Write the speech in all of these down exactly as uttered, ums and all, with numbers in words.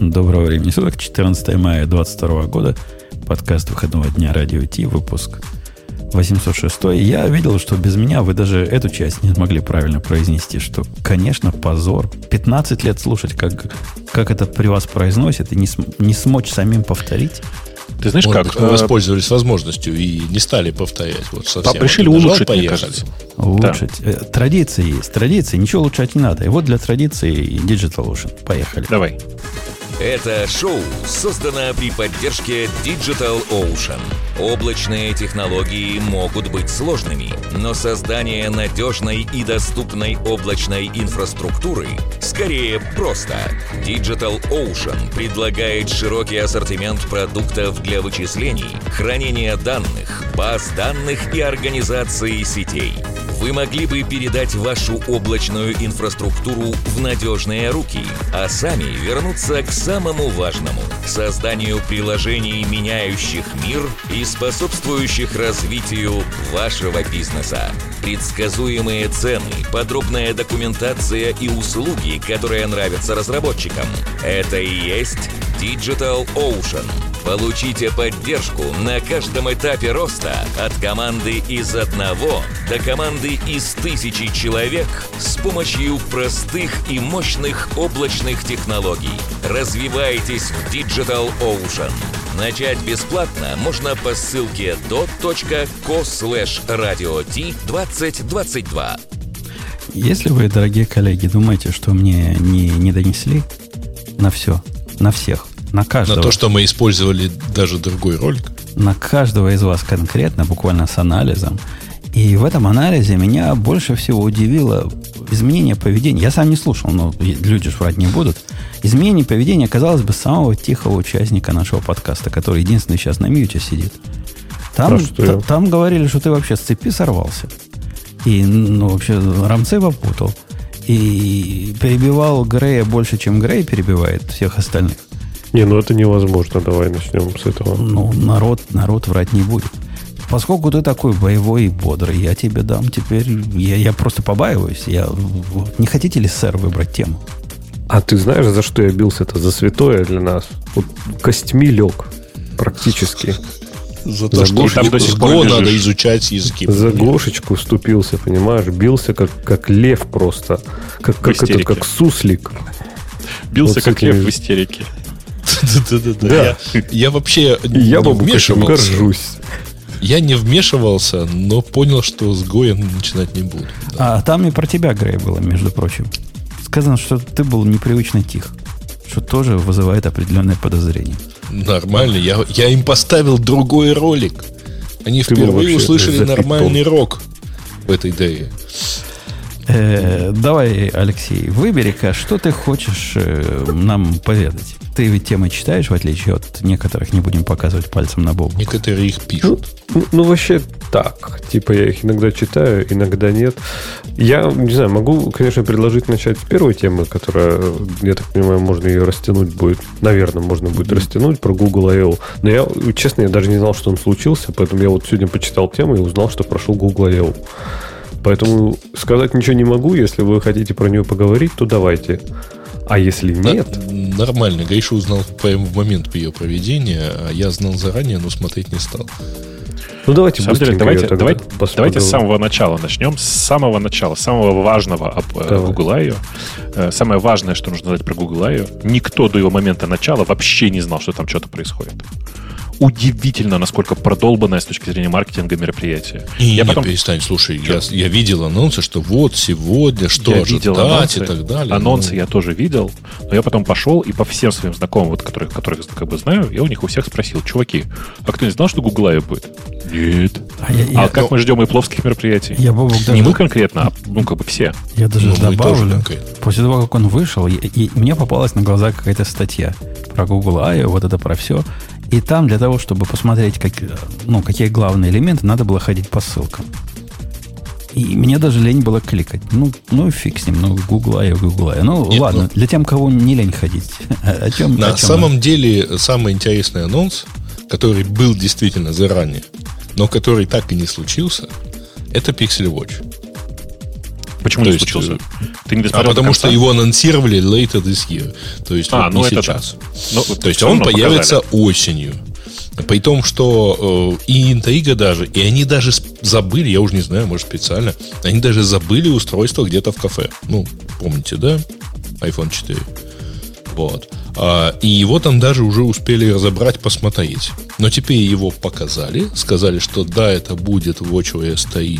Доброго времени суток, четырнадцатое мая двадцать второго года, подкаст выходного дня Радио Ти, выпуск восемьсот шесть. Я видел, что без меня вы даже эту часть не смогли правильно произнести, что, конечно, позор. пятнадцать лет слушать, как, как это при вас произносят, и не, см, не смочь самим повторить. Ты знаешь, Может как? Быть, мы воспользовались возможностью и не стали повторять. Вот совсем. Решили вот улучшить, поехали. мне кажется. Улучшить. Да. Традиции есть. Традиции. Ничего улучшать не надо. И вот для традиции DigitalOcean. Поехали. Давай. Это шоу создано при поддержке DigitalOcean. Облачные технологии могут быть сложными, но создание надежной и доступной облачной инфраструктуры скорее просто. DigitalOcean предлагает широкий ассортимент продуктов для вычислений, хранения данных, баз данных и организации сетей. Вы могли бы передать вашу облачную инфраструктуру в надежные руки, а сами вернуться к самому важному – созданию приложений, меняющих мир и способствующих развитию вашего бизнеса. Предсказуемые цены, подробная документация и услуги, которые нравятся разработчикам – это и есть DigitalOcean. Получите поддержку на каждом этапе роста от команды из одного до команды из тысячи человек с помощью простых и мощных облачных технологий. Развивайтесь в DigitalOcean. Начать бесплатно можно по ссылке dot.co слэш radio t двадцать двадцать два. Если вы, дорогие коллеги, думаете, что мне не, не донесли на все, на всех, на каждого. На то, что мы использовали даже другой ролик. На каждого из вас конкретно, буквально с анализом. И в этом анализе меня больше всего удивило изменение поведения. Я сам не слушал, но люди ж врать не будут. Изменение поведения, казалось бы, самого тихого участника нашего подкаста, который единственный сейчас на мьюте сидит. Там, т- там говорили, что ты вообще с цепи сорвался. И, ну, вообще, рамцы попутал. И перебивал Грея больше, чем Грей перебивает всех остальных. Не, ну это невозможно. Давай начнем с этого. Ну, народ, народ врать не будет. Поскольку ты такой боевой и бодрый, я тебе дам теперь... Я, я просто побаиваюсь. Я, не хотите ли, сэр, выбрать тему? А ты знаешь, за что я бился-то? За святое для нас. Вот костьми лег. Практически. За то, что там до сих пор Го надо изучать языки. За Гошечку вступился, понимаешь? Бился как, как лев просто. Как, как, это, как суслик. Бился вот как лев в истерике. Да-да-да. Я вообще не вмешивался. Горжусь. Я не вмешивался, но понял, что с Гоем начинать не буду. А там и про тебя, Грей, было, между прочим. Сказано, что ты был непривычно тих. Что тоже вызывает определенное подозрение. Нормально. Я, я им поставил другой ролик. Они ты впервые услышали нормальный рок в этой идее. Э, давай, Алексей, выбери-ка, что ты хочешь э, нам поведать. Ты ведь темы читаешь, в отличие от некоторых, не будем показывать пальцем на Бобу. Некоторые их пишут. Ну, ну, вообще так. Типа я их иногда читаю, иногда нет. Я, не знаю, могу, конечно, предложить начать с первой темы, которая, я так понимаю, можно ее растянуть будет. Наверное, можно будет mm-hmm. растянуть про Google I O. Но я, честно, я даже не знал, что он случился, поэтому я вот сегодня почитал тему и узнал, что прошел Google I O. Поэтому сказать ничего не могу. Если вы хотите про нее поговорить, то давайте. А если нет... На, нормально. Гриша узнал прямо в момент ее проведения, а я знал заранее, но смотреть не стал. Ну, давайте быстренько. Давайте, давайте, давайте с самого начала начнем. С самого начала, самого важного об Давай. Google I O. Самое важное, что нужно знать про Google I O. Никто до его момента начала вообще не знал, что там что-то происходит. Удивительно, насколько продолбанное с точки зрения маркетинга мероприятие. И я не, потом... перестань, слушай, я, я видел анонсы, что вот сегодня, что я ожидать анонсы, и так далее. Анонсы ну... я тоже видел, но я потом пошел и по всем своим знакомым, вот, которых, которых как бы знаю, я у них у всех спросил: чуваки, а кто не знал, что Google I O будет? Нет. А, я, а я, как но... мы ждем и пловских мероприятий? Я, Бобок, даже... Не мы конкретно, а ну как бы все. Я даже ну, добавлю, после того, как он вышел, и, и мне попалась на глаза какая-то статья про Google I O, вот это про все. И там для того, чтобы посмотреть, как, ну, какие главные элементы, надо было ходить по ссылкам. И мне даже лень было кликать. Ну, ну фиг с ним, ну, Google I O, Google I O. Ну, Нет, ладно, ну, для тех, кого не лень ходить. О чем, на о чем самом мы? деле, самый интересный анонс, который был действительно заранее, но который так и не случился, это Pixel Watch. Почему То не есть, случился? Ты не а потому что его анонсировали later this year. То есть а, вот ну не это сейчас. Да. Ну, То есть он появится показали. осенью. При том, что э, и интрига даже, и они даже забыли, я уже не знаю, может специально, они даже забыли устройство где-то в кафе. Ну, помните, да? айфон четыре. Вот. А, и его там даже уже успели разобрать, посмотреть. Но теперь его показали, сказали, что да, это будет watchOS три.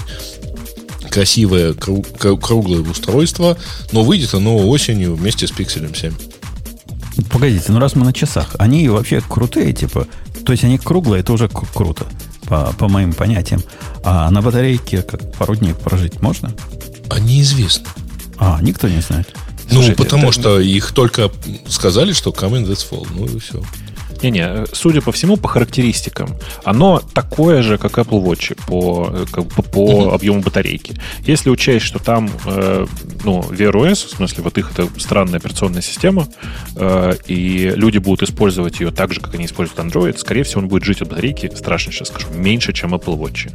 Красивое, круглое устройство, но выйдет оно осенью вместе с Pixel семь. Погодите, ну раз мы на часах, они вообще крутые, типа, то есть они круглые, это уже к- круто, по, по моим понятиям. А на батарейке как пару дней прожить можно? А неизвестно. А, никто не знает. Ну, Слушайте, потому это... что их только сказали, что coming this fall, ну и все. Не-не, судя по всему, по характеристикам, оно такое же, как Apple Watch по, как, по, по uh-huh. объему батарейки. Если учесть, что там э, ну, Wear о эс, в смысле, вот их это странная операционная система, э, и люди будут использовать ее так же, как они используют Android, скорее всего, он будет жить от батарейки, страшно сейчас скажу, меньше, чем Apple Watch.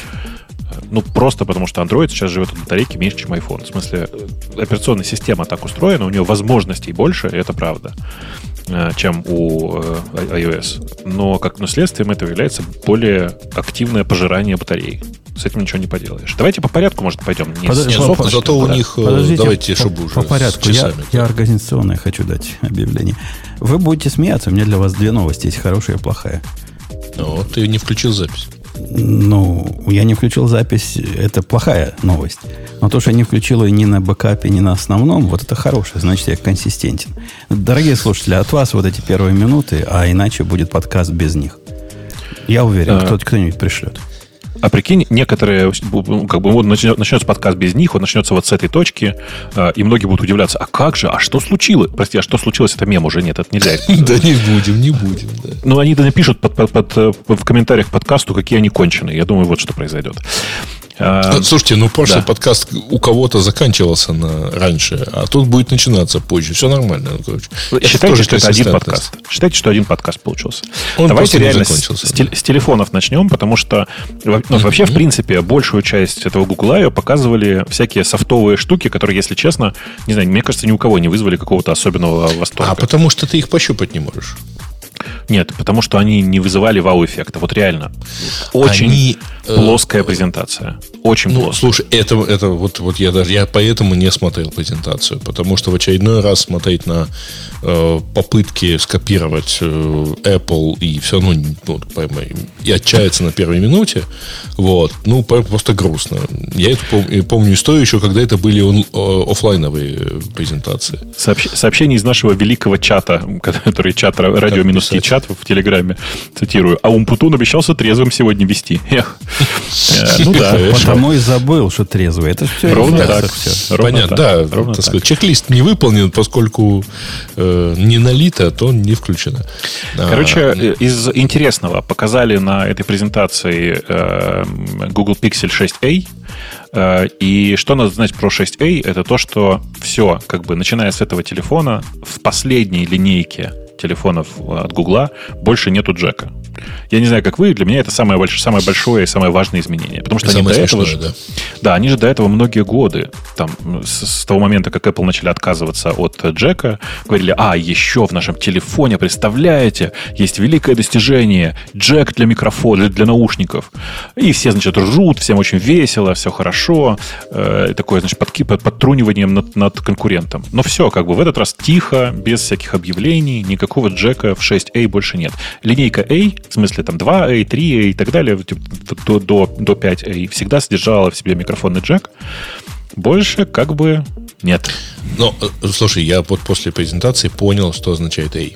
Ну, просто потому что Android сейчас живет от батарейки меньше, чем iPhone. В смысле, операционная система так устроена, у нее возможностей больше, и это правда, чем у iOS. Но как ну, следствием этого является более активное пожирание батареи. С этим ничего не поделаешь. Давайте по порядку, может, пойдем. Не Под... часов, по, зато у них... Подождите, давайте, по, чтобы уже по порядку. Я, я организационное хочу дать объявление. Вы будете смеяться, у меня для вас две новости есть, хорошая и плохая. Ну, ты не включил запись. Ну, я не включил запись, это плохая новость. Но то, что я не включил ее ни на бэкапе, ни на основном, вот это хорошее, значит, я консистентен. Дорогие слушатели, от вас вот эти первые минуты, а иначе будет подкаст без них. Я уверен, а... кто-то, кто-нибудь пришлет. А прикинь, некоторые, как бы, вот начнется подкаст без них, он начнется вот с этой точки, и многие будут удивляться, а как же, а что случилось? Прости, а что случилось? Это мем уже, нет, это нельзя. Да не будем, не будем. Ну, они да напишут в комментариях к подкасту, какие они конченые. Я думаю, вот что произойдет. Слушайте, ну прошлый да. подкаст у кого-то заканчивался на раньше, а тут будет начинаться позже. Все нормально. Ну, Считайте, что это один подкаст. Считайте, что один подкаст получился. Он Давайте реально с, с, тел- с телефонов начнем, потому что ну, mm-hmm. вообще, в принципе, большую часть этого Google I O показывали всякие софтовые штуки, которые, если честно, не знаю, мне кажется, ни у кого не вызвали какого-то особенного восторга. А потому что ты их пощупать не можешь. Нет, потому что они не вызывали вау-эффекта. Вот реально. Очень они, плоская э, презентация. Очень ну, плоская. Слушай, это, это вот, вот я даже я поэтому не смотрел презентацию. Потому что в очередной раз смотреть на э, попытки скопировать э, Apple и все равно ну, и отчаяться на первой минуте, вот, ну, просто грустно. Я эту пом- помню историю еще, когда это были он, о, офлайновые презентации. Сообщ, сообщение из нашего великого чата, который чат радио минус чат в Телеграме, цитирую. А Умпутун обещался трезвым сегодня вести. Эх. Ну да. Потому и забыл, что трезвый. Это все ровно так. Понятно, да. Так сказать, чек-лист не выполнен, поскольку не налито, то не включено. Короче, из интересного показали на этой презентации Google Pixel шесть а. И что надо знать про шесть а, это то, что все, как бы начиная с этого телефона, в последней линейке телефонов от Гугла больше нету джека. Я не знаю, как вы, для меня это самое большое, самое большое и самое важное изменение. Потому что они до этого же, да. да, они же до этого многие годы, там, с, с того момента, как Apple начали отказываться от джека, говорили, а, еще в нашем телефоне, представляете, есть великое достижение, джек для микрофона, для, для наушников. И все, значит, ржут, всем очень весело, все хорошо. Э, такое, значит, под, под, подтруниванием над, над конкурентом. Но все, как бы в этот раз тихо, без всяких объявлений, никакого джека в шесть а больше нет. Линейка A, в смысле там два а, три а и так далее, до, до, до пять а, всегда содержала в себе микрофонный джек. Больше как бы нет. Ну, слушай, я вот после презентации понял, что означает A.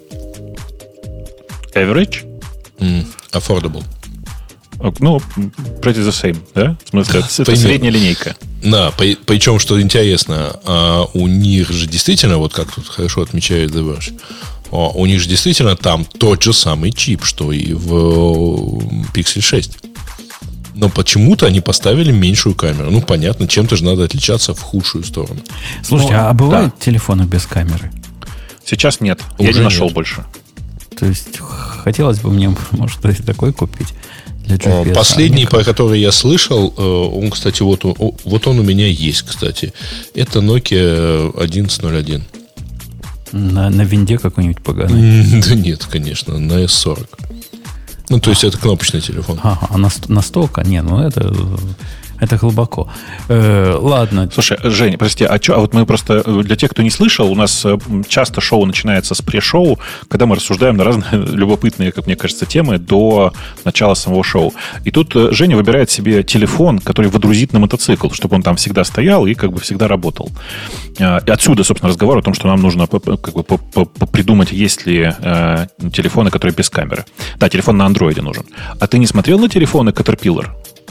Average? Mm, affordable. Ну, pretty the same, да? В смысле, это, это средняя линейка. Да, причем, что интересно, у них же действительно, вот как тут хорошо отмечает The Verge, у них же действительно там тот же самый чип, что и в Pixel шесть. Но почему-то они поставили меньшую камеру. Ну, понятно, чем-то же надо отличаться в худшую сторону. Слушайте, Но, а бывают да. телефоны без камеры? Сейчас нет. Уже Я не нашел нет. больше. То есть, хотелось бы мне, может, такой купить Для джи пи эс. Последний, про который я слышал, он, кстати, вот, вот он у меня есть, кстати. Это Nokia одиннадцать ноль один. На, на винде какой-нибудь поганый? Да нет, конечно, на эс сорок. Ну, то есть, это кнопочный телефон. Ага, а настолько? Не, ну это... Это глубоко. Э, ладно. Слушай, Женя, прости, а что? А вот мы просто, для тех, кто не слышал, у нас часто шоу начинается с пре-шоу, когда мы рассуждаем на разные любопытные, как мне кажется, темы до начала самого шоу. И тут Женя выбирает себе телефон, который водрузит на мотоцикл, чтобы он там всегда стоял и как бы всегда работал. И отсюда, собственно, разговор о том, что нам нужно как бы придумать, есть ли э, телефоны, которые без камеры. Да, телефон на андроиде нужен. А ты не смотрел на телефоны Caterpillar?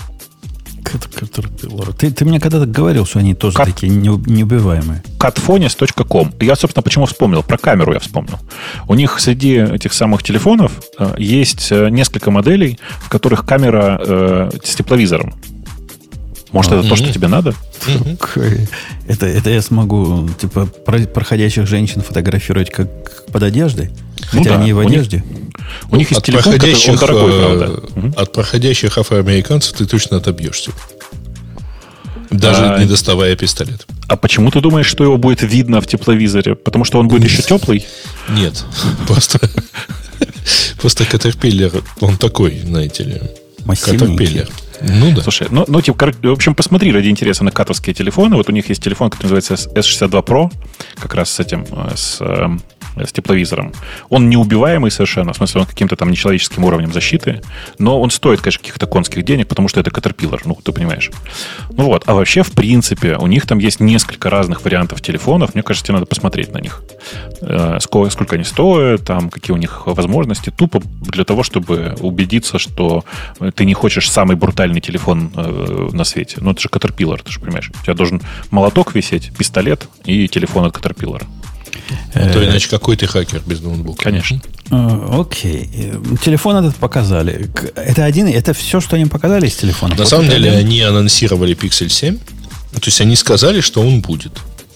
Ты, ты мне когда-то говорил, что они тоже Cat... такие неубиваемые. катфонис точка ком. Я, собственно, почему вспомнил? Про камеру я вспомнил. У них среди этих самых телефонов э, есть несколько моделей, в которых камера э, с тепловизором. Может, а, это mm-hmm. то, что тебе надо? Mm-hmm. Это, это я смогу, типа, проходящих женщин фотографировать как под одеждой? Ну Хотя да, они и в у одежде. Них, у них есть от телефон, который он дорогой, правда. От проходящих афроамериканцев ты точно отобьешься. Даже а, не доставая пистолет. А почему ты думаешь, что его будет видно в тепловизоре? Потому что он будет еще теплый? Нет. Просто Просто Caterpillar, он такой, знаете ли. Caterpillar. Ну да. Слушай, ну, ну типа, в общем, посмотри ради интереса на катовские телефоны. Вот у них есть телефон, который называется эс шестьдесят два про, как раз с этим, с, с тепловизором. Он неубиваемый совершенно, в смысле, он каким-то там нечеловеческим уровнем защиты, но он стоит, конечно, каких-то конских денег, потому что это Caterpillar, ну, ты понимаешь. Ну вот, а вообще, в принципе, у них там есть несколько разных вариантов телефонов. Мне кажется, тебе надо посмотреть на них. Сколько, сколько они стоят, там, какие у них возможности. Тупо для того, чтобы убедиться, что ты не хочешь самый брутальный телефон э, на свете. Ну, это же Caterpillar, ты же понимаешь. У тебя должен молоток висеть, пистолет и телефон от Caterpillar. А то иначе какой ты хакер без ноутбука? Конечно. Окей. Телефон этот показали. Это один, это все, что они показали из телефона? На самом деле, они анонсировали Pixel семь. То есть, они сказали, что он будет.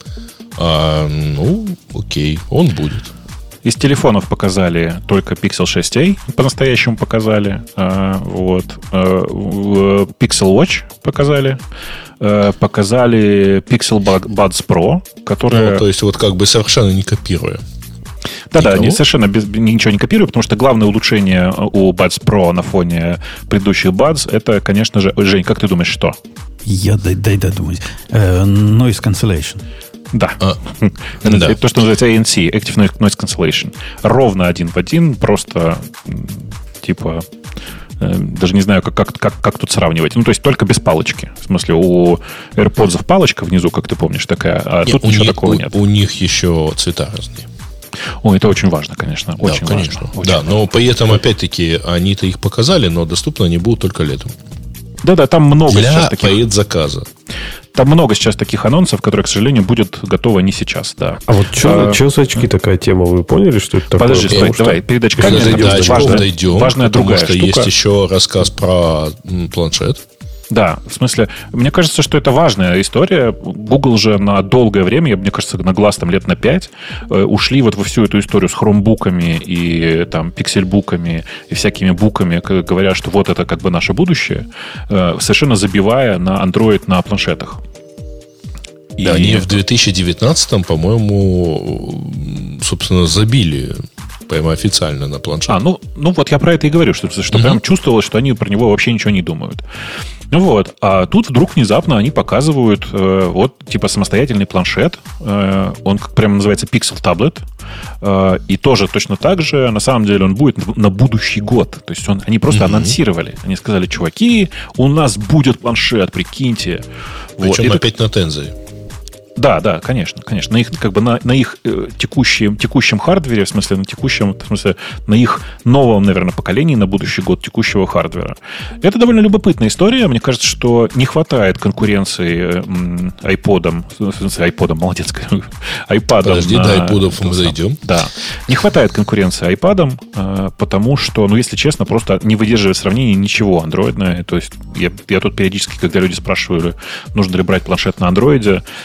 А, ну, окей, он будет. Из телефонов показали только Pixel шесть эй, по-настоящему показали. Вот. Pixel Watch показали. Показали Pixel Buds Pro, которые... Ну, то есть, вот как бы совершенно не копируя. Да-да, они совершенно без, ничего не копируют, потому что главное улучшение у Buds Pro на фоне предыдущих Buds, это, конечно же... Жень, как ты думаешь, что? Я дай, дай додумать. Uh, noise cancellation. Да. А, это да. То, что называется эй эн си, Active Noise Cancellation. Ровно один в один, просто типа... Даже не знаю, как, как, как, как тут сравнивать. Ну, то есть только без палочки. В смысле, у AirPods палочка внизу, как ты помнишь, такая, а нет, тут ничего них, такого у, нет. У них еще цвета разные. О, это очень важно, конечно. Очень да, конечно. важно. Очень да, важно. Но при этом, опять-таки, они-то их показали, но доступны они будут только летом. Да-да, там много Для сейчас таких... предзаказа. Там много сейчас таких анонсов, которые, к сожалению, будет готовы не сейчас, да. А вот что а, за очки такая тема? Вы поняли, что это такое? Подожди, стой, давай, перед очками дойдем, важная, дойдем, важная потому другая что штука. Есть еще рассказ про планшет. Да, в смысле, мне кажется, что это важная история. Google же на долгое время, мне кажется, на глаз там лет на пять, э, ушли вот во всю эту историю с хромбуками и там пиксельбуками и всякими буками, говоря, что вот это как бы наше будущее, э, совершенно забивая на Android на планшетах. И... Да, они в две тысячи девятнадцатом, по-моему, собственно, забили прямо официально на планшет. А, ну, ну вот я про это и говорю, что, что uh-huh. прям чувствовалось, что они про него вообще ничего не думают. Ну вот, а тут вдруг внезапно они показывают э, вот типа самостоятельный планшет, э, он прямо называется Pixel Tablet, э, и тоже точно так же, на самом деле он будет на будущий год. То есть он, они просто uh-huh. анонсировали, они сказали, чуваки, у нас будет планшет, прикиньте. Причем вот. опять это... на Тензоре. Да, да, конечно, конечно. На их, как бы на, на их э, текущем, текущем хардвере, в смысле, на текущем, в смысле, на их новом, наверное, поколении на будущий год текущего хардвера. Это довольно любопытная история. Мне кажется, что не хватает конкуренции м, iPod'ам, в смысле, iPod'ам, молодец, iPad'ам. Подожди, на, до iPod'ов мы зайдем. Да. Не хватает конкуренции iPad'ам, э, потому что, ну, если честно, просто не выдерживает сравнения ничего андроидное. То есть я, я тут периодически, когда люди спрашивали, нужно ли брать планшет на андроиде, э,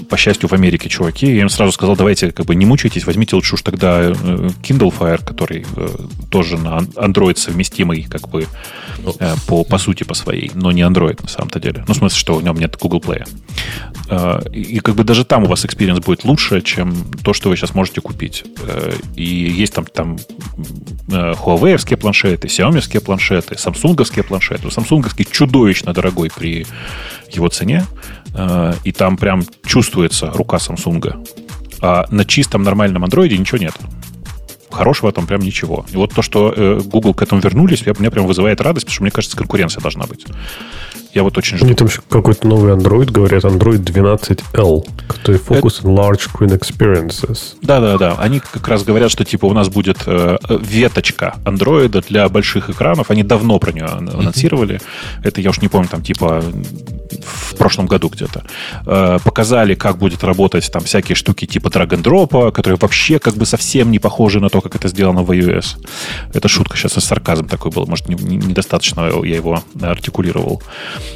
по счастью, в Америке чуваки. Я им сразу сказал, давайте как бы не мучайтесь, возьмите лучше уж тогда Kindle Fire, который тоже на Android совместимый, как бы по, по сути, по своей, но не Android на самом-то деле. Ну, в смысле, что в нем нет Google Play. И, и как бы даже там у вас экспириенс будет лучше, чем то, что вы сейчас можете купить. И есть там, там Huawei-овские планшеты, Xiaomi-овские планшеты, Samsung-овские планшеты. Samsung-овский чудовищно дорогой при его цене. И там прям чувствуется рука Samsung. А на чистом нормальном Android ничего нет. Хорошего там прям ничего. И вот то, что э, Google к этому вернулись, меня прям вызывает радость, потому что, мне кажется, конкуренция должна быть. Я вот очень жду. Они там еще какой-то новый Android, говорят, Android двенадцать эл, который focus on large screen experiences. Да-да-да. Они как раз говорят, что типа у нас будет э, веточка Android для больших экранов. Они давно про нее анонсировали. Mm-hmm. Это я уж не помню, там типа в прошлом году где-то. Э, показали, как будет работать там всякие штуки типа drag-and-drop, которые вообще как бы совсем не похожи на то, как это сделано в iOS. Это шутка сейчас, сарказм такой был. Может, недостаточно я его артикулировал.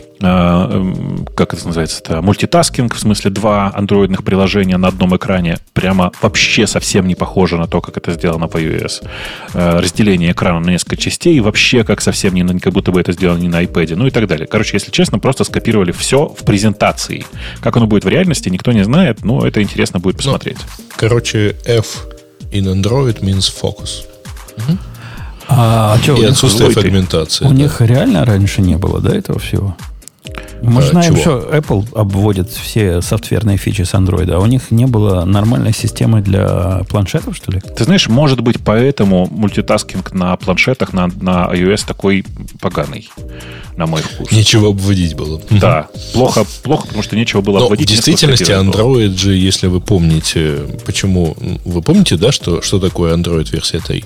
Как это называется-то? Мультитаскинг, в смысле два андроидных приложения на одном экране, прямо вообще совсем не похоже на то, как это сделано в iOS. Разделение экрана на несколько частей, вообще как совсем не, как будто бы это сделано не на iPad, ну и так далее. Короче, если честно, просто скопировали все в презентации. Как оно будет в реальности, никто не знает, но это интересно будет посмотреть. Ну, короче, F in Android means focus. Угу. А, а что, и отсутствие фрагментации. У да. них реально раньше не было, да, этого всего? Мы а, знаем, чего? Что Apple обводит все софтверные фичи с Android, а у них не было нормальной системы для планшетов, что ли? Ты знаешь, может быть, поэтому мультитаскинг на планшетах на, на iOS такой поганый, на мой вкус. Нечего обводить было. Да, плохо, плохо, потому что нечего было Но обводить. В действительности Android же, если вы помните, почему... Вы помните, да, что, что такое Android версия три?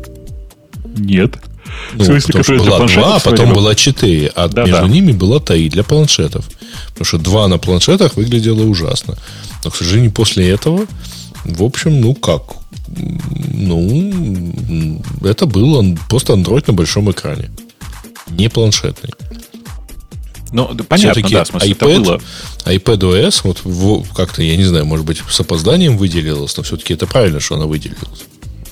Нет. Ну, в смысле, потому что была два, а потом была четыре, а да, между да. ними была три для планшетов. Потому что два на планшетах выглядело ужасно. Но, к сожалению, после этого, в общем, ну как? Ну, это был просто Android на большом экране. Не планшетный. Ну, понятно, все-таки да, в смысле, iPad, это было... iPadOS, вот в, как-то, я не знаю, может быть, с опозданием выделилась, но все-таки это правильно, что она выделилась.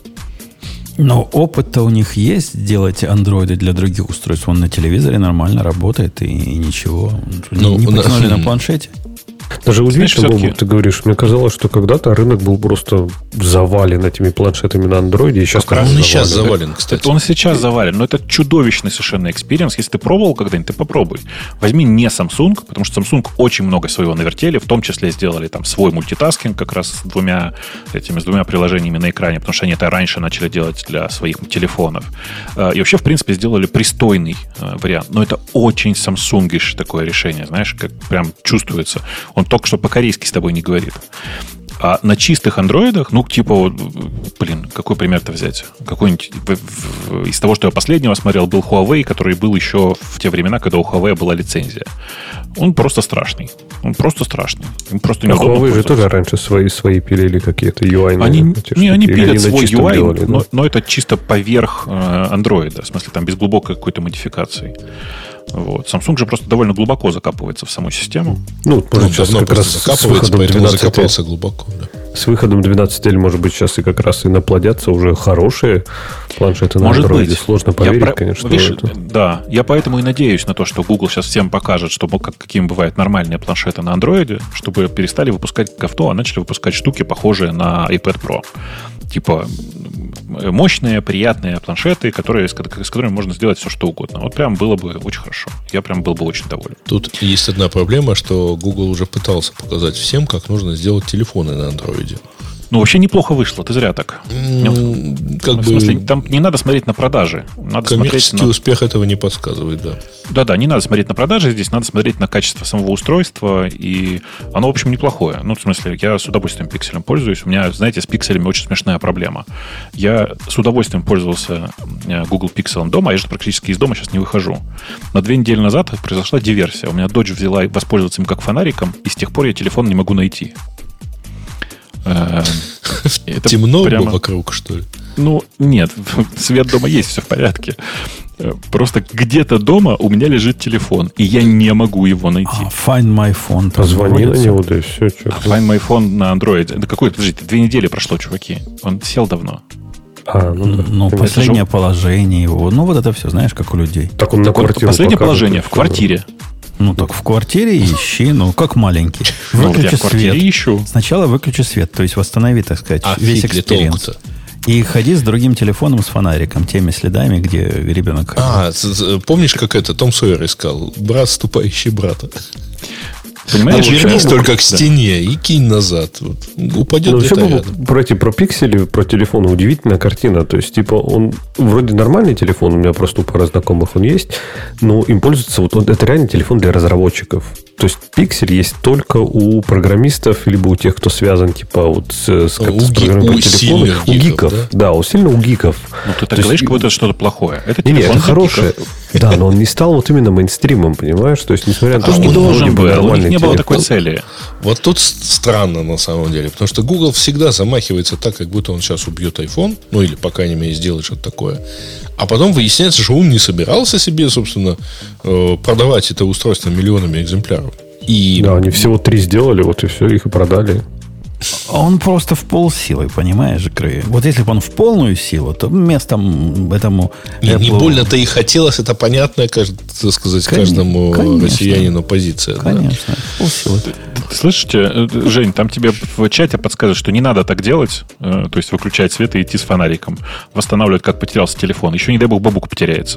Но опыт-то у них есть делать андроиды для других устройств. Он на телевизоре нормально работает, и, и ничего. Ну, не потянули на, на планшете. Даже удивительно, Бобук, ты говоришь, мне казалось, что когда-то рынок был просто завален этими планшетами на андроиде, и сейчас он завален. и сейчас завален, кстати. Это он сейчас завален, но это чудовищный совершенно экспириенс. Если ты пробовал когда-нибудь, ты попробуй. Возьми не Samsung, потому что Samsung очень много своего навертели, в том числе сделали там свой мультитаскинг как раз с двумя, этими, с двумя приложениями на экране, потому что они это раньше начали делать для своих телефонов. И вообще, в принципе, сделали пристойный вариант. Но это очень самсунгиш такое решение, знаешь, как прям чувствуется. Он только что по-корейски с тобой не говорит. А на чистых андроидах, ну, типа, вот, блин, какой пример-то взять? Какой-нибудь из того, что я последнего смотрел, был Huawei, который был еще в те времена, когда у Huawei была лицензия. Он просто страшный. Он просто страшный. Им просто неудобно. А Huawei же тоже раньше свои, свои пилили какие-то ю ай. Они, не, они пилят они свой ю ай, делали, но, да? но это чисто поверх андроида. В смысле, там без глубокой какой-то модификации. Вот. Samsung же просто довольно глубоко закапывается в саму систему. Ну, может, ну, сейчас как раз закапывается, поэтому закопался глубоко. Да. С выходом двенадцать эль, может быть, сейчас и как раз и наплодятся уже хорошие планшеты на может Android. Быть. Сложно поверить, я конечно. Видишь, это. Да, я поэтому и надеюсь на то, что Google сейчас всем покажет, что, как, какими бывают нормальные планшеты на Android, чтобы перестали выпускать говно, а начали выпускать штуки, похожие на iPad Pro. Типа мощные, приятные планшеты, которые, с которыми можно сделать все, что угодно. Вот прям было бы очень хорошо. Я прям был бы очень доволен. Тут есть одна проблема, что Google уже пытался показать всем, как нужно сделать телефоны на Android. Ну, вообще неплохо вышло, ты зря так. Ну, как в смысле, бы... там не надо смотреть на продажи. Надо коммерческий на... успех этого не подсказывает, да. Да-да, не надо смотреть на продажи здесь, надо смотреть на качество самого устройства, и оно, в общем, неплохое. Ну, в смысле, я с удовольствием пикселем пользуюсь. У меня, знаете, с пикселями очень смешная проблема. Я с удовольствием пользовался Google Pixel дома, а я же практически из дома сейчас не выхожу. На две недели назад произошла диверсия. У меня дочь взяла воспользоваться им как фонариком, и с тех пор я телефон не могу найти. Это темно прямо... вокруг, что ли? Ну, нет, свет дома есть, все в порядке. Просто где-то дома у меня лежит телефон, и я не могу его найти. А, Find My Phone. Позвони на него, да и все. А Find My Phone на Android. Да какой, подождите, две недели прошло, чуваки. Он сел давно. А, ну да. Ну, последнее жел... положение его. Ну, вот это все, знаешь, как у людей. Так он на квартиру Последнее покажет, положение в квартире. Ну, так в квартире ищи, ну, как маленький. Выключи ну, я в квартире свет. Ищу. Сначала выключи свет, то есть восстанови, так сказать, а весь экспириенс. И ходи с другим телефоном с фонариком, теми следами, где ребенок ходил. А, помнишь, как это Том Сойер искал? Брат, ступающий брата. Понимаешь, ну, вернись только к стене да. и кинь назад. Вот. Упадет ну, где-то рядом. Про эти про пиксели, про телефон удивительная картина. То есть, типа, он вроде нормальный телефон, у меня просто у пары знакомых он есть, но им пользуется, вот это реально телефон для разработчиков. То есть, пиксель есть только у программистов, либо у тех, кто связан, типа, вот с, с, у с программой телефона. У гиков. Да? да, у сильно у гиков. Ну, ты так То говоришь, есть, как будто это что-то плохое. Это телефон нет, это хорошее. Да, но он не стал вот именно мейнстримом, понимаешь? То есть, несмотря на то, а что он должен был, у них не телефон, было такой цели. Вот тут странно на самом деле, потому что Google всегда замахивается так, как будто он сейчас убьет iPhone, ну или, по крайней мере, сделает что-то такое. А потом выясняется, что он не собирался себе, собственно, продавать это устройство миллионами экземпляров. И... Да, они всего три сделали, вот и все, их и продали. Он просто в полсилы, понимаешь, Грей? Вот если бы он в полную силу, то местом этому... Не, не больно-то и хотелось, это понятно, так сказать, конечно, каждому конечно, россиянину позиция. Конечно, да. в полсилы. Слышите, Жень, там тебе в чате подсказывают, что не надо так делать, то есть выключать свет и идти с фонариком. Восстанавливать, как потерялся телефон. Еще, не дай бог, Бобук потеряется.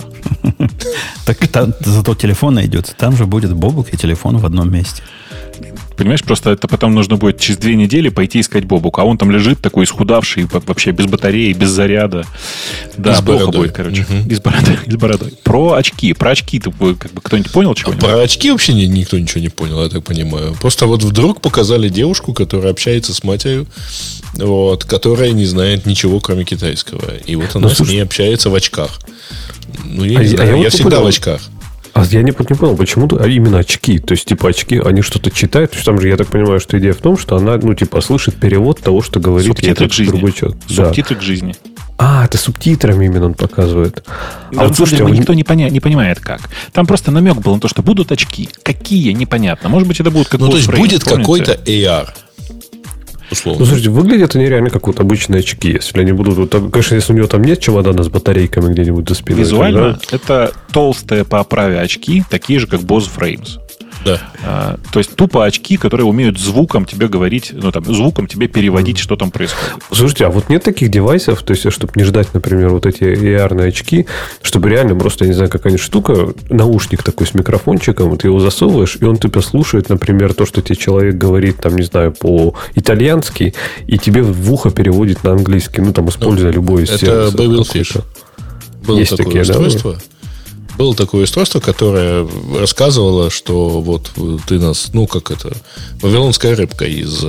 Так зато телефон найдется. Там же будет Бобук и телефон в одном месте. Понимаешь, просто это потом нужно будет через две недели пойти искать Бобука. А он там лежит такой исхудавший, вообще без батареи, без заряда. Да, плохо будет, короче. Угу. И с бородой. И с бородой. Про очки. Про очки как бы кто-нибудь понял чего-нибудь? Про очки вообще никто ничего не понял, я так понимаю. Просто вот вдруг показали девушку, которая общается с матерью, вот, которая не знает ничего, кроме китайского. И вот она ну, с ней общается в очках. Ну, я не а знаю, я, я вот всегда в очках. А я не, не понял, почему а именно очки? То есть, типа, очки, они что-то читают? То есть, там же, я так понимаю, что идея в том, что она, ну, типа, слышит перевод того, что говорит субтитры этот к жизни. Другой человек. Субтитры да. к жизни. А, это субтитрами именно он показывает. Да, а вот, слушайте, никто не, поня- не понимает, как. Там просто намек был на то, что будут очки. Какие, непонятно. Может быть, это будут как Ну, то есть, фрейм, будет помните? какой-то эй ар. Условно. Ну, слушайте, выглядят они реально как вот обычные очки. Если они будут... Вот, конечно, если у него там нет чемодана с батарейками где-нибудь за спиной. Визуально тогда... это толстые по оправе очки, такие же, как Bose Frames. Да. А, то есть тупо очки, которые умеют звуком тебе говорить, ну там, звуком тебе переводить, mm. что там происходит. Слушайте, а вот нет таких девайсов, то есть, чтобы не ждать, например, вот эти эй ар-ные очки, чтобы реально просто, я не знаю, какая-нибудь штука, наушник такой с микрофончиком, вот ты его засовываешь, и он типа слушает, например, то, что тебе человек говорит, там, не знаю, по-итальянски, и тебе в ухо переводит на английский, ну, там, используя ну, любой из сервисов. Это Babel Fish. Было Есть такое такие, устройство. Да? Было такое устройство, которое рассказывало, что вот ты нас, ну, как это, вавилонская рыбка из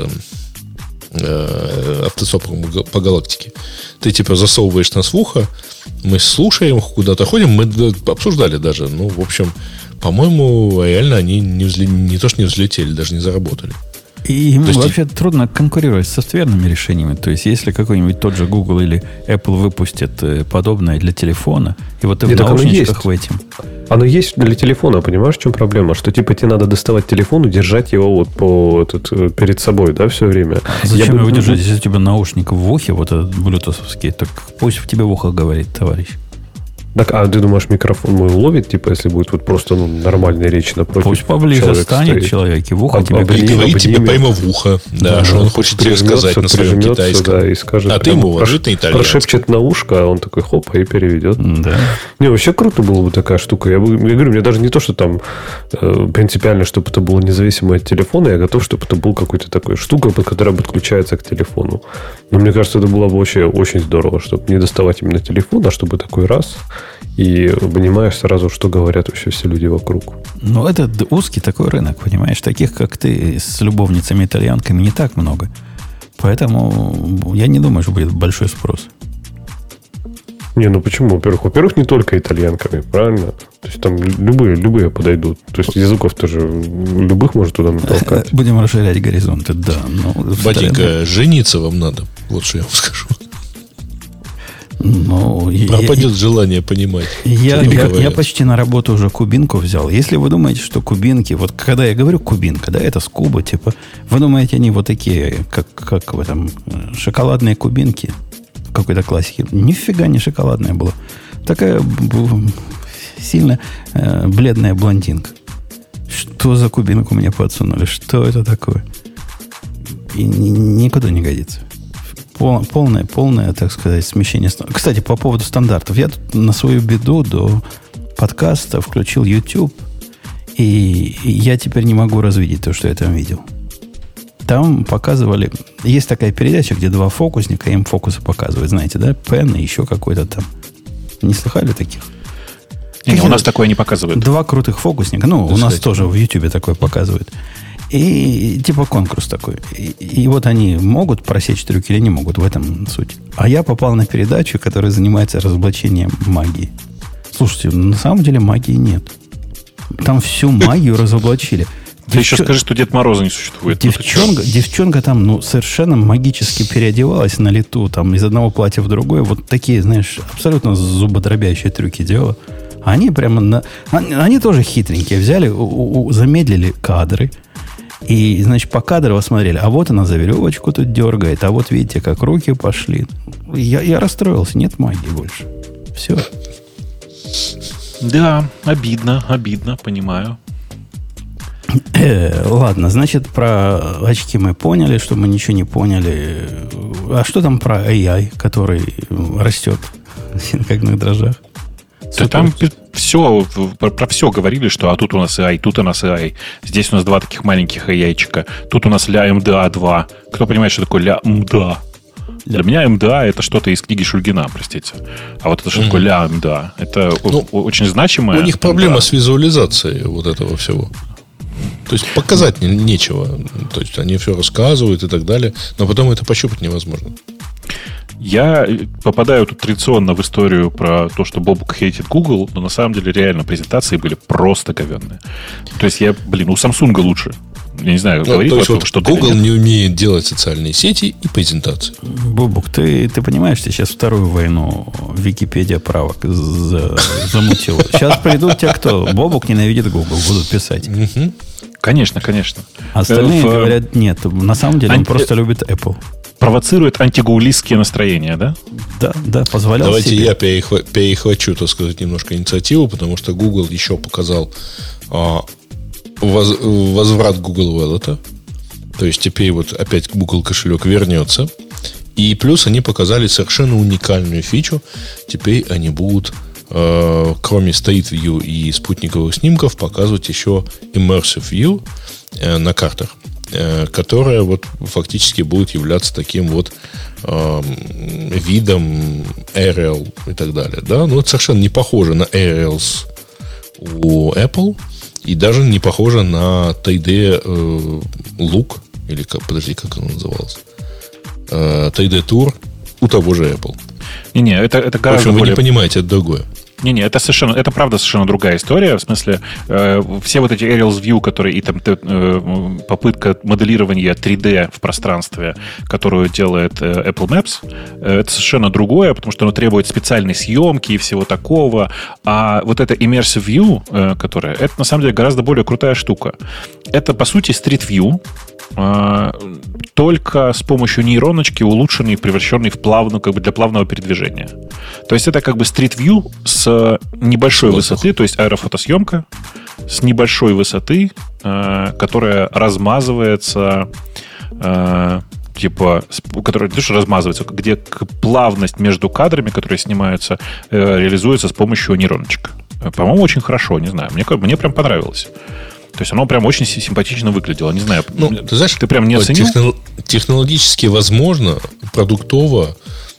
э, автостопа по галактике. Ты, типа, засовываешь нас в ухо, мы слушаем, куда-то ходим, мы обсуждали даже. Ну, в общем, по-моему, реально они не, взле... не то, что не взлетели, даже не заработали. И им есть... вообще трудно конкурировать с софтверными решениями. То есть, если какой-нибудь тот же Google или Apple выпустят подобное для телефона, и вот ты Нет, в наушничках в этом... Оно есть для телефона, понимаешь, в чем проблема? Что типа тебе надо доставать телефон и держать его вот по, этот, перед собой, да, все время. А зачем его бы... держать, если у тебя наушник в ухе, вот этот блютусовский, так пусть в тебе в ухо говорит, товарищ. Так, а ты думаешь, микрофон мой уловит, типа, если будет вот просто ну, нормальная речь напротив? Пусть поближе человек станет стоит. Человек, и в ухо об, тебе обнимет, говорит тебе прямо в ухо, да, да, что он хочет тебе сказать на своем китайском. Да, и скажет, а ты ему уважит на итальянском. Прошепчет на ушко, а он такой хоп, и переведет. Да. Не, вообще круто было бы такая штука. Я, бы, я говорю, мне даже не то, что там э, принципиально, чтобы это было независимо от телефона, я готов, чтобы это был какой-то такой штука, которая подключается к телефону. Но мне кажется, это было бы вообще очень здорово, чтобы не доставать именно телефон, а чтобы такой раз... И понимаешь сразу, что говорят вообще все люди вокруг. Ну, это узкий такой рынок, понимаешь? Таких, как ты, с любовницами-итальянками не так много. Поэтому я не думаю, что будет большой спрос. Не, ну почему? Во-первых, во-первых, не только итальянками, правильно? То есть там любые, любые подойдут. То есть языков тоже любых может туда натолкать. Будем расширять горизонты, да. Батенька, жениться вам надо. Вот что я вам скажу. Ну, пропадет я, желание понимать. Я, я, я почти на работу уже кубинку взял. Если вы думаете, что кубинки, вот когда я говорю кубинка, да, это с Кубы, типа, вы думаете, они вот такие, как, как в этом, шоколадные кубинки в какой-то классике? Нифига не шоколадная была. Такая сильно э, бледная блондинка. Что за кубинку мне подсунули? Что это такое? И никуда не годится. Пол, полное, полное, так сказать, смещение. Кстати, по поводу стандартов. Я тут на свою беду до подкаста включил YouTube, и я теперь не могу развидеть то, что я там видел. Там показывали... Есть такая передача, где два фокусника, им фокусы показывают, знаете, да? Пен и еще какой-то там. Не слыхали таких? Не, не, у нас такое не показывают. Два крутых фокусника. Ну, да, у нас тоже в YouTube такое показывают. И типа конкурс такой. И, и вот они могут просечь трюки или не могут, в этом суть. А я попал на передачу, которая занимается разоблачением магии. Слушайте, на самом деле магии нет. Там всю магию разоблачили. Ты Девчон... еще скажи, что Дед Мороза не существует. Девчонка, девчонка там ну, совершенно магически переодевалась на лету, там, из одного платья в другое. Вот такие, знаешь, абсолютно зубодробящие трюки делала. Они прямо... На... Они, они тоже хитренькие. Взяли, у, у, замедлили кадры. И, значит, по кадру смотрели. А вот она за веревочку тут дергает. А вот видите, как руки пошли. Я, я расстроился. Нет магии больше. Все. Да, обидно, обидно, понимаю. Э, ладно, значит, про очки мы поняли, что мы ничего не поняли. А что там про эй ай, который растет как на дрожжах? Да там все, про, про все говорили, что а тут у нас эй ай, тут у нас эй ай. Здесь у нас два таких маленьких эй ай-чика. Тут у нас ля эм ди эй два. Кто понимает, что такое ля эм ди эй? Для меня эм ди эй это что-то из книги Шульгина, простите. А вот это что mm-hmm. такое ля эм ди эй? Это ну, о- очень значимое. У них проблема с визуализацией вот этого всего. То есть показать не, нечего. То есть они все рассказывают и так далее, но потом это пощупать невозможно. Я попадаю тут традиционно в историю про то, что Бобук хейтит Google, но на самом деле реально презентации были просто говенные. То есть я, блин, у Samsung лучше. Я не знаю, ну, говорит то есть вот, вот что Google не умеет делать социальные сети и презентации. Бобук, ты, ты понимаешь, ты сейчас вторую войну Википедия правок за, замутил. Сейчас придут те, кто Бобук ненавидит Google, будут писать. Угу. Конечно, конечно. Остальные в... говорят, нет, на самом деле Анти... он просто любит Apple. Провоцирует антигуулистские настроения, да? Да, да, позволял Давайте себе. я перехва- перехвачу, так сказать, немножко инициативу, потому что Google еще показал а, воз- возврат Google Wallet. То есть теперь вот опять Google кошелек вернется. И плюс они показали совершенно уникальную фичу. Теперь они будут, э, кроме Street View и спутниковых снимков, показывать еще Immersive View э, на картах, которая вот фактически будет являться таким вот э, видом Aerial и так далее. Да? Ну, это совершенно не похоже на Aerials у Apple и даже не похоже на три ди э, Look, или, как, подожди, как оно называлось? Э, три ди Tour у того же Apple. Не-не, это, это гораздо В общем, вы более... не понимаете, это другое. Не-не, это совершенно, это правда совершенно другая история. В смысле, э, все вот эти Aerials View, которые и там э, попытка моделирования три ди в пространстве, которую делает э, Apple Maps, э, это совершенно другое, потому что оно требует специальной съемки и всего такого. А вот это Immersive View, э, которая, это на самом деле гораздо более крутая штука. Это, по сути, Street View, э, только с помощью нейроночки, улучшенный, превращенный в плавную, как бы для плавного передвижения. То есть это как бы Street View с небольшой Воздух. высоты, то есть аэрофотосъемка с небольшой высоты, э, которая размазывается, э, типа, которая не то, что размазывается, где плавность между кадрами, которые снимаются, э, реализуется с помощью нейроночек. По-моему, очень хорошо, не знаю. Мне, мне прям понравилось. То есть оно прям очень симпатично выглядело. Не знаю, ну, ты знаешь, ты прям не оценил? Техно- технологически возможно, продуктово,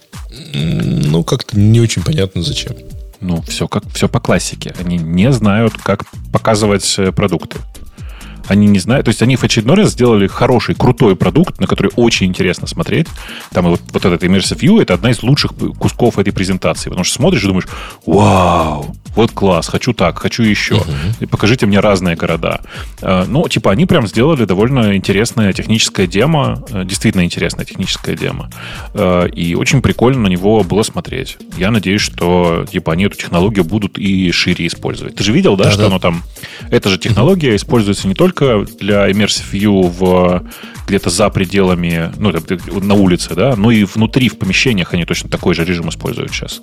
ну, как-то не очень понятно зачем. Ну, все, как, все по классике. Они не знают, как показывать продукты. Они не знают. То есть они в очередной раз сделали хороший, крутой продукт, на который очень интересно смотреть. Там вот, вот этот Immersive View — это одна из лучших кусков этой презентации. Потому что смотришь и думаешь, вау, Вот класс, хочу так, хочу еще. Uh-huh. И покажите мне разные города. Ну, типа, они прям сделали довольно интересное техническое демо, действительно интересное техническое демо. И очень прикольно на него было смотреть. Я надеюсь, что типа они эту технологию будут и шире использовать. Ты же видел, да, да что да. оно там... Эта же технология uh-huh. используется не только для Immersive View в, где-то за пределами, ну, на улице, да, но и внутри, в помещениях они точно такой же режим используют сейчас.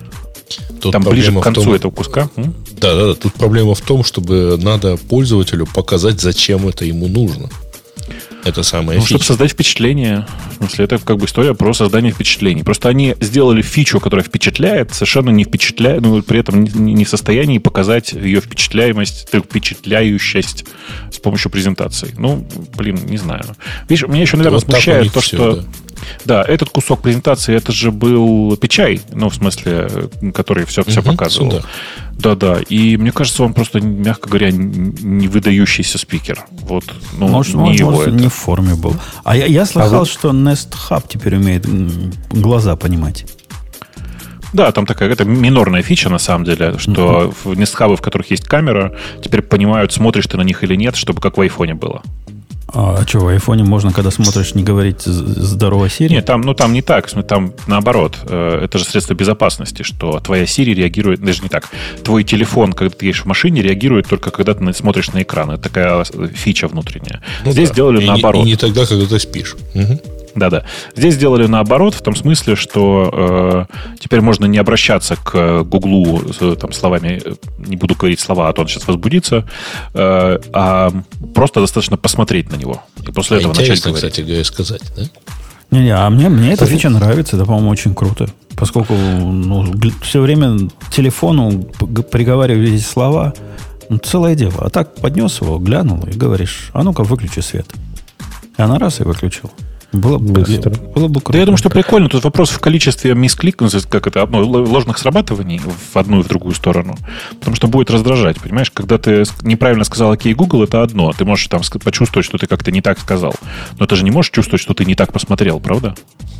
Тут там ближе к концу том, этого куска. Да, да, да. Тут проблема в том, чтобы надо пользователю показать, зачем это ему нужно. Это самое. Ну, чтобы создать впечатление. В смысле, это как бы история про создание впечатлений. Просто они сделали фичу, которая впечатляет, совершенно не впечатляет, но при этом не в состоянии показать ее впечатляемость, впечатляющесть с помощью презентации. Ну, блин, не знаю. Видишь, меня еще, наверное, вот смущает то, все, что... Да. Да, этот кусок презентации, это же был Печай, ну, в смысле, который все, все угу, показывал. Сюда. Да-да, и мне кажется, он просто, мягко говоря, не выдающийся спикер. Вот, ну, может, не может, его может это. Не в форме был. А я, я слыхал, а что Nest Hub теперь умеет глаза понимать. Да, там такая это минорная фича, на самом деле, что uh-huh. Nest Hub, в которых есть камера, теперь понимают, смотришь ты на них или нет, чтобы как в айфоне было. А, а что, в айфоне можно, когда смотришь, не говорить «здорово, Siri»? Нет, там, ну, там не так. Там наоборот. Это же средство безопасности, что твоя Siri реагирует... Даже не так. Твой телефон, когда ты едешь в машине, реагирует только когда ты смотришь на экран. Это такая фича внутренняя. Ну, здесь да. сделали и наоборот. Не, и не тогда, когда ты спишь. Угу. Да-да. Здесь сделали наоборот, в том смысле, что э, теперь можно не обращаться к Гуглу с там, словами, не буду говорить слова, а то он сейчас возбудится, э, а просто достаточно посмотреть на него. И после а этого начать говорить. Кстати говоря, сказать, да? Не-не, а мне, мне эта фича нравится, это, по-моему, очень круто. Поскольку ну, все время телефону приговаривали эти слова, ну, целое дело. А так поднес его, глянул и говоришь, а ну-ка, выключи свет. И она раз и выключила. Было бы, было бы круто. Да я думаю, что прикольно. Тут вопрос в количестве мискликов, как это, ну, ложных срабатываний в одну и в другую сторону. Потому что будет раздражать. Понимаешь, когда ты неправильно сказал «Окей, Google», это одно. Ты можешь там почувствовать, что ты как-то не так сказал. Но ты же не можешь чувствовать, что ты не так посмотрел, правда?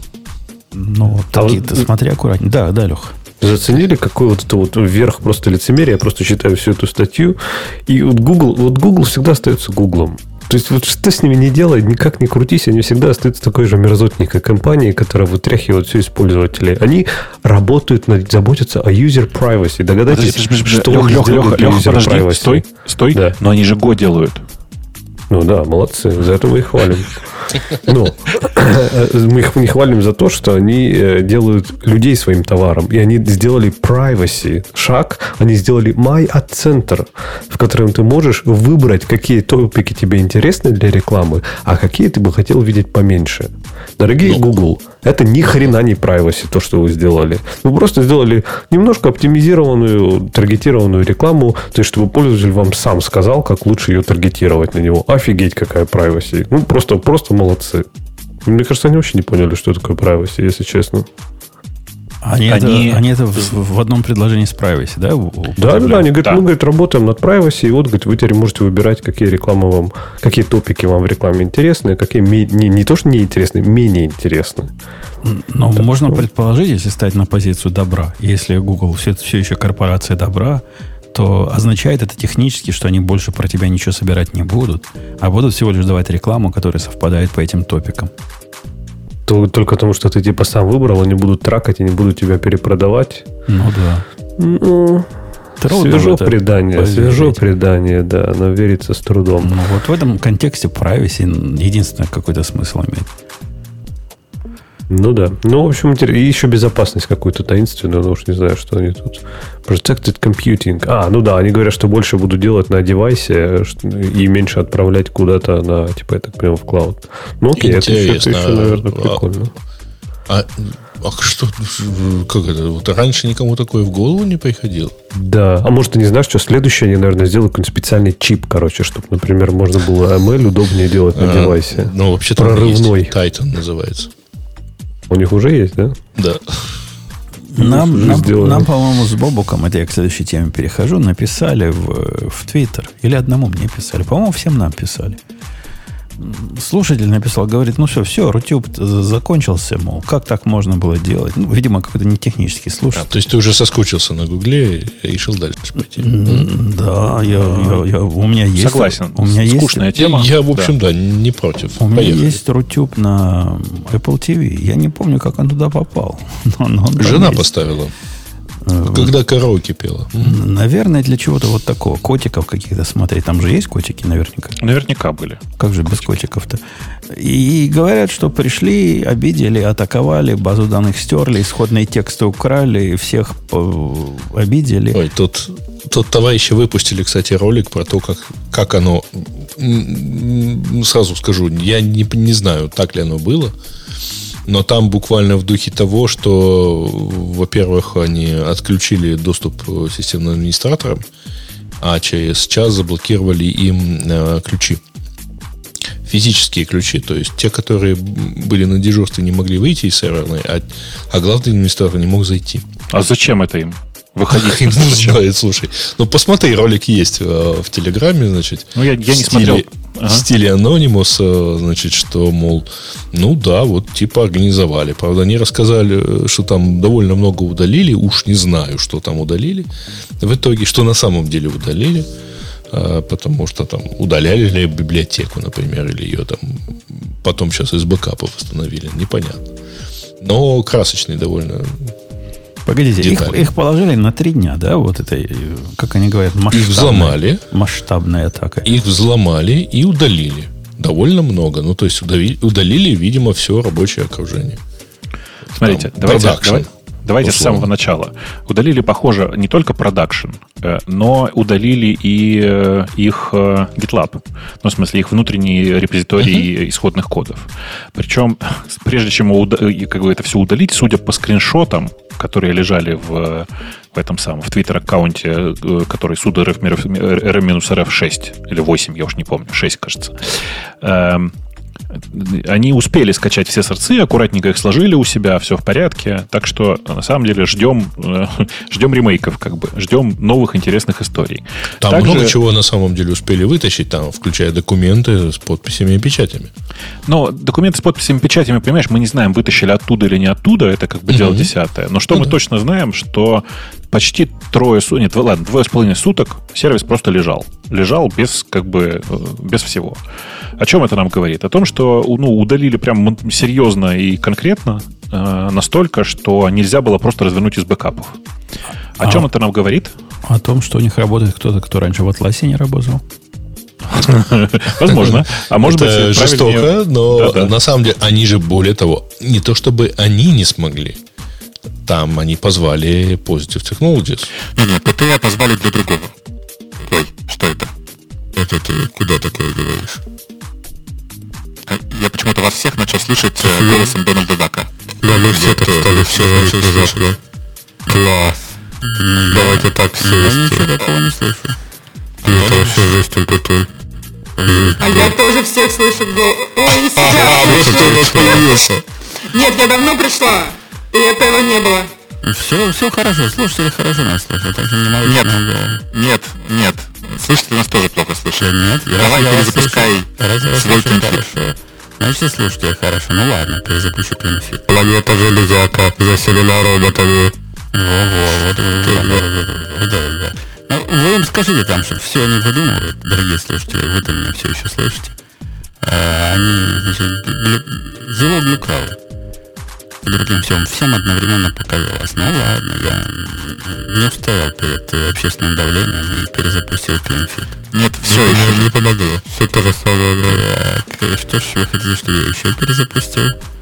Ну, такие, ты смотри аккуратнее. Да, да, Леха. Заценили, какой вот это вот вверх просто лицемерие? Я просто читаю всю эту статью. И вот Google, вот Google всегда остается Гуглом. То есть, вот что с ними не делай, никак не крутись, они всегда остаются такой же мерзотненькой компанией, которая вытряхивает все из пользователей. Они работают, над, заботятся о user privacy. Догадайтесь, подожди, подожди, что Леха, они Леха, сделают Леха, для user подожди, privacy. Стой, стой, да. Но они же Go делают. Ну да, молодцы, за это мы их хвалим. Но мы их не хвалим за то, что они делают людей своим товаром. И они сделали privacy шаг, они сделали My Ad Center, в котором ты можешь выбрать, какие топики тебе интересны для рекламы, а какие ты бы хотел видеть поменьше. Дорогие ну, Google, это ни хрена не privacy, то, что вы сделали. Вы просто сделали немножко оптимизированную, таргетированную рекламу, то есть, чтобы пользователь вам сам сказал, как лучше ее таргетировать на него. Офигеть, какая privacy. Ну, просто, просто молодцы. Мне кажется, они вообще не поняли, что такое privacy, если честно. Они, они... Это, они это в, в одном предложении с privacy, да? Да, да, да. Они говорят, да. мы говорит, работаем над privacy, и вот говорит, вы теперь можете выбирать, какие рекламы вам, какие топики вам в рекламе интересны, какие не, не то, что неинтересны, менее интересны. Но так можно что... предположить, если стать на позицию добра, если Google все, все еще корпорация добра, то означает это технически, что они больше про тебя ничего собирать не будут, а будут всего лишь давать рекламу, которая совпадает по этим топикам. Только потому, что ты типа сам выбрал, они будут тракать и не будут тебя перепродавать. Ну да. Ну, свежо предание, свежо предание, да, но верится с трудом. Ну вот в этом контексте privacy единственный какой-то смысл имеет. Ну да. Ну, в общем, и еще безопасность какую-то таинственную, но уж не знаю, что они тут. Protected computing. А, ну да, они говорят, что больше будут делать на девайсе и меньше отправлять куда-то на, типа, я так понимаю, в клауд. Ну окей, это еще, это еще, наверное, прикольно. А, а что, как это? Вот раньше никому такое в голову не приходило? Да. А может, ты не знаешь, что следующее, они, наверное, сделают какой-нибудь специальный чип, короче, чтобы, например, можно было эм эл удобнее делать на а, девайсе. Ну, вообще-то прорывной. Titan называется. У них уже есть, да? Да. Нам, нам, нам, по-моему, с Бобуком, это я к следующей теме перехожу, написали в, в Твиттер. Или одному мне писали. По-моему, всем нам писали. слушатель написал, говорит, ну все, все, Рутюб закончился, мол, как так можно было делать? Ну, видимо, какой-то не технический слушатель. А, то есть ты уже соскучился на Гугле и решил дальше пойти? Да, я, я, я, у меня есть... Согласен, у меня скучная есть, тема. Я, в общем, да, да не против. У меня Поехали. есть Рутюб на Apple ти ви. Я не помню, как он туда попал. Но, но он Жена поставила. Когда караоке пела. Наверное, для чего-то вот такого. Котиков каких-то смотреть. Там же есть котики наверняка. Наверняка были. Как же без котиков-то? И говорят, что пришли, обидели, атаковали, базу данных стерли, исходные тексты украли, всех обидели. Ой, тут, тут товарищи выпустили, кстати, ролик про то, как, как оно... Сразу скажу, я не, не знаю, так ли оно было. Но там буквально в духе того, что, во-первых, они отключили доступ системным администраторам, а через час заблокировали им э, ключи. Физические ключи, то есть те, которые были на дежурстве, не могли выйти из серверной, а, а главный администратор не мог зайти. А зачем это им? Выходить не знает, слушай. Ну, посмотри, ролик есть в, в Телеграме, значит. Ну, я, я не стиле, смотрел. Ага. В стиле Anonymous, значит, что, мол, ну да, вот типа организовали. Правда, они рассказали, что там довольно много удалили. Уж не знаю, что там удалили. В итоге, что на самом деле удалили. Потому что там удаляли ли библиотеку, например, или ее там потом сейчас из бэкапов восстановили. Непонятно. Но красочный довольно... Погодите, их, их положили на три дня, да? Вот это, как они говорят, масштабная, их взломали, масштабная атака. Их взломали и удалили. Довольно много. Ну, то есть удалили, удалили видимо, все рабочее окружение. Смотрите, там, давайте, давай, давайте с самого начала. Удалили, похоже, не только продакшн, но удалили и их GitLab. Ну, в смысле, их внутренние репозитории uh-huh. исходных кодов. Причем, прежде чем как бы, это все удалить, судя по скриншотам, которые лежали в, в этом самом, в твиттер-аккаунте, который sudo rf эф шесть или восемь, я уж не помню, шесть, кажется. Эм, они успели скачать все сорцы, аккуратненько их сложили у себя, все в порядке. Так что, на самом деле, ждем, ждем ремейков, как бы, ждем новых интересных историй. Там Также... много чего на самом деле успели вытащить, там, включая документы с подписями и печатями. Но документы с подписями и печатями, понимаешь, мы не знаем, вытащили оттуда или не оттуда, это как бы дело mm-hmm. десятое. Но что ну, мы да. точно знаем, что почти трое суток, нет, ладно, двое с половиной суток сервис просто лежал. Лежал без, как бы, без всего. О чем это нам говорит? О том, что ну, удалили прям серьезно и конкретно э, настолько, что нельзя было просто развернуть из бэкапов. О а, чем это нам говорит? О том, что у них работает кто-то, кто раньше в Атласе не работал. Возможно. А может быть, это жестоко, но на самом деле они же, более того, не то чтобы они не смогли. Там они позвали Positive Technologies. Нет, пэ тэ позвали для другого. Ой, что это? Это ты куда такое говоришь? Я почему-то вас всех начал слышать mm-hmm. голосом Дональда Дака. Да, мы все так стали все слышать, да. Класс. Mm-hmm. Давайте так все вести. Я ничего такого не слышу. Это вообще жесть тупой. А я тоже всех слышу. Ой, себя слышу. Нет, я давно пришла. И этого не было. Все, все хорошо, слушатели хорошо нас слышат. Так что не могу. Нет, нет, нет. Слышатели нас тоже плохо слышат. Нет, я Давай перезапускай свой хорошо. Значит, слушатели хорошо. Ну ладно, перезапущу Пинфит. Планета железяка заселена роботами. Во-во, вот вот, да, да. Вы им скажите там, что все они выдумывают, дорогие слушатели, вы-то меня все еще слышите. Они, значит, зело глюкавы. Другим всем, всем одновременно показалось. Ну ладно, я не устоял перед общественным давлением и перезапустил Пинфит. Нет, все не, еще не, не помогло. Все то же самое. Так, что ж вы хотите, чтобы я еще перезапустил?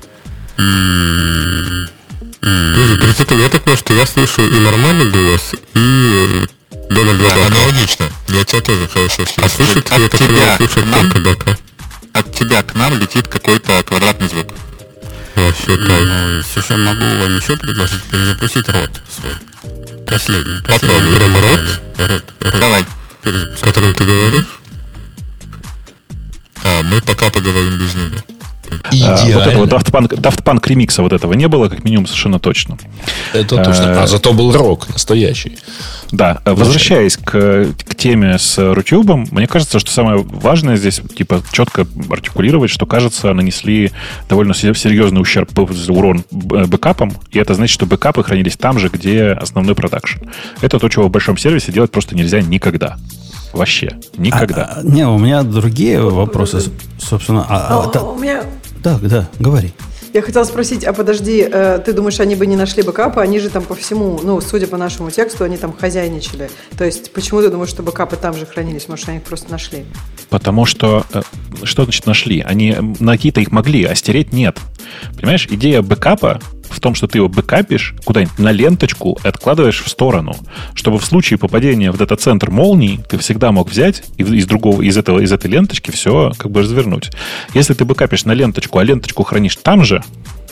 М-м-м. Я так понимаю, что я слышу и нормальный голос, и Дональд Дака. Да, аналогично. Я тебя тоже хорошо слышу. А слышит, я так понимаю, слышит только Дака. От тебя к нам летит какой-то квадратный звук. Вообще так. Ну, слушай, могу вам еще предложить перезапустить рот свой. Последний. Попробуй. Прямо рот? Рот, рот. Давай. С которым ты говоришь? А, мы пока поговорим без него. Идеально. Вот этого Daft Punk, Daft Punk ремикса вот этого не было, как минимум, совершенно точно. Это точно. А зато был рок настоящий. Да. Возвращаясь к, к теме с Рутюбом, мне кажется, что самое важное здесь, типа, четко артикулировать, что, кажется, нанесли довольно серьезный ущерб, урон бэкапам, и это значит, что бэкапы хранились там же, где основной продакшн. Это то, чего в большом сервисе делать просто нельзя никогда. Вообще. Никогда. А, а, не, у меня другие вопросы, собственно. А, а, а, у меня... Да, да, говори. Я хотела спросить, а подожди, э, ты думаешь, они бы не нашли бэкапы? Они же там по всему, ну, судя по нашему тексту, они там хозяйничали. То есть, почему ты думаешь, что бэкапы там же хранились? Может, они их просто нашли? Потому что... Э, что значит нашли? Они на какие-то их могли, а стереть нет. Понимаешь, идея бэкапа в том, что ты его бэкапишь куда-нибудь на ленточку и откладываешь в сторону, чтобы в случае попадения в дата-центр молний ты всегда мог взять и из другого, из этого, из этой ленточки все как бы развернуть. Если ты бэкапишь на ленточку, а ленточку хранишь там же,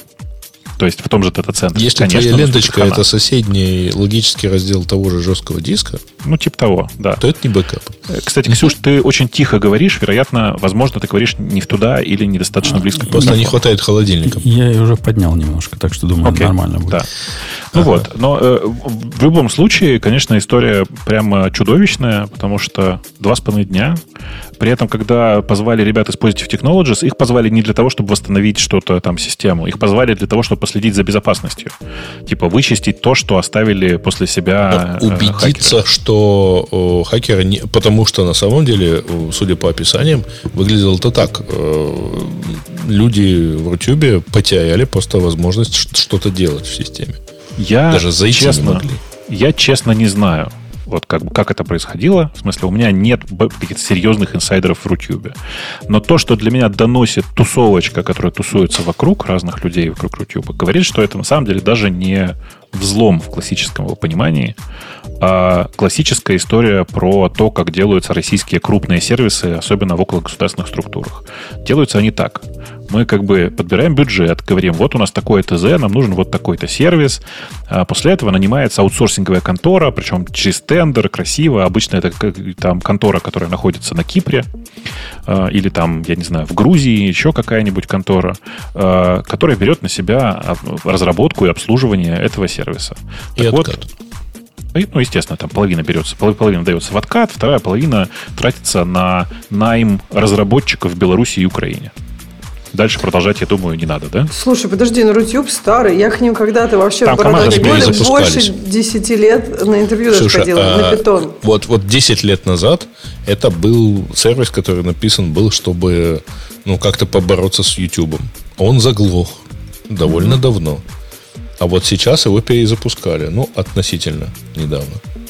то есть в том же дата-центре. Если конечно, твоя ленточка это соседний логический раздел того же жесткого диска, ну, типа того, да. То это не бэкап. Кстати, Ксюш, ты очень тихо говоришь. Вероятно, возможно, ты говоришь не в туда или недостаточно близко. Просто не хватает холодильника. Я ее уже поднял немножко, так что думаю, okay. нормально будет. Да. Ну ага. вот, но э, в любом случае, конечно, история прямо чудовищная, потому что два с половиной дня. При этом, когда позвали ребят из Positive Technologies, их позвали не для того, чтобы восстановить что-то там, систему. Их позвали для того, чтобы последить за безопасностью. Типа вычистить то, что оставили после себя э, убедиться, хакеры. что э, хакеры... Не... Потому что на самом деле, судя по описаниям, выглядело это так. Э, люди в Рутюбе потеряли просто возможность что-то делать в системе. Я Даже зайти честно, не могли. Я честно не знаю. Вот как, как это происходило. В смысле, у меня нет каких-то серьезных инсайдеров в Рутюбе. Но то, что для меня доносит тусовочка, которая тусуется вокруг разных людей вокруг Рутюба, говорит, что это на самом деле даже не взлом в классическом его понимании, а классическая история про то, как делаются российские крупные сервисы, особенно в окологосударственных структурах. Делаются они так. Мы как бы подбираем бюджет, говорим, вот у нас такое ТЗ, нам нужен вот такой-то сервис. А после этого нанимается аутсорсинговая контора, причем через тендер, красиво. Обычно это там контора, которая находится на Кипре, или там, я не знаю, в Грузии, еще какая-нибудь контора, которая берет на себя разработку и обслуживание этого сервиса. И так откат. Вот, ну, естественно, там половина берется, половина дается в откат, вторая половина тратится на найм разработчиков в Беларуси и Украине. Дальше продолжать, я думаю, не надо, да? Слушай, подожди, ну Рутюб старый. Я к ним когда-то вообще там в бородатые годы больше десяти лет на интервью даже ходила, а, на питон. Вот, вот десять лет назад это был сервис, который написан был, чтобы ну, как-то побороться с Ютубом. Он заглох довольно mm-hmm. давно. А вот сейчас его перезапускали. Ну, относительно недавно.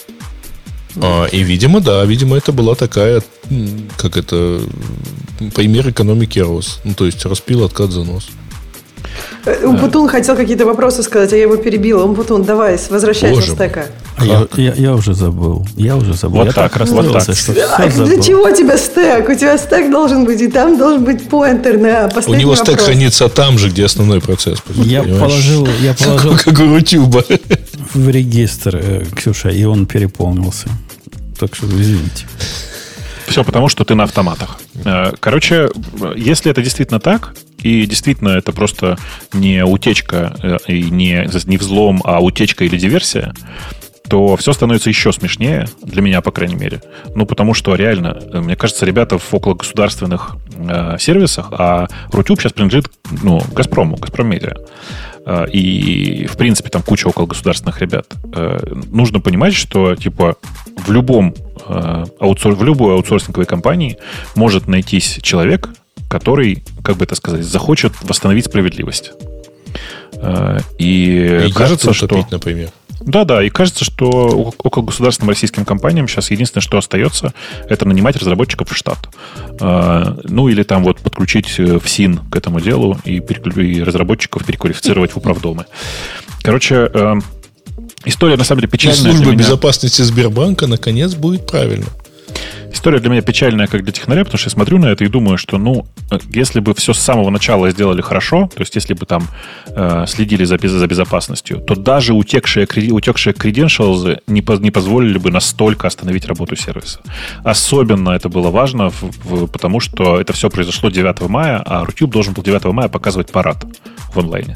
А, и, видимо, да, видимо, это была такая, как это, пример экономики рос. Ну, то есть, распил, откат, занос. Умпутун хотел какие-то вопросы сказать, а я его перебила. Умпутун, давай, возвращайся на стека. А я, я, я уже забыл. Я уже забыл. Вот я так, раз вот так. Что а для чего у тебя стек? У тебя стек должен быть, и там должен быть поинтер на последний У него вопрос. Стек хранится там же, где основной процесс. Я положил, я положил как у Рутюба. В регистр, Ксюша, и он переполнился. Так что извините. Все потому, что ты на автоматах. Короче, если это действительно так, и действительно это просто не утечка и не, не взлом, а утечка или диверсия, то все становится еще смешнее, для меня, по крайней мере. Ну, потому что реально, мне кажется, ребята в окологосударственных э, сервисах, а Рутюб сейчас принадлежит ну, Газпрому, Газпромедиа. Э, и, в принципе, там куча окологосударственных ребят. Э, нужно понимать, что, типа, в любом э, аутсор... в любой аутсорсинговой компании может найтись человек, который, как бы это сказать, захочет восстановить справедливость. Э, и, и кажется, что... Утопить, например. Да-да, и кажется, что около государственным российским компаниям сейчас единственное, что остается, это нанимать разработчиков в штат. Ну, или там вот подключить в СИН к этому делу и, и разработчиков переквалифицировать в управдомы. Короче, история на самом деле печальная. И служба безопасности Сбербанка наконец будет правильно. История для меня печальная, как для технаря, потому что я смотрю на это и думаю, что, ну, если бы все с самого начала сделали хорошо, то есть если бы там э, следили за, за безопасностью, то даже утекшие, утекшие credentials не, по, не позволили бы настолько остановить работу сервиса. Особенно это было важно, в, в, потому что это все произошло девятого мая, а Рутюб должен был девятого мая показывать парад в онлайне.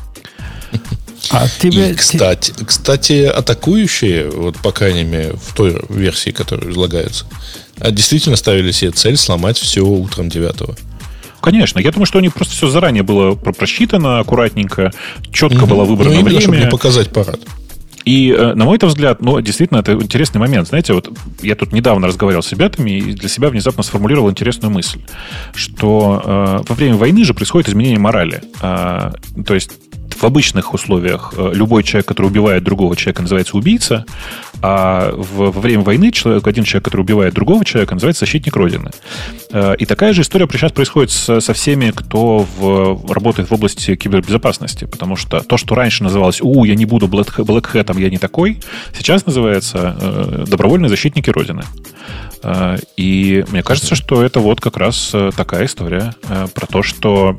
А тебе... И, кстати, кстати, атакующие, вот по крайней мере, в той версии, которая излагается, действительно ставили себе цель сломать все утром девятого. Конечно. Я думаю, что у них просто все заранее было просчитано аккуратненько, четко mm-hmm. было выбрано ну, именно, время. Чтобы не показать парад. И, на мой взгляд, ну, действительно, это интересный момент. Знаете, вот я тут недавно разговаривал с ребятами и для себя внезапно сформулировал интересную мысль, что э, во время войны же происходит изменение морали. Э, то есть в обычных условиях любой человек, который убивает другого человека, называется убийца, а в, во время войны человек, один человек, который убивает другого человека, называется защитник Родины. И такая же история сейчас происходит со, со всеми, кто в, работает в области кибербезопасности, потому что то, что раньше называлось «У, я не буду блэкхэтом, я не такой», сейчас называется э, «Добровольные защитники Родины». Э, и мне кажется, что это вот как раз такая история э, про то, что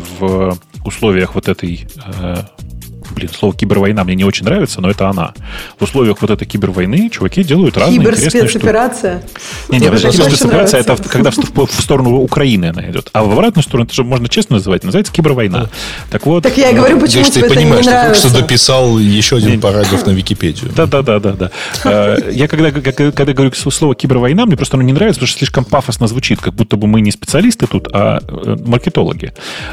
в условиях вот этой... Э, Блин, слово кибервойна мне не очень нравится, но это она. В условиях вот этой кибервойны чуваки делают разные интересные штуки. Киберспецоперация? Не, не, киберспецоперация это когда в, в сторону Украины она идет. А в обратную сторону, это же можно честно называть, называется кибервойна. Так вот. Так я и говорю, почему тебе это не нравится. Ты понимаешь, что дописал еще один параграф на Википедию. Да-да-да. Я когда, когда говорю слово кибервойна, мне просто оно не нравится, потому что слишком пафосно звучит, как будто бы мы не специалисты тут, а маркетологи.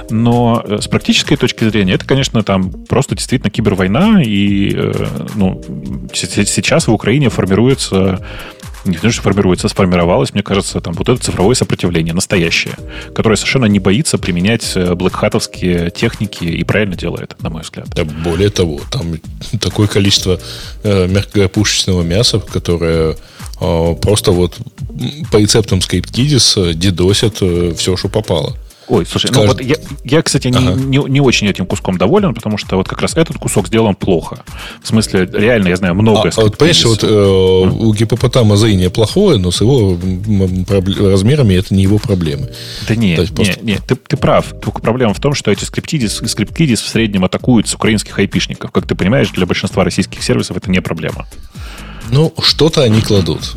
Но с практической точки зрения это, конечно, там просто действительно кибервойна, и ну, сейчас в Украине формируется, не знаю, что формируется, сформировалось, мне кажется, там вот это цифровое сопротивление настоящее, которое совершенно не боится применять блэкхатовские техники и правильно делает, на мой взгляд. Да, более того, там такое количество э, мягкопушечного мяса, которое э, просто вот по рецептам ScriptKiddies дедосят э, все, что попало. Ой, слушай, Скажет... ну вот я, я кстати, ага. не, не, не очень этим куском доволен, потому что вот как раз этот кусок сделан плохо. В смысле, реально, я знаю, много... А, а вот, понимаешь, вот, э, mm. у гипопотама зрение плохое, но с его размерами это не его проблемы. Да нет, нет, просто... нет, ты, ты прав. Только проблема в том, что эти скриптидис, скриптидис в среднем атакуют с украинских айпишников. Как ты понимаешь, для большинства российских сервисов это не проблема. Ну, что-то они кладут.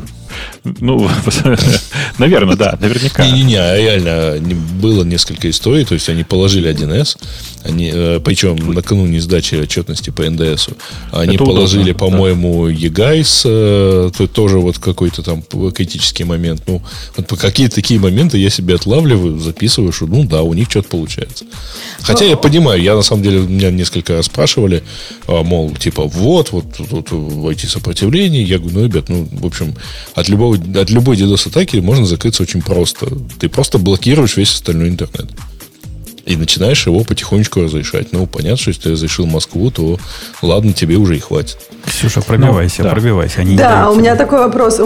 Ну, наверное, да, наверняка. Не-не-не, реально было несколько историй, то есть они положили один эс, они, причем накануне сдачи отчетности по эн дэ эсу, они это положили, удобно, по-моему, да. егайс, то тоже вот какой-то там критический момент. Ну, вот какие-то такие моменты я себе отлавливаю, записываю, что ну да, у них что-то получается. Хотя я понимаю, я на самом деле, меня несколько раз спрашивали, мол, типа, вот, вот тут ай ти-сопротивление. Я говорю, ну, ребят, ну, в общем, от любого, от любой DDoS-атаки можно закрыться очень просто. Ты просто блокируешь весь остальной интернет. И начинаешь его потихонечку разрешать. Ну, понятно, что если ты разрешил Москву, то ладно, тебе уже и хватит. Ксюша, пробивайся, ну, да. пробивайся. Они да, у меня тебе. такой вопрос.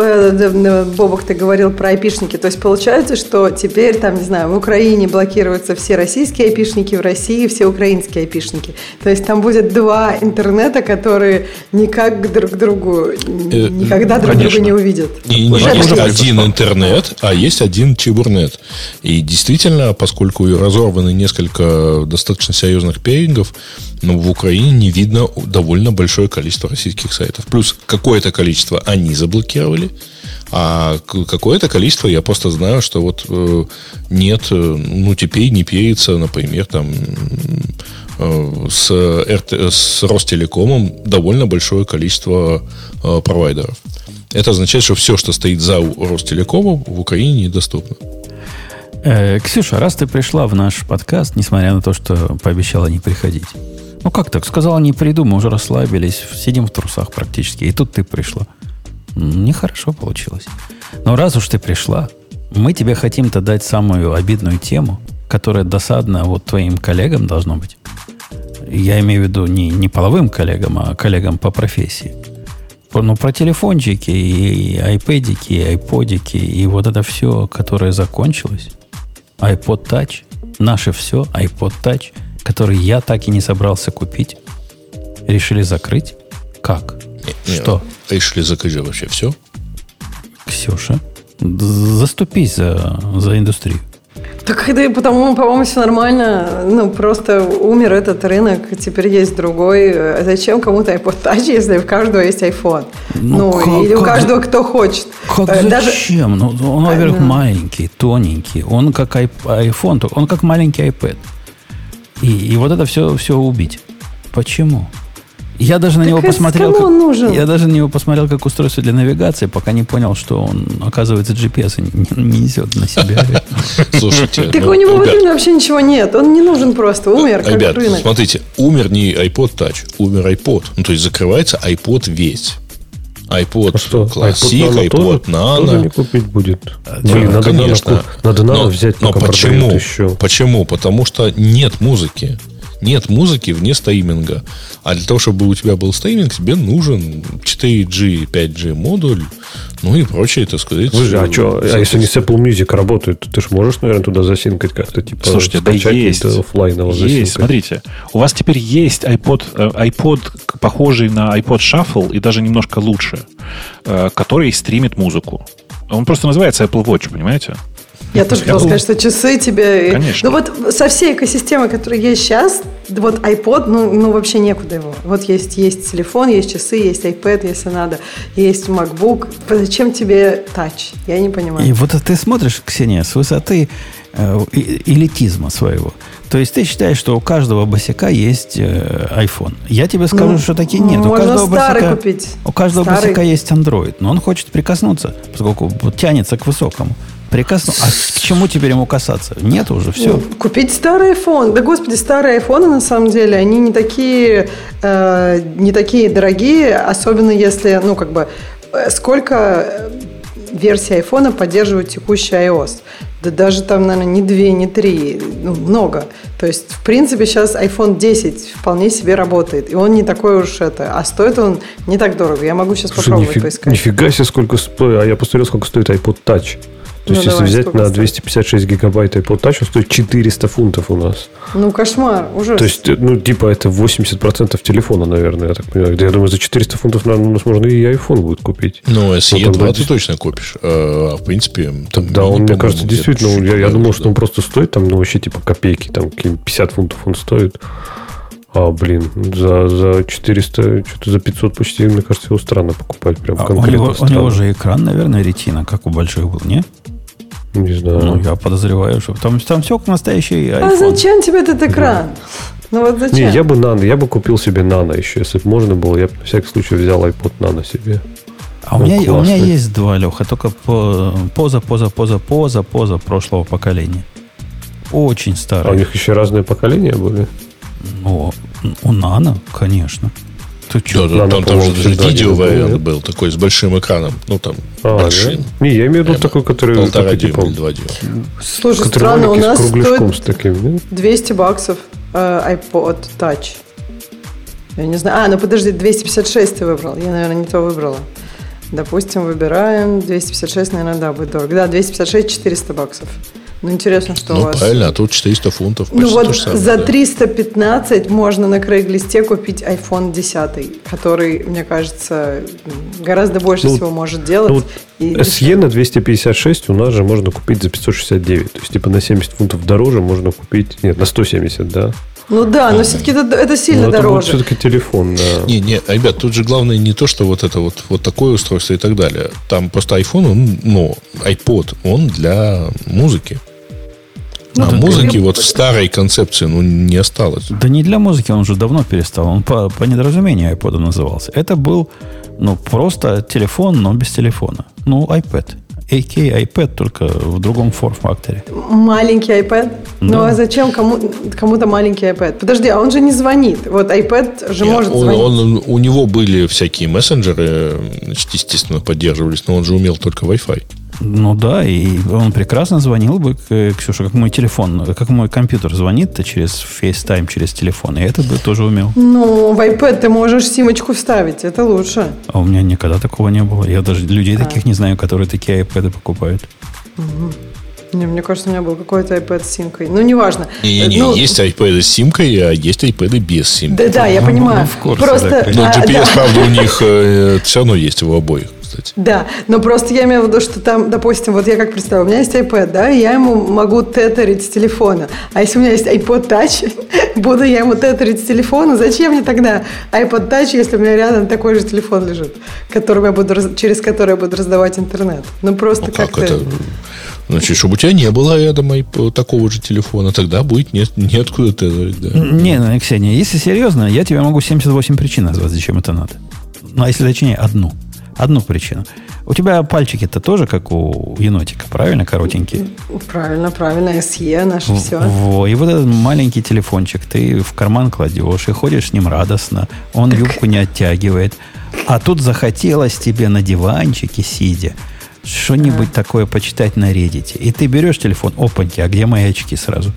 Бобок, ты говорил про айпишники. То есть получается, что теперь, там, не знаю, в Украине блокируются все российские айпишники, в России все украинские айпишники. То есть там будет два интернета, которые никак друг к другу, никогда друг друга не увидят. И не есть один интернет, а есть один чебурнет. И действительно, поскольку разорваны несколько достаточно серьезных пирингов, но в Украине не видно довольно большое количество российских сайтов. Плюс какое-то количество они заблокировали, а какое-то количество я просто знаю, что вот э, нет, ну теперь не пирится, например, там э, с, РТ, с Ростелекомом довольно большое количество э, провайдеров. Это означает, что все, что стоит за Ростелекомом, в Украине недоступно. Э, Ксюша, раз ты пришла в наш подкаст, несмотря на то, что пообещала не приходить. Ну как так? Сказала, не приду, мы уже расслабились, сидим в трусах практически. И тут ты пришла. Нехорошо получилось. Но раз уж ты пришла, мы тебе хотим-то дать самую обидную тему, которая досадна вот твоим коллегам должно быть. Я имею в виду не, не половым коллегам, а коллегам по профессии. Ну, про телефончики, и айпэдики, и айподики, и вот это все, которое закончилось. iPod Touch, наше все, iPod Touch, который я так и не собрался купить, решили закрыть. Как? Не, Что? Не, решили закрыть же вообще все? Ксюша, Заступись за, за индустрию. Так это, потому, по-моему, все нормально. Ну, просто умер этот рынок, теперь есть другой. Зачем кому-то iPod Touch, если у каждого есть iPhone? Ну, ну как, или у как, каждого, кто хочет. Как Даже... зачем? Ну, он, во-первых, а, маленький, тоненький. Он как iPhone, он как маленький iPad. И, и вот это все, все убить. Почему? Я даже на так него посмотрел, как, я даже на него посмотрел как устройство для навигации, пока не понял, что он, оказывается, джи пи эс не, не несет на себя. Слушайте, так у него в рынке вообще ничего нет. Он не нужен просто. Умер как рынок. Ребят, смотрите, умер не iPod Touch, умер iPod. Ну, то есть закрывается iPod весь. iPod Classic, iPod Nano. Тоже не купить будет. Блин, надо, конечно. Надо Nano взять, но почему? Почему? Потому что нет музыки. Нет музыки вне стриминга. А для того, чтобы у тебя был стриминг, тебе нужен четыре джи, пять джи модуль, ну и прочее, так сказать. Слушай, а, что, а если не с Apple Music работает, то ты же можешь, наверное, туда засинкать как-то, типа, слушайте, да есть, оффлайново есть, засинкать. Смотрите, у вас теперь есть iPod, iPod, похожий на iPod Shuffle и даже немножко лучше, который стримит музыку. Он просто называется Apple Watch, понимаете? Я тоже хотела сказать, что часы тебе... Конечно. Ну вот со всей экосистемой, которая есть сейчас, вот iPod, ну, ну вообще некуда его. Вот есть, есть телефон, есть часы, есть iPad, если надо, есть MacBook. Зачем тебе Touch? Я не понимаю. И вот ты смотришь, Ксения, с высоты э, элитизма своего. То есть ты считаешь, что у каждого босяка есть э, iPhone. Я тебе скажу, ну, что таки нет. Можно у каждого старый босяка, купить. У каждого старый. босяка есть Android, но он хочет прикоснуться, поскольку тянется к высокому. Прекрасно. А к чему теперь ему касаться? Нет уже, все. Ну, купить старый iPhone. Да, господи, старые айфоны, на самом деле, они не такие, э, не такие дорогие, особенно если, ну, как бы, сколько версий айфона поддерживает текущий iOS? Да даже там, наверное, не две, не три, ну, много. То есть, в принципе, сейчас iPhone десять вполне себе работает. И он не такой уж это. А стоит он не так дорого. Я могу сейчас Слушай, попробовать нифиг, поискать. Нифига себе, сколько стоит. А я посмотрел, сколько стоит iPod Touch. То есть, ну, если давай, взять на двести пятьдесят шесть гигабайт iPod Touch, он стоит четыреста фунтов у нас. Ну, кошмар, ужас. То есть, ну, типа, это восемьдесят процентов телефона, наверное, я так понимаю. Я думаю, за четыреста фунтов у нас можно и iPhone будет купить. Ну, эс и два ты точно купишь. А, в принципе... Там, да, он, мне кажется, действительно, я, я думал, что он просто стоит там, ну, вообще, типа, копейки, там, пятьдесят фунтов он стоит. А, блин, за, за четыреста, что-то за пятьсот почти, мне кажется, его странно покупать. Прям а конкретно у него, странно. У него же экран, наверное, ретина, как у больших был, не? Не знаю. Ну, я подозреваю, что там, там все как настоящий iPhone. А зачем тебе этот экран? Да. Ну вот зачем? Не, я бы нано, я бы купил себе нано еще, если бы можно было. Я бы на всякий случай взял iPod нано себе. А у меня, у меня есть два, Леха, только по, поза, поза, поза, поза, поза прошлого поколения. Очень старые. А у них еще разные поколения были? Ну, у нано, конечно. Ты что, да, там, там же видео вариант был, такой с большим экраном. Ну, там, а, большим. Да? Не, я имею в виду такой, который... Полтора дюйма или два дюйма. Слушай, странно, у нас стоит двести баксов э, iPod Touch. Я не знаю. А, ну подожди, двести пятьдесят шесть ты выбрал. Я, наверное, не то выбрала. Допустим, выбираем двести пятьдесят шесть, наверное, да, будет дорого. Да, двести пятьдесят шесть, четыреста баксов. Ну, интересно, что ну, у вас... Ну, правильно, а тут четыреста фунтов. Ну, вот самое, за да. триста пятнадцать можно на Craigslist купить iPhone десять, который, мне кажется, гораздо больше ну, всего может делать. Ну, и... эс и на двести пятьдесят шесть у нас же можно купить за пятьсот шестьдесят девять. То есть, типа, на семьдесят фунтов дороже можно купить... Нет, на сто семьдесят, да? Ну да, но все-таки это, это сильно но это дороже. Это все-таки телефон, да. Не, не, ребят, тут же главное не то, что вот это вот, вот такое устройство и так далее. Там просто iPhone, он, ну, iPod, он для музыки. Ну, а музыки я... вот в старой концепции ну, не осталось. Да не для музыки, он уже давно перестал. Он по, по недоразумению iPod назывался. Это был ну, просто телефон, но без телефона. Ну, iPad. эй кей iPad, только в другом форм-факторе. Маленький iPad? Да. Ну, а зачем кому, кому-то маленький iPad? Подожди, а он же не звонит. Вот iPad же Нет, может он, звонить. Он, у него были всякие мессенджеры, значит, естественно, поддерживались, но он же умел только Wi-Fi. Ну да, и он прекрасно звонил бы, Ксюша, как мой телефон, как мой компьютер звонит-то через FaceTime, через телефон, и это бы тоже умел. Ну, в iPad ты можешь симочку вставить, это лучше. А у меня никогда такого не было. Я даже людей а. таких не знаю, которые такие iPad покупают. Угу. Не, мне кажется, у меня был какой-то iPad с симкой. Ну, неважно. Не-не-не, ну, есть iPad с симкой, а есть iPad без симки. Да-да, я понимаю. Ну, в курсе, Просто... Но джи пи эс, а, правда, у них э, все равно есть у обоих. кстати. Да, но просто я имею в виду, что там, допустим, вот я как представляю, у меня есть iPad, да, и я ему могу тетерить с телефона. А если у меня есть iPod Touch, буду я ему тетерить с телефона, зачем мне тогда iPod Touch, если у меня рядом такой же телефон лежит, которым я буду, через который я буду раздавать интернет? Ну, просто ну, как-то... Как это? Значит, чтобы у тебя не было рядом такого же телефона, тогда будет нет, неоткуда тетерить, да. Не, ну, Ксения, если серьезно, я тебе могу семьдесят восемь причин назвать, зачем это надо. Ну, а если точнее, одну. Одну причину. У тебя пальчики-то тоже, как у енотика, правильно, коротенькие? Правильно, правильно. эс и наше все. Во, и вот этот маленький телефончик ты в карман кладешь и ходишь с ним радостно. Он так... юбку не оттягивает. А тут захотелось тебе на диванчике, сидя, что-нибудь а. такое почитать на Reddit. И ты берешь телефон, опаньки, а где мои очки сразу?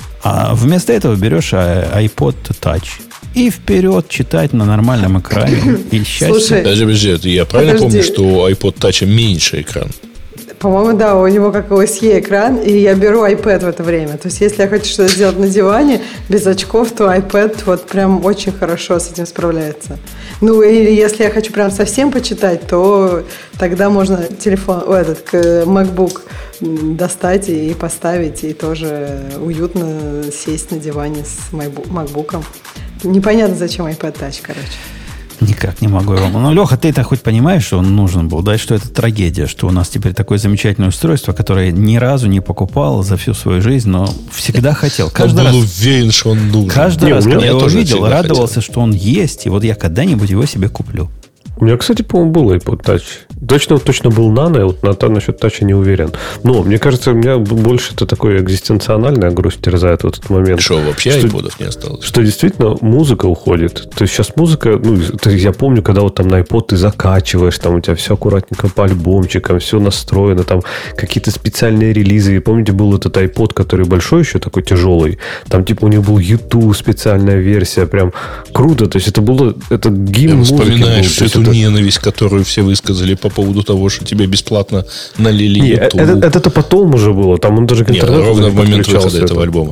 А вместо этого берешь iPod Touch. И вперед читать на нормальном экране. И счастье. Слушай, подожди, подожди, я правильно подожди. помню, что у iPod Touch меньше экран? По-моему, да, у него как у эс и экран, и я беру iPad в это время. То есть, если я хочу что-то сделать на диване без очков, то iPad вот прям очень хорошо с этим справляется. Ну, и если я хочу прям совсем почитать, то тогда можно телефон, этот, MacBook достать и поставить, и тоже уютно сесть на диване с MacBook'ом. Непонятно, зачем iPad Touch, короче. Никак не могу его. Ну, Леха, ты-то хоть понимаешь, что он нужен был, да, что это трагедия, что у нас теперь такое замечательное устройство, которое ни разу не покупал за всю свою жизнь, но всегда хотел. Каждый он был раз, уверен, что он нужен. Каждый не, раз, когда я его видел, радовался, хотел. Что он есть, и вот я когда-нибудь его себе куплю. У меня, кстати, по-моему, был iPod Touch. Точно, точно был Nano, я вот на, насчет Touch не уверен. Но, мне кажется, у меня больше это такое экзистенциональная грусть терзает в этот момент. Что, вообще что, айподов не осталось? Что действительно музыка уходит. То есть сейчас музыка, ну, я помню, когда вот там на iPod ты закачиваешь, там у тебя все аккуратненько по альбомчикам, все настроено, там какие-то специальные релизы. И помните, был этот iPod, который большой еще, такой тяжелый. Там типа у него был YouTube специальная версия, прям круто. То есть это было, это гимн музыки. Вспоминаешь всю эту ненависть, которую все высказали по поводу того, что тебе бесплатно налили не, YouTube. Это, это-то потом уже было. Там он даже к интернету не, ровно в момент выхода этого альбома.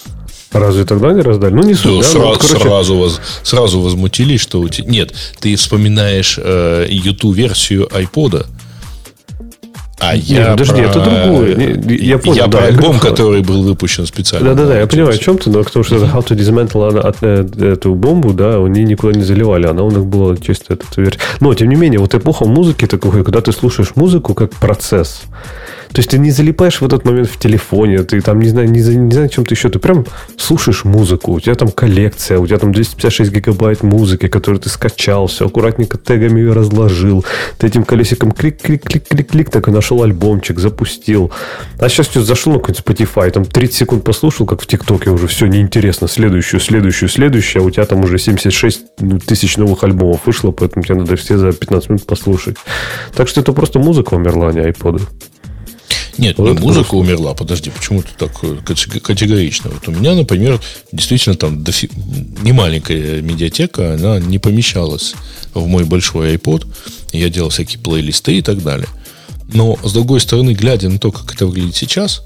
Разве тогда не раздали? Ну, не суть. Да, да? Сразу, ну, сразу, воз, сразу возмутились, что у тебя... Нет, ты вспоминаешь э, YouTube-версию iPod'а. А не, я подожди, про... это другое. Не, я понял, я да, про альбом, я который был выпущен специально. Да-да-да, я понимаю, о чем ты, но потому что uh-huh. How to Dismantle от, эту бомбу, да, они никуда не заливали, она у них была чисто эта версия. Но, тем не менее, вот эпоха музыки такой, когда ты слушаешь музыку как процесс. То есть ты не залипаешь в этот момент в телефоне, ты там, не знаю, не, не знаю, чем ты еще, ты прям слушаешь музыку, у тебя там коллекция, у тебя там двести пятьдесят шесть гигабайт музыки, которую ты скачал, все аккуратненько тегами ее разложил, ты этим колесиком клик-клик-клик-клик-клик такой нашел альбомчик, запустил. А сейчас что, зашел на какой-нибудь Spotify, там тридцать секунд послушал, как в ТикТоке уже все неинтересно, следующую, следующую, следующую, а у тебя там уже семьдесят шесть тысяч новых альбомов вышло, поэтому тебе надо все за пятнадцать минут послушать. Так что это просто музыка умерла, а не айподы. Нет, вот не музыка просто умерла. Подожди, почему ты так категорично? Вот у меня, например, действительно там дофи... не маленькая медиатека, она не помещалась в мой большой iPod. Я делал всякие плейлисты и так далее. Но, с другой стороны, глядя на то, как это выглядит сейчас,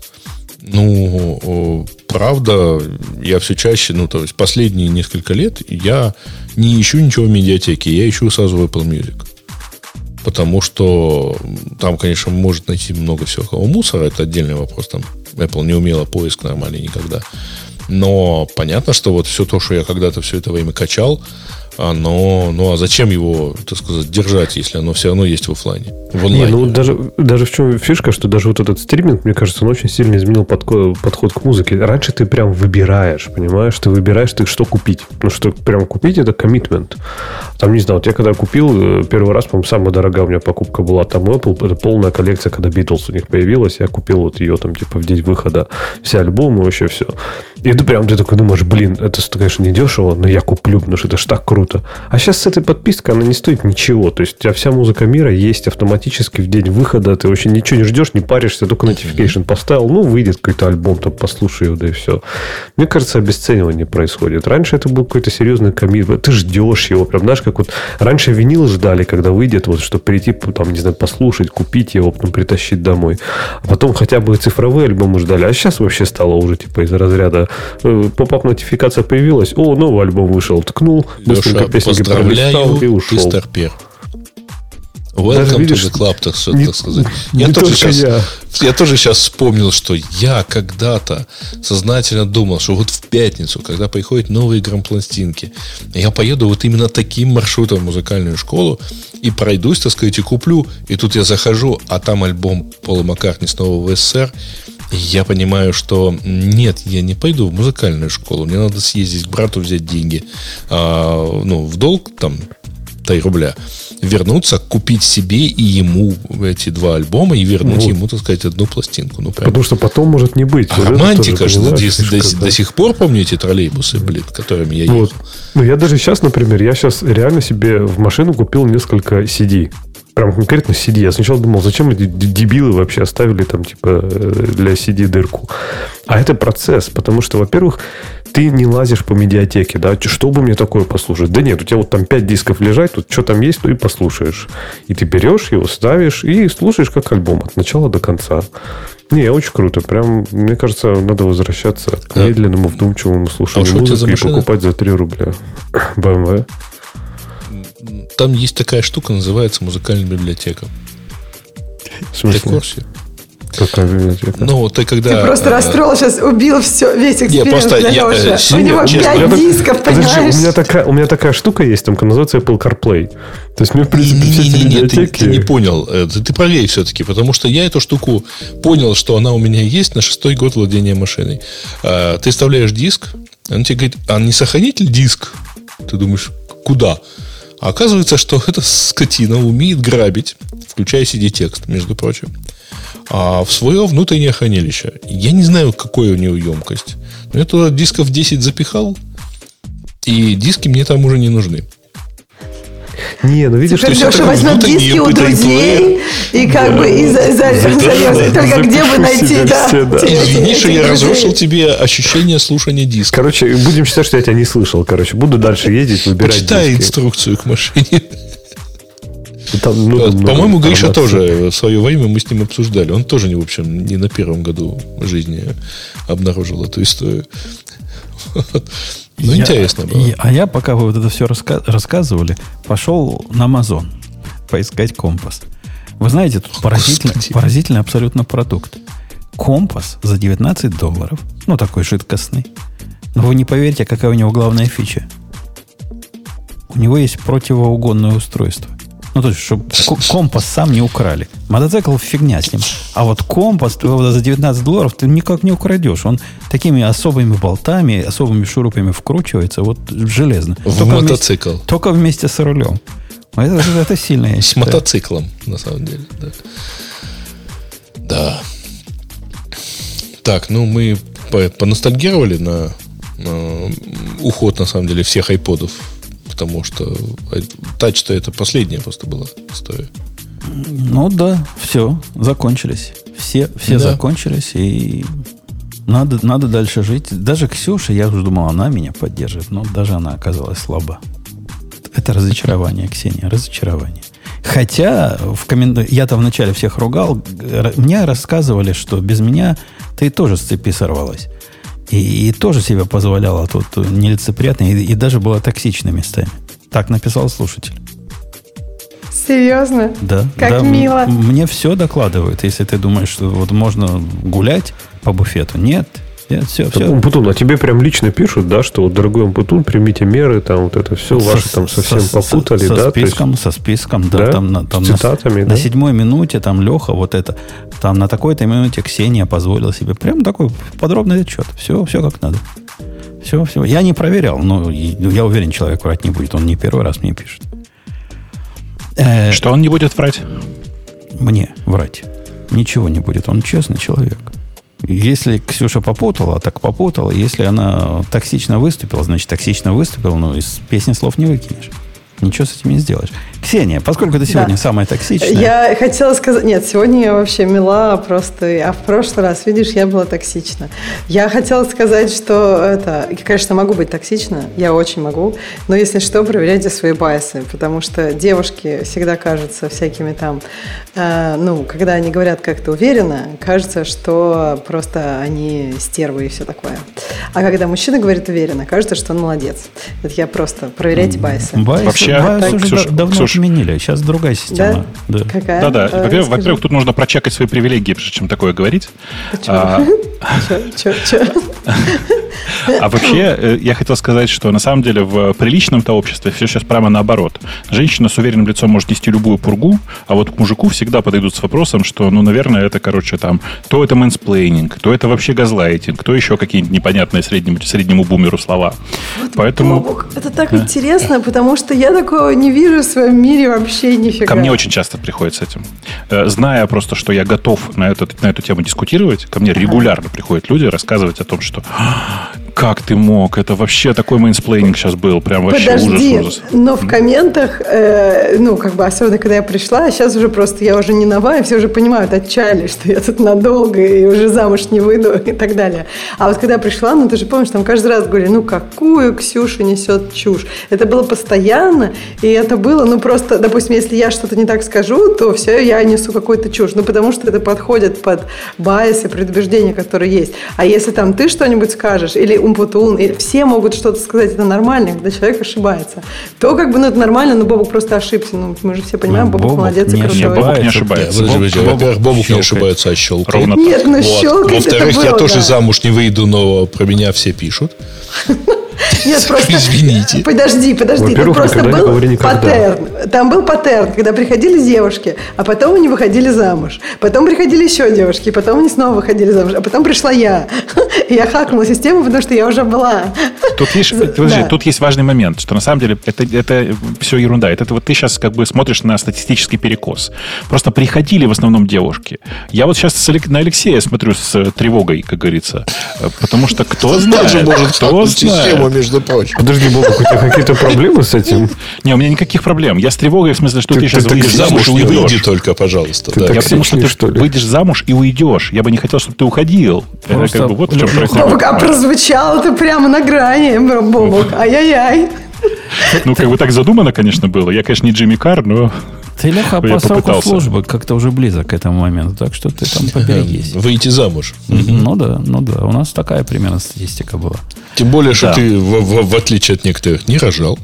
ну, правда, я все чаще, ну, то есть последние несколько лет я не ищу ничего в медиатеке, я ищу сразу в Apple Music. Потому что там, конечно, может найти много всякого мусора. Это отдельный вопрос. Там Apple не умела поиск нормальный никогда. Но понятно, что вот все то, что я когда-то все это время качал, оно, ну а зачем его, так сказать, держать, если оно все равно есть в офлайне, в онлайне? Не, ну даже, даже в чем фишка, что даже вот этот стриминг, мне кажется, он очень сильно изменил подход, подход к музыке. Раньше ты прям выбираешь, понимаешь? Ты выбираешь, ты что купить. Ну, что прям купить, это коммитмент. Там, не знаю, вот я когда купил, первый раз, по-моему, самая дорогая у меня покупка была там Apple, это полная коллекция, когда Beatles у них появилась, я купил вот ее там, типа, в день выхода, все альбомы, вообще все. И ты прям, ты такой думаешь, блин, это, конечно, не дешево, но я куплю, потому что это ж так круто. А сейчас с этой подпиской она не стоит ничего. То есть у тебя вся музыка мира есть автоматически в день выхода. Ты вообще ничего не ждешь, не паришься, только notification поставил. Ну, выйдет какой-то альбом, там послушай его, да и все. Мне кажется, обесценивание происходит. Раньше это был какой-то серьезный коммит. Ты ждешь его. Прям, знаешь, как вот раньше винил ждали, когда выйдет, вот, чтобы прийти, там, не знаю, послушать, купить его, потом притащить домой. А потом хотя бы цифровые альбомы ждали. А сейчас вообще стало уже типа из разряда поп-ап нотификация появилась. О, новый альбом вышел. Ткнул, быстренько песенки пролистал и ушел. Ты старпер. У Welcome видишь, to the club, так, не, так сказать. Я тоже, сейчас, я. я тоже сейчас вспомнил, что я когда-то сознательно думал, что вот в пятницу, когда приходят новые грампластинки, я поеду вот именно таким маршрутом в музыкальную школу и пройдусь, так сказать, и куплю. И тут я захожу, а там альбом Пола Маккартни снова в СССР. И я понимаю, что нет, я не пойду в музыкальную школу. Мне надо съездить к брату, взять деньги а, ну, в долг, там, три рубля, вернуться, купить себе и ему эти два альбома и вернуть вот. ему, так сказать, одну пластинку. Ну, прям. Потому что потом может не быть. А романтика же. До, до, до сих пор помню эти троллейбусы, блин, которыми я вот. ехал. Ну, я даже сейчас, например, я сейчас реально себе в машину купил несколько си ди. Прям конкретно си ди. Я сначала думал, зачем эти дебилы вообще оставили там, типа, для си ди дырку. А это процесс, потому что, во-первых, ты не лазишь по медиатеке, да, что бы мне такое послушать? Да нет, у тебя вот там пять дисков лежат, тут что там есть, то и послушаешь. И ты берешь его, ставишь и слушаешь как альбом от начала до конца. Не, очень круто. Прям, мне кажется, надо возвращаться к медленному, вдумчивому слушанию а музыки и покупать за три рубля бэ эм вэ. Там есть такая штука, называется музыкальная библиотека. В смысле? Ты в курсе? Какая библиотека? Ну, ты когда... Ты просто расстроил сейчас, убил все, весь эксперимент для Леши. У него пять дисков, понимаешь? Подожди, у меня, такая, у меня такая штука есть, там, называется Apple CarPlay. То есть, мне, в принципе, все эти библиотеки... Нет, ты, ты не понял. Ты, ты проверь все-таки, потому что я эту штуку понял, что она у меня есть на шестой год владения машиной. Ты вставляешь диск, он тебе говорит, а не сохранить ли диск? Ты думаешь, куда? А оказывается, что эта скотина умеет грабить, включая си ди-текст, между прочим, а в свое внутреннее хранилище. Я не знаю, какая у нее емкость. Но я туда дисков десять запихал, и диски мне там уже не нужны. Не, ну видишь, теперь Леша возьмет диски у друзей и как бы и зальет. Только где бы найти, да. Извини, что я разрушил тебе ощущение слушания диска. Короче, будем считать, что я тебя не слышал. Короче, буду дальше ездить, выбирать диски. Почитай инструкцию к машине. Там, ну, вот, по-моему, Гриша тоже в свое время мы с ним обсуждали. Он тоже, не, в общем, не на первом году жизни обнаружил эту историю. Ну, я, интересно было. Я, а я, пока вы вот это все раска- рассказывали, пошел на Amazon поискать компас. Вы знаете, тут поразительный, поразительный абсолютно продукт. Компас за девятнадцать долларов. Ну, такой жидкостный. Но вы не поверите, какая у него главная фича. У него есть противоугонное устройство. Ну, то есть, чтобы компас сам не украли. Мотоцикл фигня с ним. А вот компас за девятнадцать долларов ты никак не украдешь. Он такими особыми болтами, особыми шурупами вкручивается, вот железно. В только мотоцикл. Вместе, только вместе с рулем. Это, это сильно, я С считаю. мотоциклом, на самом деле. Да. да. Так, ну, мы поностальгировали на, на уход, на самом деле, всех айподов. Потому что тач-то это последняя просто была история. Ну да, все, закончились. Все, все да. закончились, и надо, надо дальше жить. Даже Ксюша, я уже думал, она меня поддержит, но даже она оказалась слаба. Это разочарование, Ксения, разочарование. Хотя в коммен... я-то вначале всех ругал, мне рассказывали, что без меня ты тоже с цепи сорвалась. И, и тоже себе позволяла тут нелицеприятно, и, и даже была токсичной местами. Так написал слушатель. Серьезно? Да. Как да, мило. М- мне все докладывают. Если ты думаешь, что вот можно гулять по буфету. Нет. Нет, все, так, все. Умпутун, а тебе прям лично пишут, да, что вот, дорогой Умпутун, примите меры, там вот это все, ваши там совсем со, попутали, со, да? Со списком, есть, со списком, да, да? там, на, там с цитатами, на, да? на седьмой минуте там Леха, вот это, там на такой-то минуте Ксения позволила себе прям такой подробный отчет. Все, все как надо. Все, все. Я не проверял, но я уверен, человек врать не будет. Он не первый раз мне пишет. Что он не будет врать? Мне врать. Ничего не будет. Он честный человек. Если Ксюша попутала, так попутала. Если она токсично выступила, значит, токсично выступила, но из песни слов не выкинешь. Ничего с этим не сделаешь. Ксения, поскольку ты сегодня да. самая токсичная... Я хотела сказать... Нет, сегодня я вообще мила просто... А в прошлый раз, видишь, я была токсична. Я хотела сказать, что это... Я, конечно, могу быть токсична. Я очень могу. Но если что, проверяйте свои байсы. Потому что девушки всегда кажутся всякими там... Э, ну, когда они говорят как-то уверенно, кажется, что просто они стервы и все такое. А когда мужчина говорит уверенно, кажется, что он молодец. Это я просто... Проверяйте байсы. Байсы. Вообще, я, так, уже Ксюш, давно Ксюш. отменили. Сейчас другая система. Да? Да. Какая? Да, да. Во-первых, во-первых, тут нужно прочекать свои привилегии, прежде чем такое говорить. А, че, че? А вообще, я хотел сказать, что на самом деле в приличном-то обществе все сейчас прямо наоборот. Женщина с уверенным лицом может нести любую пургу, а вот к мужику всегда подойдут с вопросом, что, ну, наверное, это, короче, там, то это мэнсплейнинг, то это вообще газлайтинг, то еще какие-нибудь непонятные среднему, среднему бумеру слова. Вот, Поэтому... Бобук, это так а? интересно, потому что я такого не вижу в своем мире вообще нифига. Ко мне очень часто приходит с этим. Зная просто, что я готов на, этот, на эту тему дискутировать, ко мне ага. регулярно приходят люди рассказывать о том, что как ты мог, это вообще такой мейнсплейнинг сейчас был, прям вообще Подожди, ужас, ужас. Но в комментах, э, ну, как бы, особенно, когда я пришла, сейчас уже просто, я уже не новая, все уже понимают, отчаяли, что я тут надолго и уже замуж не выйду и так далее. А вот когда я пришла, ну, ты же помнишь, там каждый раз говорили, ну, какую Ксюша несет чушь. Это было постоянно, и это было, ну, просто, допустим, если я что-то не так скажу, то все, я несу какую-то чушь, ну, потому что это подходит под байс и предубеждения, которые есть. А если там ты что-нибудь скажешь, или умпутун, или все могут что-то сказать, это нормально, когда человек ошибается, то как бы, ну, это нормально, но Бобук просто ошибся. Ну, мы же все понимаем, Бобук, Бобук молодец и крутой. Бобук не ошибается. Во-первых, Бобук не ошибается, а щелкает. Нет, ну вот. щелкает. Во-вторых, было, я тоже да. замуж не выйду, но про меня все пишут. Нет, просто... Извините. Подожди, подожди. Во-первых, Тут просто был никогда. паттерн. Там был паттерн, когда приходили девушки, а потом они выходили замуж. Потом приходили еще девушки, потом они снова выходили замуж. А потом пришла я. И я хакнула систему, потому что я уже была. Тут есть, подожди, да. тут есть важный момент, что на самом деле это, это все ерунда. Это, это вот ты сейчас как бы смотришь на статистический перекос. Просто приходили в основном девушки. Я вот сейчас на Алексея смотрю с тревогой, как говорится. Потому что кто знает, кто знает. Между прочим. Подожди, Бобук, у тебя какие-то проблемы с этим? Не, у меня никаких проблем. Я с тревогой, в смысле, что ты, ты сейчас ты выйдешь замуж и уйдешь. Выйди только, пожалуйста. Ты да. Я потому что ты что выйдешь замуж и уйдешь. Я бы не хотел, чтобы ты уходил. Это как бы вот в чем происходит. Бобук, а прозвучало это прямо на грани, Бобук. Ай-яй-яй. Ну, как бы так задумано, конечно, было. Я, конечно, не Джимми Карр, но... Ты, Леха, по сроку службы как-то уже близок к этому моменту, так что ты там поберегись. Выйти замуж. Ну да, ну да. У нас такая примерно статистика была. Тем более, что да. ты, в, в, в отличие от некоторых, не рожал.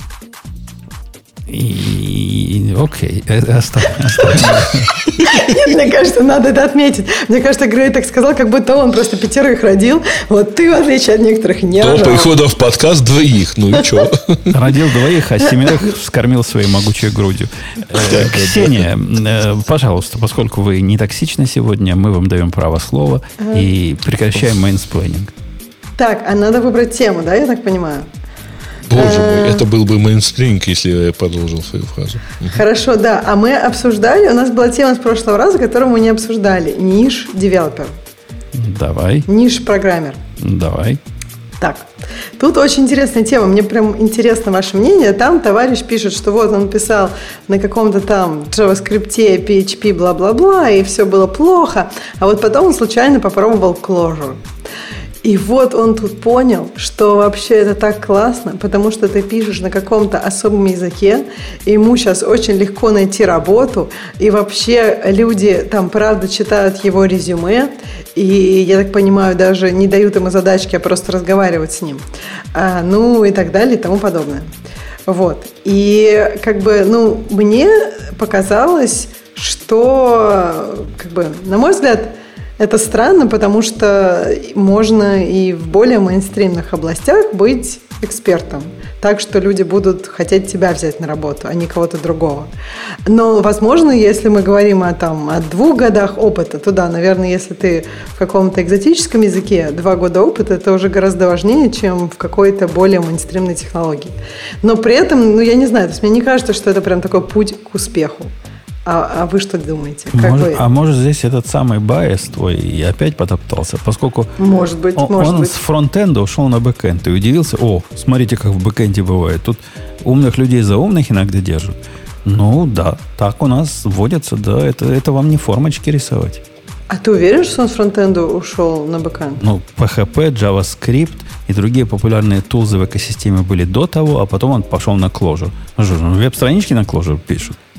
И, окей, оставь, оставь. Нет, мне кажется, надо это отметить. Мне кажется, Грей так сказал, как будто он просто пятерых родил. Вот ты, в отличие от некоторых, не рожал. До прихода в подкаст двоих. Ну и что? Родил двоих, а семерых вскормил своей могучей грудью. Ксения, пожалуйста, поскольку вы не токсичны сегодня, мы вам даем право слова и прекращаем мейнсплейнинг. Так, а надо выбрать тему, да, я так понимаю? Боже мой, это был бы мейнстринг, если я продолжил свою фразу. Хорошо, да. А мы обсуждали, у нас была тема с прошлого раза, которую мы не обсуждали. Ниш-девелопер. Давай. Ниш-программер. Давай. Так, тут очень интересная тема. Мне прям интересно ваше мнение. Там товарищ пишет, что вот он писал на каком-то там JavaScript, пи эйч пи, бла-бла-бла, и все было плохо. А вот потом он случайно попробовал Clojure. И вот он тут понял, что вообще это так классно, потому что ты пишешь на каком-то особом языке, и ему сейчас очень легко найти работу, и вообще люди там правда читают его резюме, и, я так понимаю, даже не дают ему задачки, а просто разговаривать с ним. А, ну и так далее и тому подобное. Вот. И как бы, ну, мне показалось, что, как бы, на мой взгляд, это странно, потому что можно и в более мейнстримных областях быть экспертом. Так что люди будут хотеть тебя взять на работу, а не кого-то другого. Но, возможно, если мы говорим о, там, о двух годах опыта, то да, наверное, если ты в каком-то экзотическом языке, два года опыта, это уже гораздо важнее, чем в какой-то более мейнстримной технологии. Но при этом, ну, я не знаю, то есть мне не кажется, что это прям такой путь к успеху. А, а вы что думаете? Как может, вы? А может, здесь этот самый байс твой и опять потоптался, поскольку может быть, он, может он быть. с фронтенда ушел на бэкенд и удивился, о, смотрите, как в бэкенде бывает. Тут умных людей за умных иногда держат. Ну, да, так у нас вводятся, да, это, это вам не формочки рисовать. А ты уверен, что он с фронтенда ушел на бэкенд? Ну, пи эйч пи, JavaScript и другие популярные тулзы в экосистеме были до того, а потом он пошел на Clojure. Ну, веб-странички на Clojure пишут.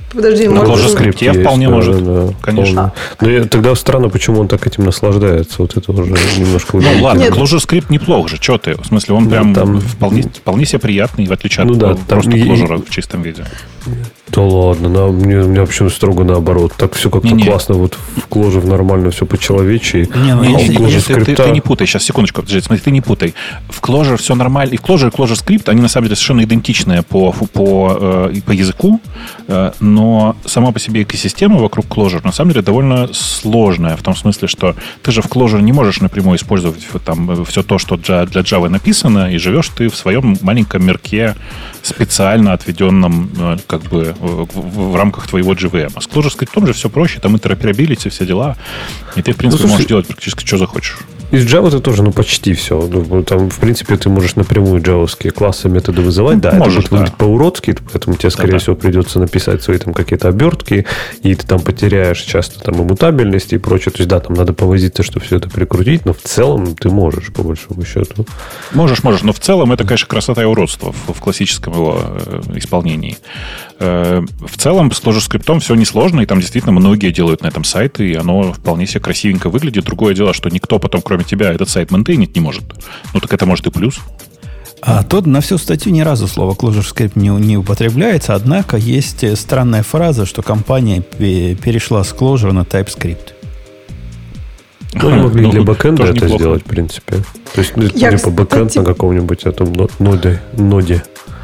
Подожди, на может... ClojureScript вполне да, может, да, конечно. Но я, тогда странно, почему он так этим наслаждается. Вот это уже немножко... Ну ладно, ClojureScript неплох же, что ты? В смысле, он прям там... вполне, вполне себе приятный, в отличие ну, от да, просто и... Clojure в чистом виде. Да ладно, на, мне, у меня почему строго наоборот. Так все как-то Не-не. классно. Вот в Clojure нормально все по-человечьи. Не, ну, а если, в если ты, скрипта... ты не путай, сейчас, секундочку, подожди, смотри, ты не путай. В Clojure все нормально. И в Clojure, и ClojureScript, они на самом деле совершенно идентичные по, по, э, по языку, э, но сама по себе экосистема вокруг Clojure на самом деле довольно сложная, в том смысле, что ты же в Clojure не можешь напрямую использовать там, все то, что для, для Java написано, и живешь ты в своем маленьком мирке, специально отведенном э, как бы в, в, в рамках твоего джей ви эм. А с ClojureScript же все проще, там интероперабилити, все дела, и ты, в принципе, ну, слушай, можешь делать практически что захочешь. Из Java это тоже, ну, почти все. Ну, там, в принципе, ты можешь напрямую джавовские классы, методы вызывать. Ну, да, можешь, это будет да. выглядеть по-уродски, поэтому тебе, скорее да, всего, да. придется написать свои там какие-то обертки, и ты там потеряешь часто там иммутабельность и прочее. То есть, да, там надо повозиться, чтобы все это прикрутить, но в целом ты можешь, по большому счету. Можешь, можешь, но в целом это, конечно, красота и уродство в, в классическом его э, исполнении. Э, в целом с ClojureScript все несложно, и там действительно многие делают на этом сайты, и оно вполне себе красивенько выглядит. Другое дело, что никто потом, кроме тебя, этот сайт мейнтейнить не может. Ну, так это может и плюс. А тут на всю статью ни разу слово ClojureScript не, не употребляется, однако есть странная фраза, что компания перешла с Clojure на TypeScript. Ну, они могли ну, для бэкэнда это неплохо сделать, в принципе. То есть, Я, не по бэкэнд на каком-нибудь этом ноде. ноде.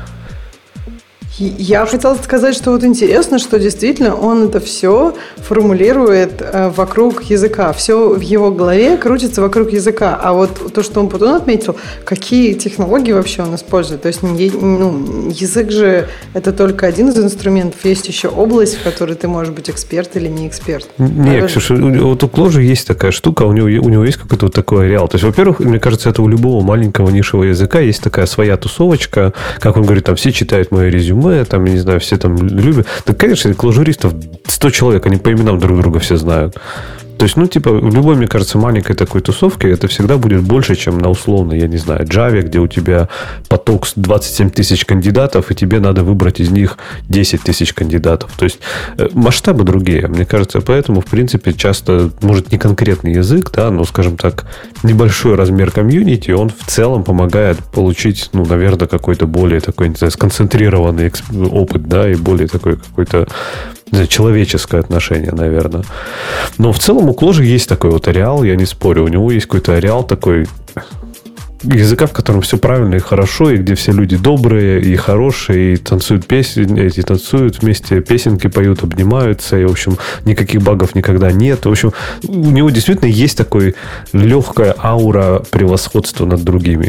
Я хотела сказать, что вот интересно, что действительно он это все формулирует э, вокруг языка. Все в его голове крутится вокруг языка. А вот то, что он потом отметил, какие технологии вообще он использует. То есть ну, язык же это только один из инструментов. Есть еще область, в которой ты можешь быть эксперт или не эксперт. Нет, Ксюша, вот у Clojure есть такая штука, у него, у него есть какой-то вот такой ареал. То есть, во-первых, мне кажется, это у любого маленького нишевого языка есть такая своя тусовочка. Как он говорит, там все читают мое резюме, там, я не знаю, все там любят. Да, конечно, клажуристов сто человек, они по именам друг друга все знают. То есть, ну, типа, в любой, мне кажется, маленькой такой тусовке это всегда будет больше, чем на условной, я не знаю, Java, где у тебя поток двадцать семь тысяч кандидатов, и тебе надо выбрать из них десять тысяч кандидатов. То есть, масштабы другие. Мне кажется, поэтому, в принципе, часто, может, не конкретный язык, да, но, скажем так, небольшой размер комьюнити, он в целом помогает получить, ну, наверное, какой-то более такой, не знаю, сконцентрированный опыт, да, и более такой какой-то человеческое отношение, наверное. Но в целом у Clojure есть такой вот ареал, я не спорю. У него есть какой-то ареал такой языка, в котором все правильно и хорошо, и где все люди добрые и хорошие, и танцуют песни, эти танцуют вместе, песенки поют, обнимаются, и, в общем, никаких багов никогда нет. В общем, у него действительно есть такой легкая аура превосходства над другими.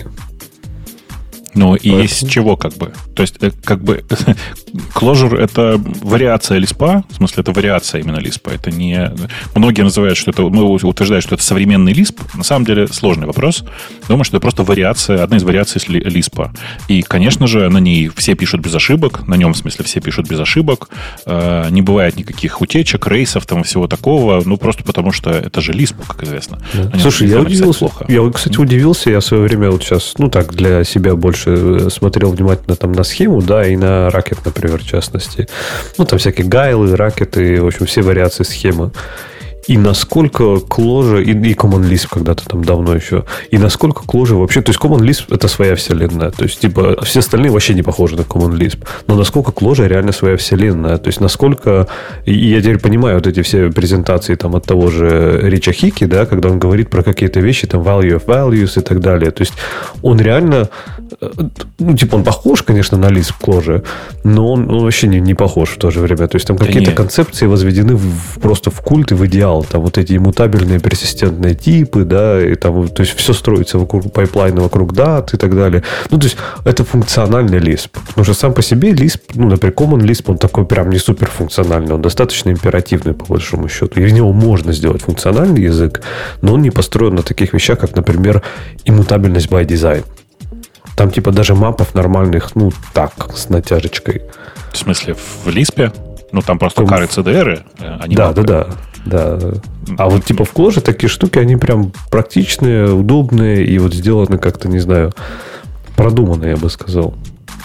Ну, и Поэтому. Из чего, как бы? То есть, как бы, Clojure — это вариация Lisp, в смысле, это вариация именно Lisp. Это не... Многие называют, что это... Ну, утверждают, что это современный Lisp. На самом деле, сложный вопрос. Думаю, что это просто вариация, одна из вариаций Lisp. И, конечно же, на ней все пишут без ошибок. На нем, в смысле, все пишут без ошибок. Не бывает никаких утечек, рейсов там и всего такого. Ну, просто потому, что это же Lisp, как известно. Да. Слушай, я удивился. Плохо. Я, кстати, удивился. Я в свое время вот сейчас, ну, так, для себя больше смотрел внимательно там на схему, да, и на Racket, например, в частности. Ну, там всякие гайлы, ракеты, в общем, все вариации схемы. И насколько Clojure, и, и Common Lisp когда-то там давно еще, и насколько Clojure вообще, то есть Common Lisp это своя вселенная, то есть типа все остальные вообще не похожи на Common Lisp, но насколько Clojure реально своя вселенная, то есть насколько, и я теперь понимаю вот эти все презентации там от того же Рича Хики, да, когда он говорит про какие-то вещи, там value of values и так далее, то есть он реально, ну типа он похож, конечно, на Lisp Clojure, но он, он вообще не, не похож в то же время, то есть там какие-то да концепции возведены в, просто в культ и в идеал. Там вот эти иммутабельные персистентные типы, да, и там, то есть все строится вокруг пайплайна, вокруг дат и так далее. Ну, то есть это функциональный Lisp. Потому что сам по себе Lisp, ну, например, Common Lisp, он такой прям не суперфункциональный, он достаточно императивный, по большому счету. И из него можно сделать функциональный язык, но он не построен на таких вещах, как, например, иммутабельность by design. Там типа даже мапов нормальных, ну, так, с натяжечкой. В смысле, в Lisp? Ну, там просто кары си ди эр, они да, мапы. да, да. Да. А вот типа в Clojure такие штуки, они прям практичные, удобные и вот сделаны как-то, не знаю, продуманные, я бы сказал.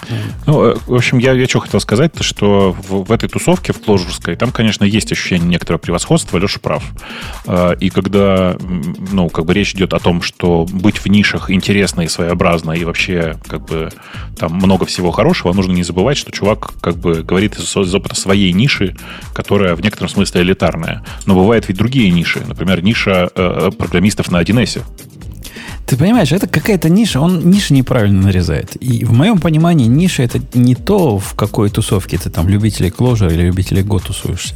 Ну, в общем, я, я что хотел сказать, то что в, в этой тусовке, в кложерской, там, конечно, есть ощущение некоторого превосходства, Леша прав. И когда, ну, как бы речь идет о том, что быть в нишах интересно и своеобразно, и вообще, как бы, там много всего хорошего, нужно не забывать, что чувак, как бы, говорит из, из опыта своей ниши, которая в некотором смысле элитарная. Но бывают ведь другие ниши. Например, ниша э, программистов на один эс. Ты понимаешь, это какая-то ниша, он ниши неправильно нарезает. И в моем понимании ниша это не то, в какой тусовке ты там любителей Clojure или любителей Go тусуешься,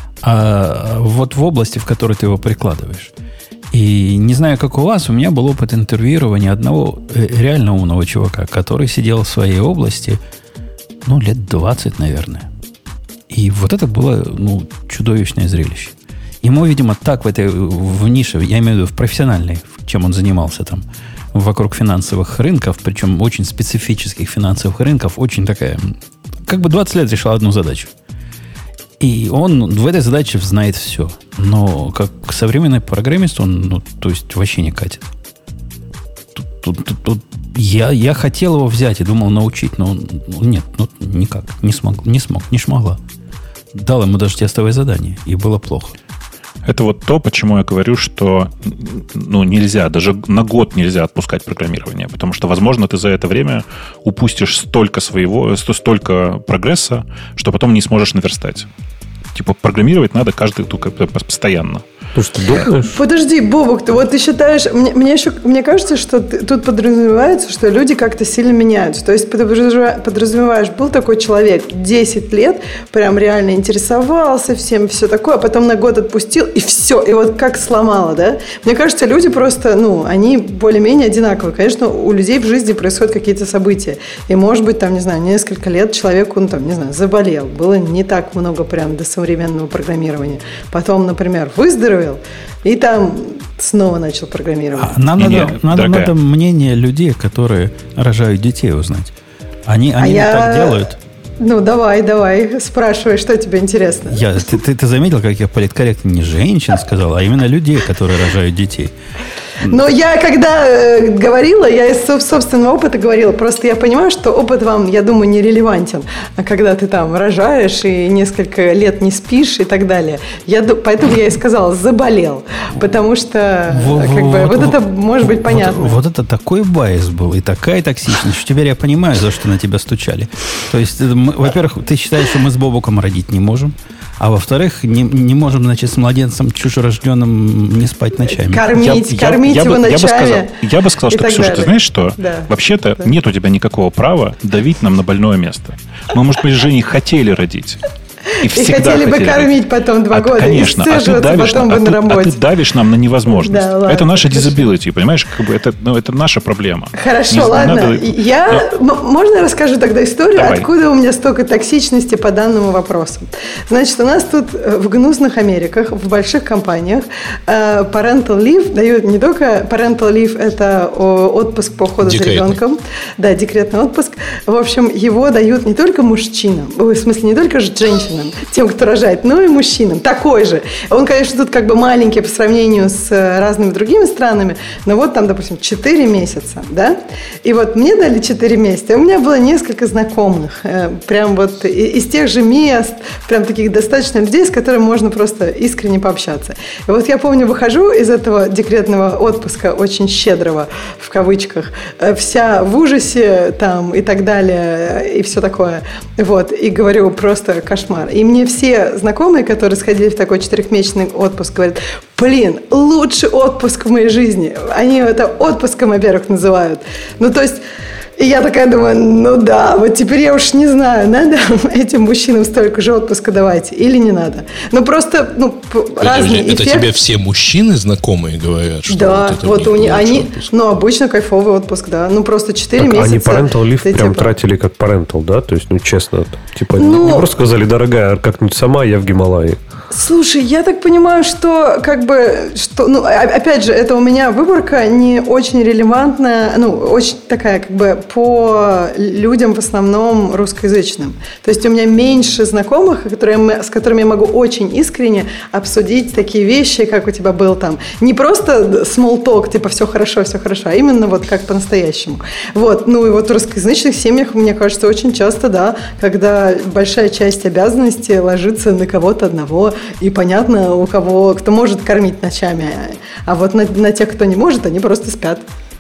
а вот в области, в которой ты его прикладываешь. И не знаю, как у вас, у меня был опыт интервьюирования одного реально умного чувака, который сидел в своей области, ну, лет двадцать, наверное. И вот это было, ну, чудовищное зрелище. Ему, видимо, так в этой в нише, я имею в виду в профессиональной, чем он занимался там, вокруг финансовых рынков, причем очень специфических финансовых рынков, очень такая, как бы двадцать лет решал одну задачу. И он в этой задаче знает все. Но как современный программист, он, ну, то есть, вообще не катит. Тут, тут, тут, тут я, я хотел его взять и думал научить, но он, нет, ну, никак, не смог, не смог, не шмогла. Дал ему даже тестовое задание, и было плохо. Это вот то, почему я говорю, что ну, нельзя, даже на год нельзя отпускать программирование, потому что, возможно, ты за это время упустишь столько своего, столько прогресса, что потом не сможешь наверстать. Типа программировать надо каждый постоянно. Слушай, ты думаешь? Подожди, Бобок, ты вот ты считаешь, мне, мне еще, мне кажется, что ты, тут подразумевается, что люди как-то сильно меняются. То есть подразумеваешь, был такой человек, десять лет, прям реально интересовался всем, все такое, а потом на год отпустил, и все, и вот как сломало, да? Мне кажется, люди просто, ну, они более-менее одинаковые. Конечно, у людей в жизни происходят какие-то события. И, может быть, там, не знаю, несколько лет человеку, ну, там, не знаю, заболел. Было не так много прям до современного программирования. Потом, например, выздоровел, и там снова начал программировать. А нам не, надо, не, надо, надо мнение людей, которые рожают детей, узнать. Они, они а я... так делают. Ну, давай, давай, спрашивай, что тебе интересно. Я, ты, ты, ты заметил, как я политкорректно не женщин сказал, а именно людей, которые рожают детей. Но я, когда э, говорила, я из собственного опыта говорила, просто я понимаю, что опыт вам, я думаю, не релевантен. А когда ты там рожаешь и несколько лет не спишь и так далее. Я, поэтому я и сказала, заболел. Потому что, вот, как бы, вот, вот это может быть понятно. Вот, вот это такой байс был и такая токсичность, что теперь я понимаю, за что на тебя стучали. То есть, мы, во-первых, ты считаешь, что мы с Бобуком родить не можем. А во-вторых, не, не можем, значит, с младенцем чужерожденным не спать ночами. Кормить, я, кормить я, его я ночами. Я бы сказал, я бы сказал что, Ксюша, далее. Ты знаешь что? Да. Вообще-то да. нет у тебя никакого права давить нам на больное место. Мы, может быть, с Женей хотели родить. И, и хотели бы хотели кормить потом два а, года. Конечно, и а ты, давишь, потом а, бы ты, на работе. а ты давишь нам на невозможность. Да, ладно, это наша хорошо. disability, понимаешь? Как бы это, ну, это наша проблема. Хорошо, не, ладно. Надо... Я, Но... Можно я расскажу тогда историю, Давай. Откуда у меня столько токсичности по данному вопросу? Значит, у нас тут в гнусных Америках, в больших компаниях parental leave дают не только parental leave, это отпуск по уходу за ребенком. Да, декретный отпуск. В общем, его дают не только мужчинам, в смысле, не только женщинам, тем, кто рожает, но и мужчинам. Такой же. Он, конечно, тут как бы маленький по сравнению с разными другими странами, но вот там, допустим, четыре месяца, да? И вот мне дали четыре месяца, у меня было несколько знакомых, прям вот из тех же мест, прям таких достаточно людей, с которыми можно просто искренне пообщаться. И вот я помню, выхожу из этого декретного отпуска, очень щедрого, в кавычках, вся в ужасе там и так далее, и все такое. Вот, и говорю, просто кошмар. И мне все знакомые, которые сходили в такой четырехмесячный отпуск, говорят, блин, лучший отпуск в моей жизни. Они это отпуском, во-первых, называют. Ну, то есть... И я такая думаю, ну да, вот теперь я уж не знаю, надо этим мужчинам столько же отпуска давать или не надо. Ну просто, ну, разные это эффекты. тебе все мужчины знакомые говорят, что да, вот это вот у у них, они, отпуск. ну обычно кайфовый отпуск, да, ну просто четыре так, месяца. Они parental leave прям типа... тратили как parental, да? То есть, ну честно, типа, ну, не просто сказали, дорогая, как-нибудь сама, я в Гималайи. Слушай, я так понимаю, что как бы, что, ну, опять же, это у меня выборка не очень релевантная, ну, очень такая как бы по людям в основном русскоязычным. То есть у меня меньше знакомых, которые, с которыми я могу очень искренне обсудить такие вещи, как у тебя был там. Не просто small talk, типа все хорошо, все хорошо, а именно вот как по-настоящему. Вот, ну и вот в русскоязычных семьях, мне кажется, очень часто, да, когда большая часть обязанностей ложится на кого-то одного, и понятно, у кого, кто может кормить ночами. А вот на, на тех, кто не может, они просто спят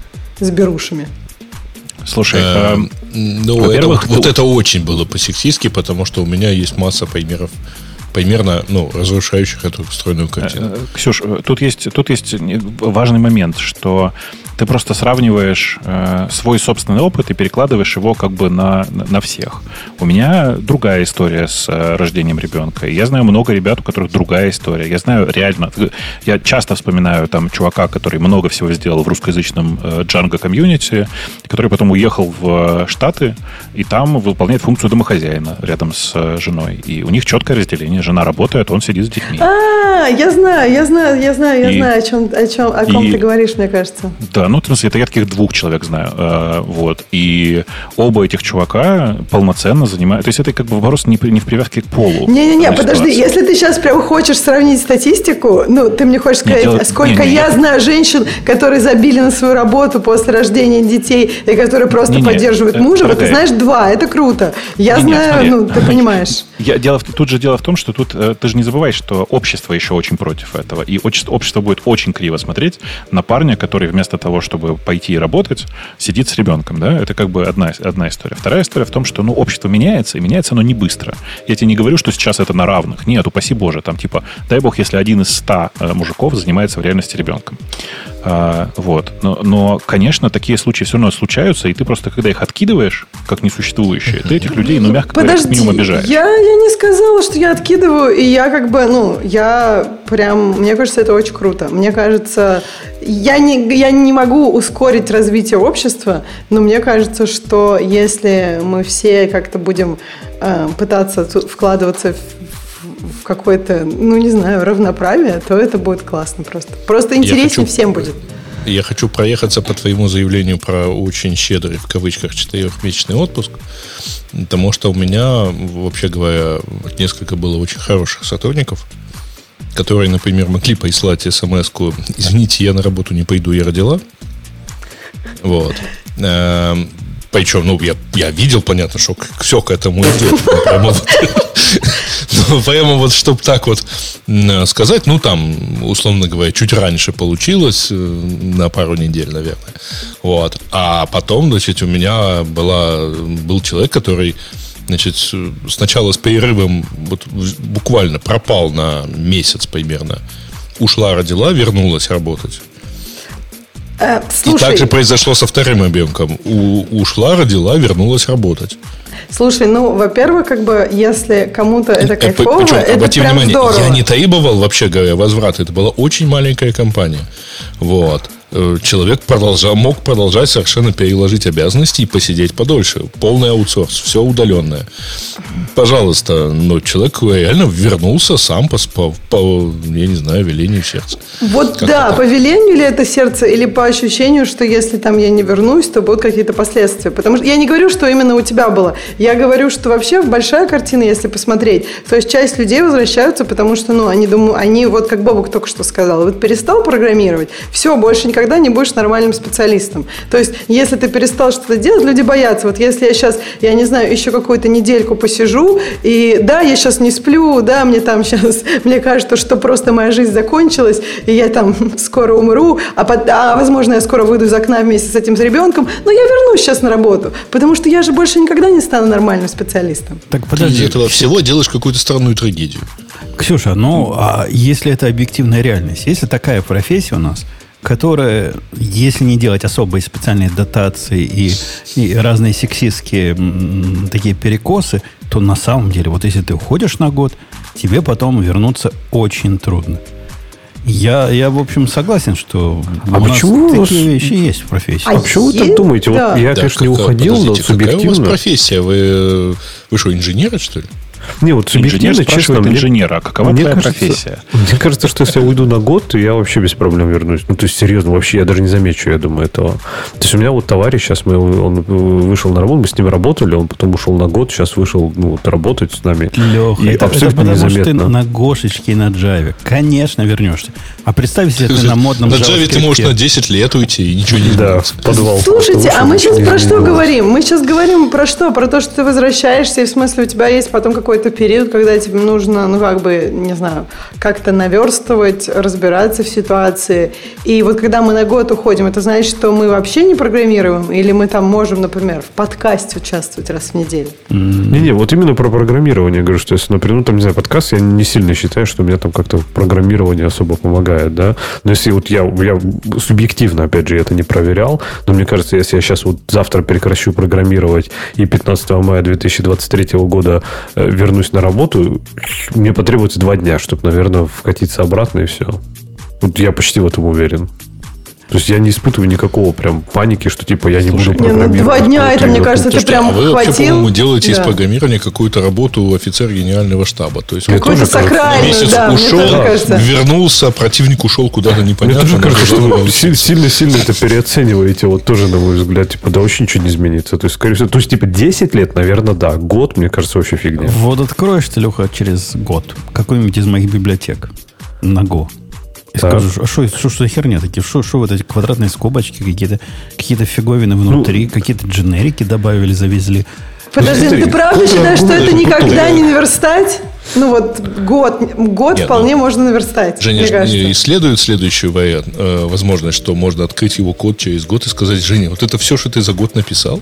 с берушами. Слушай, э, ну, это, вот, вот это очень было по-сексистски, потому что у меня есть масса примеров, примерно, ну, разрушающих эту стройную картину. Ксюш, тут есть, тут есть важный момент, что ты просто сравниваешь э, свой собственный опыт и перекладываешь его как бы на, на всех. У меня другая история с э, рождением ребенка. Я знаю много ребят, у которых другая история. Я знаю реально... Я часто вспоминаю там чувака, который много всего сделал в русскоязычном э, Django комьюнити, который потом уехал в Штаты и там выполняет функцию домохозяина рядом с э, женой. И у них четкое разделение. Жена работает, он сидит с детьми. А, я знаю, я знаю, я знаю, я и, знаю, о чем, о чем, о ком и, ты говоришь, мне кажется. Да, ну, в смысле, это я таких двух человек знаю. Э, вот. И оба этих чувака полноценно занимают... То есть это как бы вопрос не, не в привязке к полу. Не-не-не, подожди, ситуации. Если ты сейчас прям хочешь сравнить статистику, ну, ты мне хочешь сказать, не, сколько не, не, я не, знаю женщин, которые забили на свою работу после рождения детей и которые просто не, поддерживают не, мужа, вот ты знаешь, два, это круто. Я не, знаю, не, ну, ты понимаешь. Я, дело, тут же дело в том, что тут ты же не забывай, что общество еще очень против этого. И общество, общество будет очень криво смотреть на парня, который вместо того, чтобы пойти и работать, сидит с ребенком. Да? Это как бы одна, одна история. Вторая история в том, что ну, общество меняется, и меняется оно не быстро. Я тебе не говорю, что сейчас это на равных. Нет, упаси Боже. Там типа, дай бог, если один из ста мужиков занимается в реальности ребенком. А, вот. Но, но, конечно, такие случаи все равно случаются, и ты просто, когда их откидываешь, как несуществующие, ты этих людей, ну, мягко говоря, как минимум обижаешь. Я, я не сказала, что я откидываю, и я как бы, ну, я прям, мне кажется, это очень круто. Мне кажется, я не, я не могу ускорить развитие общества, но мне кажется, что если мы все как-то будем э, пытаться вкладываться в в какое-то, ну, не знаю, равноправие, то это будет классно просто. Просто интереснее хочу, всем будет. Я хочу проехаться по твоему заявлению про очень щедрый, в кавычках, четырехмесячный отпуск, потому что у меня, вообще говоря, несколько было очень хороших сотрудников, которые, например, могли прислать смс-ку: извините, я на работу не пойду, я родила. Вот. Причем, ну, я, я видел, понятно, что все к этому идет. Прямо вот, ну, прямо вот, чтобы так вот сказать, ну, там, условно говоря, чуть раньше получилось, на пару недель, наверное. Вот. А потом, значит, у меня была, был человек, который, значит, сначала с перерывом вот, буквально пропал на месяц примерно. Ушла, родила, вернулась работать. Э, и так же произошло со вторым ребенком. У, ушла, родила, вернулась работать. Слушай, ну, во-первых, как бы, если кому-то это кайфово, Причем, это прям внимание, здорово. Я не требовал, вообще говоря, возврата. Это была очень маленькая компания. Вот. Человек продолжал, мог продолжать совершенно переложить обязанности и посидеть подольше. Полный аутсорс, все удаленное. Пожалуйста, но человек реально вернулся сам по, по, по я не знаю, велению сердца. Вот как так? Да, по велению ли это сердце или по ощущению, что если там я не вернусь, то будут какие-то последствия. Потому что я не говорю, что именно у тебя было. Я говорю, что вообще большая картина, если посмотреть, то есть часть людей возвращаются, потому что, ну, они думают, они вот как Бобук только что сказал, вот перестал программировать, все, больше никогда не будешь нормальным специалистом. То есть, если ты перестал что-то делать, люди боятся. Вот если я сейчас, я не знаю, еще какую-то недельку посижу, и да, я сейчас не сплю, да, мне там сейчас, мне кажется, что просто моя жизнь закончилась, и я там скоро умру, а, под, а возможно, я скоро выйду из окна вместе с этим с ребенком, но я вернусь сейчас на работу, потому что я же больше никогда не стану нормальным специалистом. Так подожди. Ты из этого всего делаешь какую-то странную трагедию. Ксюша, ну, а если это объективная реальность, если такая профессия у нас, которая, если не делать особые специальные дотации и, и разные сексистские м, такие перекосы, то на самом деле, вот если ты уходишь на год, тебе потом вернуться очень трудно. Я, я в общем, согласен, что а у почему нас вас... такие вещи есть в профессии. А, а почему есть? вы так думаете? Да. Вот я, да, конечно, не как, уходил, но субъективно. Какая у вас профессия? Вы, вы что, инженеры, что ли? Не, вот субъективно, Инженер спрашивает честно, инженера, а какова мне твоя кажется, профессия? Мне кажется, что если я уйду на год, то я вообще без проблем вернусь. Ну, то есть, серьезно, вообще я даже не замечу, я думаю, этого. То есть, у меня вот товарищ сейчас, мы, он вышел на работу, мы с ним работали, он потом ушел на год, сейчас вышел ну, вот, работать с нами. Леха, и это, абсолютно это потому, незаметно. что ты на Гошечке и на Джаве. Конечно, вернешься. А представь, если ты на модном На Java ты можешь на десять лет уйти, и ничего не Да, изменится. в подвал. Слушайте, а мы сейчас про что говорим? говорим? Мы сейчас говорим про что? Про то, что ты возвращаешься, и в смысле у тебя есть потом какой-то период, когда тебе нужно, ну, как бы, не знаю, как-то наверстывать, разбираться в ситуации. И вот когда мы на год уходим, это значит, что мы вообще не программируем? Или мы там можем, например, в подкасте участвовать раз в неделю? Не-не, вот именно про программирование говорю, что если, например, ну, там, не знаю, подкаст, я не сильно считаю, что мне там как-то программирование особо помогает, да. Но если вот я, я субъективно, опять же, это не проверял, но мне кажется, если я сейчас вот завтра прекращу программировать и пятнадцатого мая две тысячи двадцать третьего года э, вернусь на работу, мне потребуется два дня, чтобы, наверное, вкатиться обратно и все. Вот я почти в этом уверен. То есть я не испытываю никакого прям паники, что типа я не Слушай, буду Не, ну программировать. два дня, это, мне кажется, ты Слушайте, прям а вы вообще, хватил. по-моему, делаете из Да. программирования какую-то работу офицер генерального штаба. То есть Какую-то вот сакральную, месяц да, мне ушел, тоже кажется. вернулся, противник ушел куда-то Мне непонятно. тоже кажется, что надо вы си- сильно-сильно это переоцениваете. Вот тоже, на мой взгляд, типа, да вообще ничего не изменится. То есть, скорее всего, то есть, типа, десять лет, наверное, да. Год, мне кажется, вообще фигня. Вот откроешь ты, Леха, через год какую-нибудь из моих библиотек на Go. И Так. скажешь, а что, что, что за херня такие? Что, что вот эти квадратные скобочки, какие-то, какие-то фиговины внутри, какие-то дженерики добавили, завезли. Подожди, Смотри, ты правда ну, считаешь, что ну, это ну, никогда ну, не наверстать? Ну вот год, год Нет, вполне ну, можно наверстать, Женя мне ж- кажется. исследует следующую вариант, э, возможность, что можно открыть его код через год и сказать: Женя, вот это все, что ты за год написал?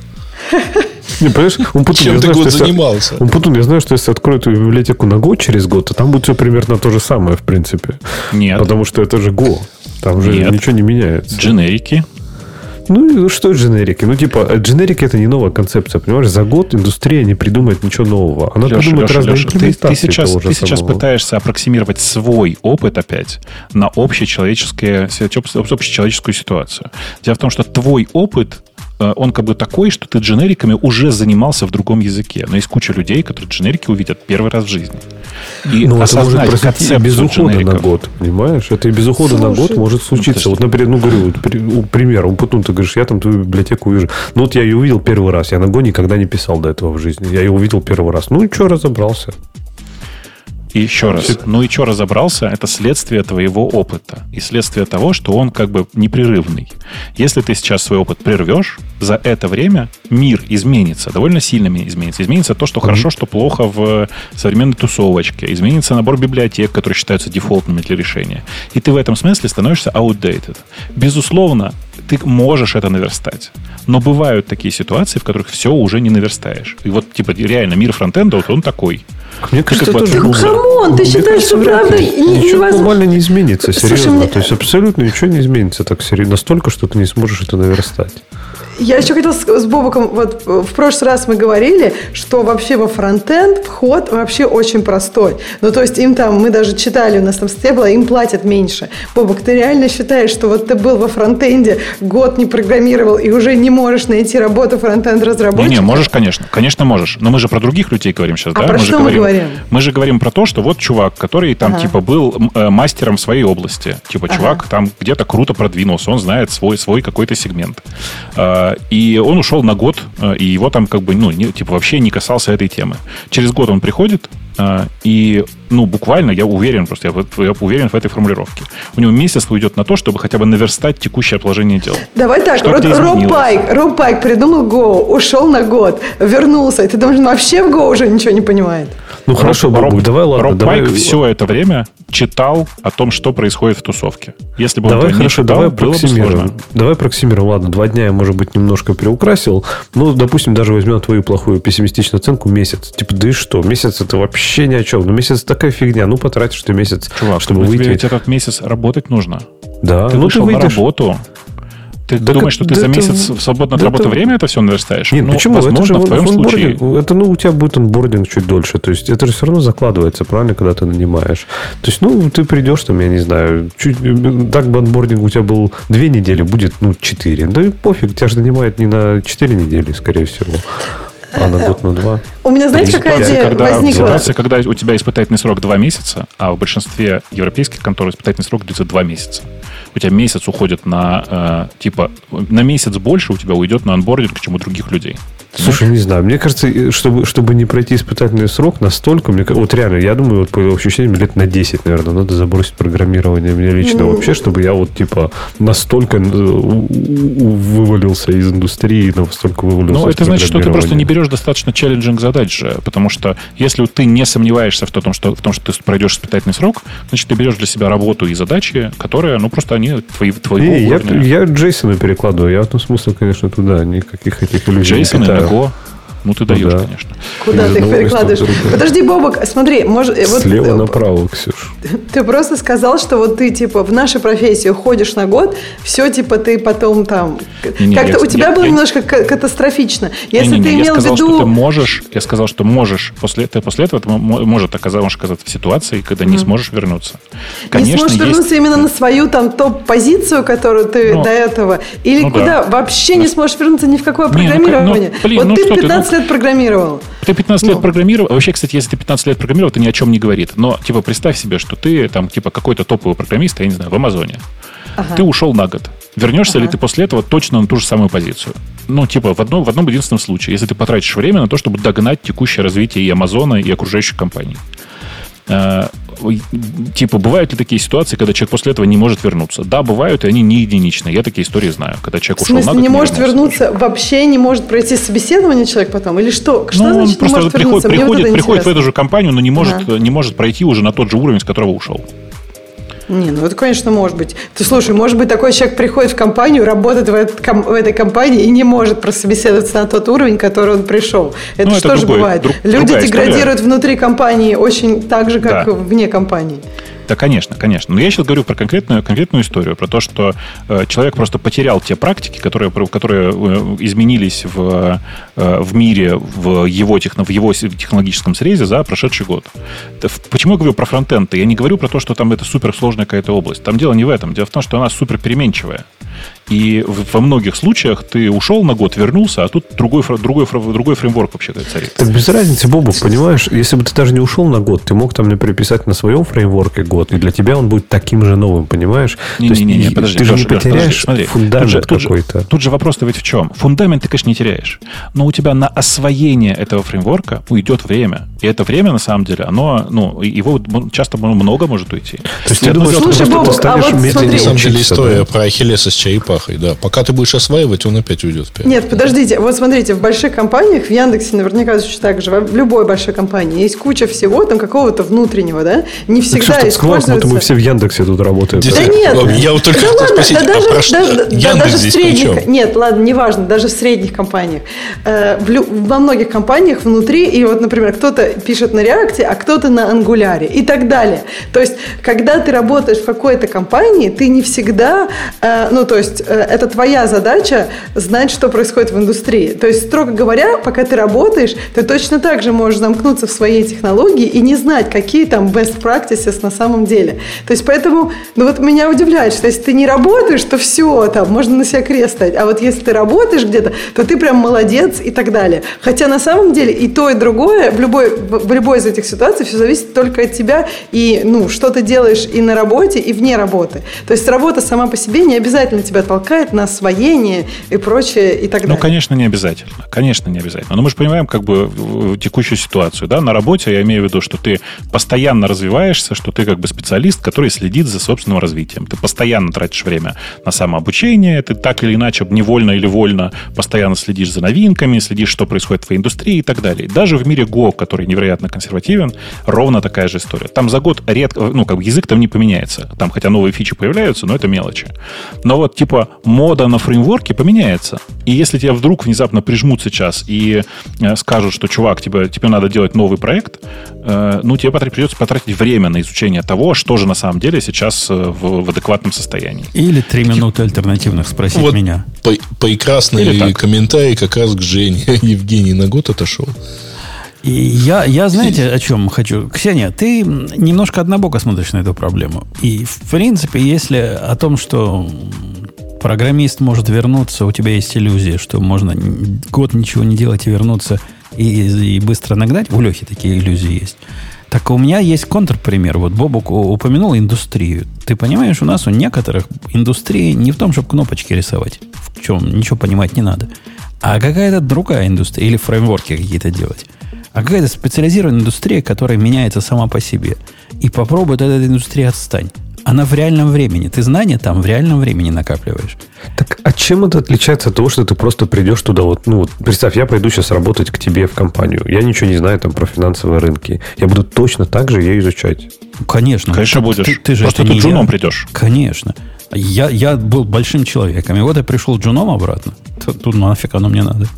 Не, понимаешь, он Путун, Чем я ты знаю, год что если- занимался? Он Путун, я знаю, что если откроют твою библиотеку на Go через год, то там будет все примерно то же самое, в принципе. Нет. Потому что это же Go. Там же Нет. ничего не меняется. Дженерики. Ну, и что дженерики? Ну, типа, дженерики это не новая концепция, понимаешь? За год индустрия не придумает ничего нового. Она Леша, придумает Леша, разные Леша, ты, имплементации ты сейчас, того же ты сейчас самого. пытаешься аппроксимировать свой опыт опять на общечеловеческое, общечеловеческую ситуацию. Дело в том, что твой опыт, э, он как бы такой, что ты дженериками уже занимался в другом языке. Но есть куча людей, которые дженерики увидят первый раз в жизни. И Ну, это может осознать произойти концепцию без ухода на дженериков. год, понимаешь? Это и без ухода на год Слушай. может случиться. Ну, Вот, например, ну, говорю, вот, при- ну, пример, он потом ты говоришь, я там твою библиотеку увижу. Ну, вот я ее увидел первый раз. Я на Go никогда не писал до этого в жизни. Я ее увидел первый раз. Ну, и что, разобрался. И еще раз, ну и что разобрался, это следствие твоего опыта. И следствие того, что он как бы непрерывный. Если ты сейчас свой опыт прервешь, за это время мир изменится, довольно сильно изменится. Изменится то, что хорошо, что плохо в современной тусовочке. Изменится набор библиотек, которые считаются дефолтными для решения. И ты в этом смысле становишься outdated. Безусловно, ты можешь это наверстать. Но бывают такие ситуации, в которых все уже не наверстаешь. И вот, типа, реально, мир фронтенда, вот он такой. Мне кажется, как бы тоже... Да ну, камон, ты мне считаешь, кажется, что вряд правда ли. не- Ничего невозможно? глобально не изменится, Слушай, серьезно. мне- То есть, абсолютно ничего не изменится так серьезно. Настолько, что ты не сможешь это наверстать. Я еще хотела с, с Бобоком, вот в прошлый раз мы говорили, что вообще во фронтенд вход вообще очень простой. Ну, то есть им там, мы даже читали, у нас там статья была, им платят меньше. Бобок, ты реально считаешь, что вот ты был во фронтенде, год не программировал и уже не можешь найти работу фронтенд-разработчика? Не, не, можешь, конечно. Конечно, можешь. Но мы же про других людей говорим сейчас, А да? про мы что же мы говорим? Мы же говорим про то, что вот чувак, который там Ага. типа был э, мастером в своей области. Типа Ага. чувак там где-то круто продвинулся, он знает свой, свой какой-то сегмент. Э, и он ушел на год, э, и его там как бы, ну, не, типа вообще не касался этой темы. Через год он приходит, э, и, ну, буквально, я уверен, просто я, в- я уверен в этой формулировке. У него месяц уйдет на то, чтобы хотя бы наверстать текущее положение дел. Давай так, Что Роб, где Роб изменилось? Пайк, Роб Пайк придумал Go, ушел на год, вернулся, и ты думаешь, он вообще в Go уже ничего не понимает? Ну, хорошо, Роб, Бобук, давай, ладно. Роб давай, Пайк все это время читал о том, что происходит в тусовке. Если бы он Давай, этого не хорошо, читал, давай было бы проксимируем. сложно. Давай проксимируем. Ладно, два дня я, может быть, немножко переукрасил. Ну, допустим, даже возьмем твою плохую пессимистичную оценку месяц. Типа, да и что? Месяц это вообще ни о чем. Ну, месяц такая фигня. Ну, потратишь ты месяц, Чувак, чтобы ну, тебе выйти. ведь этот месяц работать нужно. Да, Ты ну вышел ты на выйдешь. работу. Ты Да думаешь, как- что ты да за это- месяц в свободное от да работы это- время это все наверстаешь? Нет, ну, почему? Это возможно, же в твоем онбординг. случае. Это, ну, у тебя будет онбординг чуть дольше. То есть, это же все равно закладывается, правильно, когда ты нанимаешь. То есть, ну, ты придешь, там, я не знаю, чуть, так бы онбординг у тебя был две недели, будет, ну, четыре. Да и пофиг, тебя же нанимают не на четыре недели, скорее всего. А на год, на два? У меня, знаете, какая идея когда, возникла? Ситуация, когда у тебя испытательный срок два месяца, а в большинстве европейских контор испытательный срок длится два месяца. У тебя месяц уходит на, э, типа, на месяц больше у тебя уйдет на анбординг, чем у других людей. Слушай, не знаю. Мне кажется, чтобы, чтобы не пройти испытательный срок настолько, мне, вот реально, я думаю, вот по ощущениям, лет на десять, наверное, надо забросить программирование мне лично mm. вообще, чтобы я вот, типа, настолько вывалился из индустрии, настолько вывалился Ну, из это значит, что ты просто не берешь достаточно челленджинг задач же, потому что если ты не сомневаешься в том, что, в том, что ты пройдешь испытательный срок, значит, ты берешь для себя работу и задачи, которые, ну, просто они твои, твоего не, уровня. Я, я Джейсона перекладываю, я в этом смысле, конечно, туда, никаких этих иллюзий Джейсон не питаю. Go. Ну, ты даешь, ну, да. конечно. Куда ты их перекладываешь? Подожди, Бобок, смотри. Может, Слева вот, направо, Ксюш. Ты просто сказал, что вот ты, типа, в нашей профессии уходишь на год, все, типа, ты потом там... Не, как-то я, у тебя я, было я, немножко я, катастрофично. Если не, не, ты не, имел я сказал, в виду... что ты можешь, я сказал, что можешь, после, ты после этого ты может оказаться в ситуации, когда mm. не сможешь вернуться. Конечно, не сможешь есть... вернуться именно на свою там топ-позицию, которую ты ну, до этого, или ну, куда? Да. Вообще не сможешь вернуться ни в какое программирование. Ну, блин, вот ну, ты пятнадцать ты, лет программировал. Ты пятнадцать ну. лет программировал. Вообще, кстати, если ты пятнадцать лет программировал, это ни о чем не говорит. Но, типа, представь себе, что ты там, типа, какой-то топовый программист, я не знаю, в Амазоне. Ага. Ты ушел на год. Вернешься ага. ли ты после этого точно на ту же самую позицию? Ну, типа, в одном, в одном единственном случае. Если ты потратишь время на то, чтобы догнать текущее развитие и Амазона, и окружающих компаний. Типа, бывают ли такие ситуации, когда человек после этого не может вернуться? Да, бывают, и они не единичные. Я такие истории знаю. Когда человек ушел на год, не может вернуться, тоже. Вообще не может пройти собеседование человек потом? Или что? Что ну, значит он просто не может приходит, вернуться? приходит, вот приходит в эту же компанию, но не может, ага. не может пройти уже на тот же уровень, с которого ушел. Не, ну это, конечно, может быть. Ты слушай, может быть, такой человек приходит в компанию, работает в, этот, в этой компании и не может прособеседоваться на тот уровень, который он пришел. Это ну, же это тоже другой, бывает. Друг, Люди деградируют история. Внутри компании очень так же, как да. вне компании. Да, конечно, конечно. Но я сейчас говорю про конкретную, конкретную историю, про то, что э, человек просто потерял те практики, которые, которые э, изменились в, э, в мире, в его, техно, в его технологическом срезе за прошедший год. Почему я говорю про фронтенд? Я не говорю про то, что там это суперсложная какая-то область. Там дело не в этом. Дело в том, что она супер переменчивая. И во многих случаях ты ушел на год, вернулся, а тут другой, другой, другой фреймворк вообще царит. Так без разницы, Бобок, понимаешь? Если бы ты даже не ушел на год, ты мог там мне переписать на своем фреймворке год, и для тебя он будет таким же новым, понимаешь? Не, То не, не, не, есть подожди, ты Леша, же не потеряешь Леша, подожди, фундамент тут же, какой-то. Тут же, тут же вопрос-то ведь в чем? Фундамент ты, конечно, не теряешь. Но у тебя на освоение этого фреймворка уйдет время. И это время, на самом деле, оно, ну, его часто много может уйти. То есть ты думаешь, что Бобок, а вот смотри. На самом деле история да? про Ахиллеса с черепахой, да. Пока ты будешь осваивать, он опять уйдет вперед. Нет, подождите. Вот смотрите, в больших компаниях, в Яндексе наверняка точно так же, в любой большой компании есть куча всего там какого-то внутреннего, да? Не всегда так используется. Так мы все в Яндексе тут работаем. Да, да нет. Я вот только да хотел ладно, спросить, да, даже, а про что? Да, Яндекс даже здесь в средних, при чем? Нет, ладно, неважно, даже в средних компаниях. Э, в, во многих компаниях внутри, и вот, например, кто-то пишет на React, а кто-то на Angular и так далее. То есть, когда ты работаешь в какой-то компании, ты не всегда, э, ну, то есть, э, это твоя задача знать, что происходит в индустрии. То есть, строго говоря, пока ты работаешь, ты точно так же можешь замкнуться в своей технологии и не знать, какие там best practices на самом деле. То есть, поэтому, ну, вот меня удивляет, что если ты не работаешь, то все, там, можно на себя крест ставить. А вот если ты работаешь где-то, то ты прям молодец и так далее. Хотя, на самом деле, и то, и другое, в любой, в любой из этих ситуаций все зависит только от тебя и, ну, что ты делаешь и на работе, и вне работы. То есть, работа сама по себе не обязательно тебя толкает на освоение и прочее, и так далее. Ну, конечно, не обязательно. Конечно, не обязательно. Но мы же понимаем, как бы, текущую ситуацию, да, на работе я имею в виду, что ты постоянно развиваешься, что ты как бы специалист, который следит за собственным развитием. Ты постоянно тратишь время на самообучение, ты так или иначе, невольно или вольно, постоянно следишь за новинками, следишь, что происходит в твоей индустрии и так далее. Даже в мире Go, который невероятно консервативен, ровно такая же история. Там за год редко, ну, как бы язык там не поменяется. Там хотя новые фичи появляются, но это мелочи. Но вот типа мода на фреймворке поменяется. И если тебя вдруг внезапно прижмут сейчас и э, скажут, что, чувак, тебе, тебе надо делать новый проект, э, ну, тебе придется потратить время на изучение того, что же на самом деле сейчас э, в, в адекватном состоянии. Или три минуты альтернативных спросить вот меня. По, прекрасный комментарий как раз к Жене. Евгений на год отошел. И я, я, знаете, о чем хочу? Ксения, ты немножко однобоко смотришь на эту проблему. И, в принципе, если о том, что программист может вернуться, у тебя есть иллюзия, что можно год ничего не делать и вернуться и, и быстро нагнать. У Лехи такие иллюзии есть. Так у меня есть контрпример. Вот Бобук упомянул индустрию. Ты понимаешь, у нас у некоторых индустрии не в том, чтобы кнопочки рисовать. В чем ничего понимать не надо. А какая-то другая индустрия. Или фреймворки какие-то делать. А какая-то специализированная индустрия, которая меняется сама по себе. И попробуй от этой индустрии отстань. Она в реальном времени. Ты знания там в реальном времени накапливаешь. Так, а чем это отличается от того, что ты просто придешь туда? Вот, ну, вот, представь, я пойду сейчас работать к тебе в компанию. Я ничего не знаю там про финансовые рынки. Я буду точно так же ее изучать. Конечно. Конечно, ты, будешь. Ты, ты же просто ты джуном придешь. Конечно. Я, я был большим человеком. И вот я пришел джуном обратно. Тут, тут нафиг оно мне надо.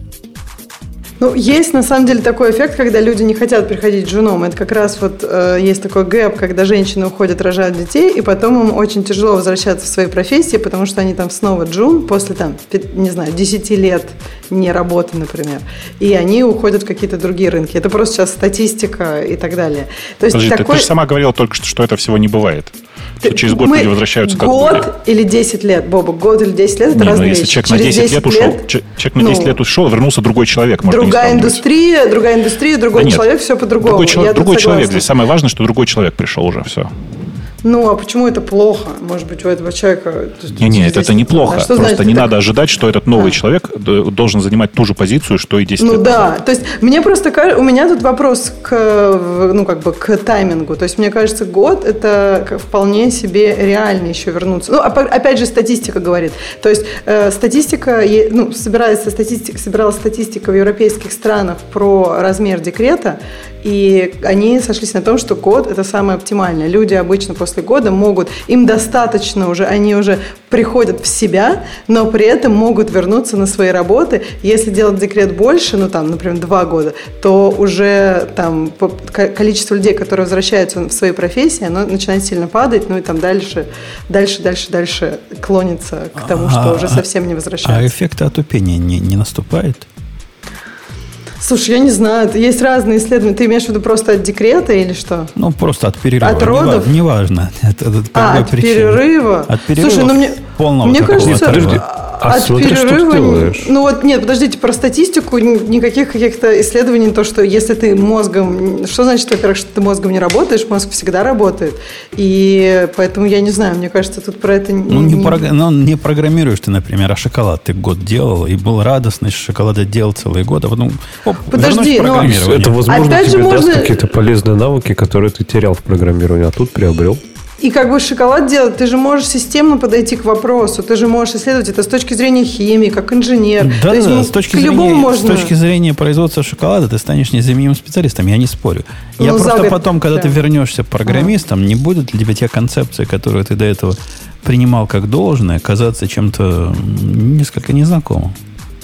Ну, есть на самом деле такой эффект, когда люди не хотят приходить джуном. Это как раз вот э, есть такой гэп, когда женщины уходят, рожают детей, и потом им очень тяжело возвращаться в свои профессии, потому что они там снова джун после, там, не знаю, десяти лет не работы, например. И они уходят в какие-то другие рынки. Это просто сейчас статистика и так далее. То есть Подожди, такой... ты, ты же сама говорила только что, что это всего не бывает. Что через год Мы... люди возвращаются как год были. или десять лет, Боба, год или десять лет – это не, разные ну, если вещи. человек на десять лет ушел, человек на десять ну, лет ушел, вернулся другой человек. Другая индустрия, другая индустрия, другой да человек, нет, все по-другому. Другой, человек, другой человек здесь. Самое важное, что другой человек пришел уже, все. Ну, а почему это плохо? Может быть, у этого человека... Не, нет, это неплохо. А просто не так... надо ожидать, что этот новый а. человек должен занимать ту же позицию, что и десять ну, лет Ну да, назад. То есть мне просто кажется... У меня тут вопрос к, ну, как бы к таймингу. То есть мне кажется, год – это вполне себе реально еще вернуться. Ну, опять же, статистика говорит. То есть э, статистика... Ну, собирается статистика, собиралась статистика в европейских странах про размер декрета, и они сошлись на том, что год – это самое оптимальное. Люди обычно после года могут, им достаточно уже, они уже приходят в себя, но при этом могут вернуться на свои работы. Если делать декрет больше, ну там, например, два года, то уже там количество людей, которые возвращаются в свои профессии, оно начинает сильно падать, ну и там дальше, дальше, дальше, дальше клонится к тому, что а, уже совсем не возвращается. А эффекта отупения не, не наступает? Слушай, я не знаю, есть разные исследования. Ты имеешь в виду просто от декрета или что? Ну, просто от перерыва. От родов? Неважно. Это, это а, от причина. перерыва? От перерыва. Слушай, ну мне, полного мне кажется, подожди, а от смотри, перерыва... Ну вот, нет, подождите, про статистику никаких каких-то исследований, то, что если ты мозгом... Что значит, во-первых, что ты мозгом не работаешь? Мозг всегда работает. И поэтому я не знаю, мне кажется, тут про это... Ну, не, не... Прог... ну, не программируешь ты, например, а шоколад ты год делал, и был радостный, шоколада делал целый год, а потом... Оп, подожди, но... Это, возможно, опять тебе же даст можно... какие-то полезные навыки, которые ты терял в программировании, а тут приобрел. И как бы шоколад делать, ты же можешь системно подойти к вопросу, ты же можешь исследовать это с точки зрения химии, как инженер. Да, То есть, да, ну, с, точки к зрения, можно... с точки зрения производства шоколада ты станешь незаменимым специалистом, я не спорю. Ну, я просто год... потом, когда да. ты вернешься программистом, ага. не будет ли тебе те концепции, которые ты до этого принимал как должное, казаться чем-то несколько незнакомым.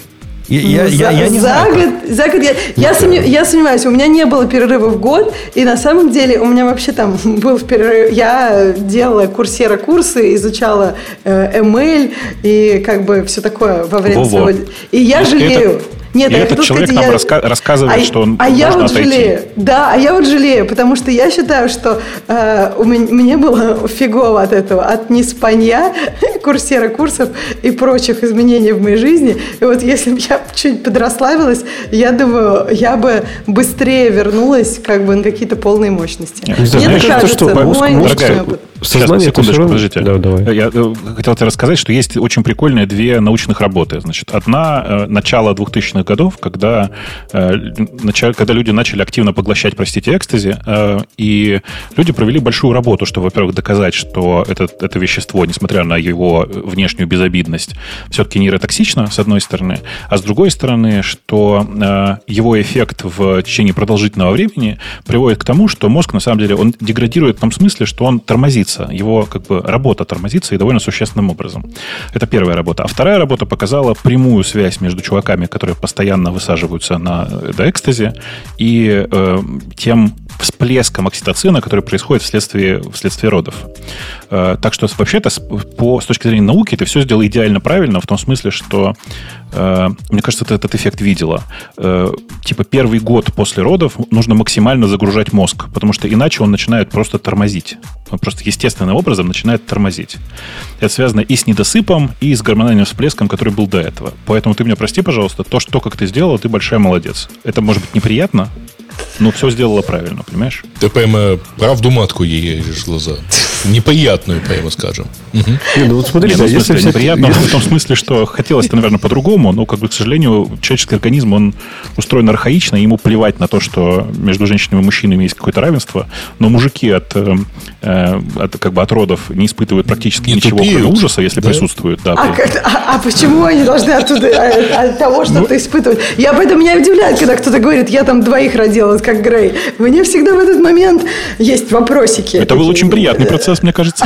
Я, ну, я, за, я, я не за, знаю, год, за год я, я, сомнев, я сомневаюсь, у меня не было перерыва в год, и на самом деле у меня вообще там был перерыв. Я делала курсера курсы, изучала э, эм эл и как бы все такое во время Во-во. своего... И я жалею. Это... Нет, и я этот человек сказать, нам я... раска- рассказывает, а, что он а я вот отойти. жалею. Да, а я вот жалею, потому что я считаю, что э, у меня, мне было фигово от этого, от неспанья, курсера курсов и прочих изменений в моей жизни. И вот если бы я чуть подрасслабилась, я думаю, я бы быстрее вернулась как бы на какие-то полные мощности. Нет, мне знаешь, кажется, что, мой дорогая, опыт. Сейчас, секундочку, подождите. Да, давай. Я хотел тебе рассказать, что есть очень прикольные две научных работы. Значит, одна э, начало двухтысячных годов, когда, э, начало, когда люди начали активно поглощать, простите, экстази, э, и люди провели большую работу, чтобы, во-первых, доказать, что это, это вещество, несмотря на его внешнюю безобидность, все-таки нейротоксично, с одной стороны, а с другой стороны, что э, его эффект в течение продолжительного времени приводит к тому, что мозг, на самом деле, он деградирует в том смысле, что он тормозит. Его как бы работа тормозится и довольно существенным образом. Это первая работа. А вторая работа показала прямую связь между чуваками, которые постоянно высаживаются на экстази, и э, тем всплеском окситоцина, который происходит вследствие, вследствие родов. Э, так что вообще-то по, с точки зрения науки ты все сделал идеально правильно, в том смысле, что мне кажется, ты этот эффект видела. Типа первый год после родов нужно максимально загружать мозг, потому что иначе он начинает просто тормозить. Он просто естественным образом начинает тормозить. Это связано и с недосыпом, и с гормональным всплеском, который был до этого. Поэтому ты меня прости, пожалуйста, то, что как ты сделала, ты большая молодец. Это может быть неприятно, но все сделала правильно, понимаешь? Ты прямо правду матку ей режешь глаза. Неприятную, прямо скажем. Угу. Не, ну вот смотри, ну, если смысле, неприятно если... в том смысле, что хотелось-то, наверное, по-другому, но, как бы, к сожалению, человеческий организм, он устроен архаично, и ему плевать на то, что между женщинами и мужчинами есть какое-то равенство, но мужики от, э, от, как бы, от родов не испытывают практически не ничего, тупеют. Кроме ужаса, если да? присутствуют. Да, а, как, а, а почему они должны оттуда, от того, что-то ну, испытывать? Я об этом меня удивляет, когда кто-то говорит, я там двоих родила, как Грей. Мне всегда в этот момент есть вопросики. Это был очень приятный процесс, мне кажется.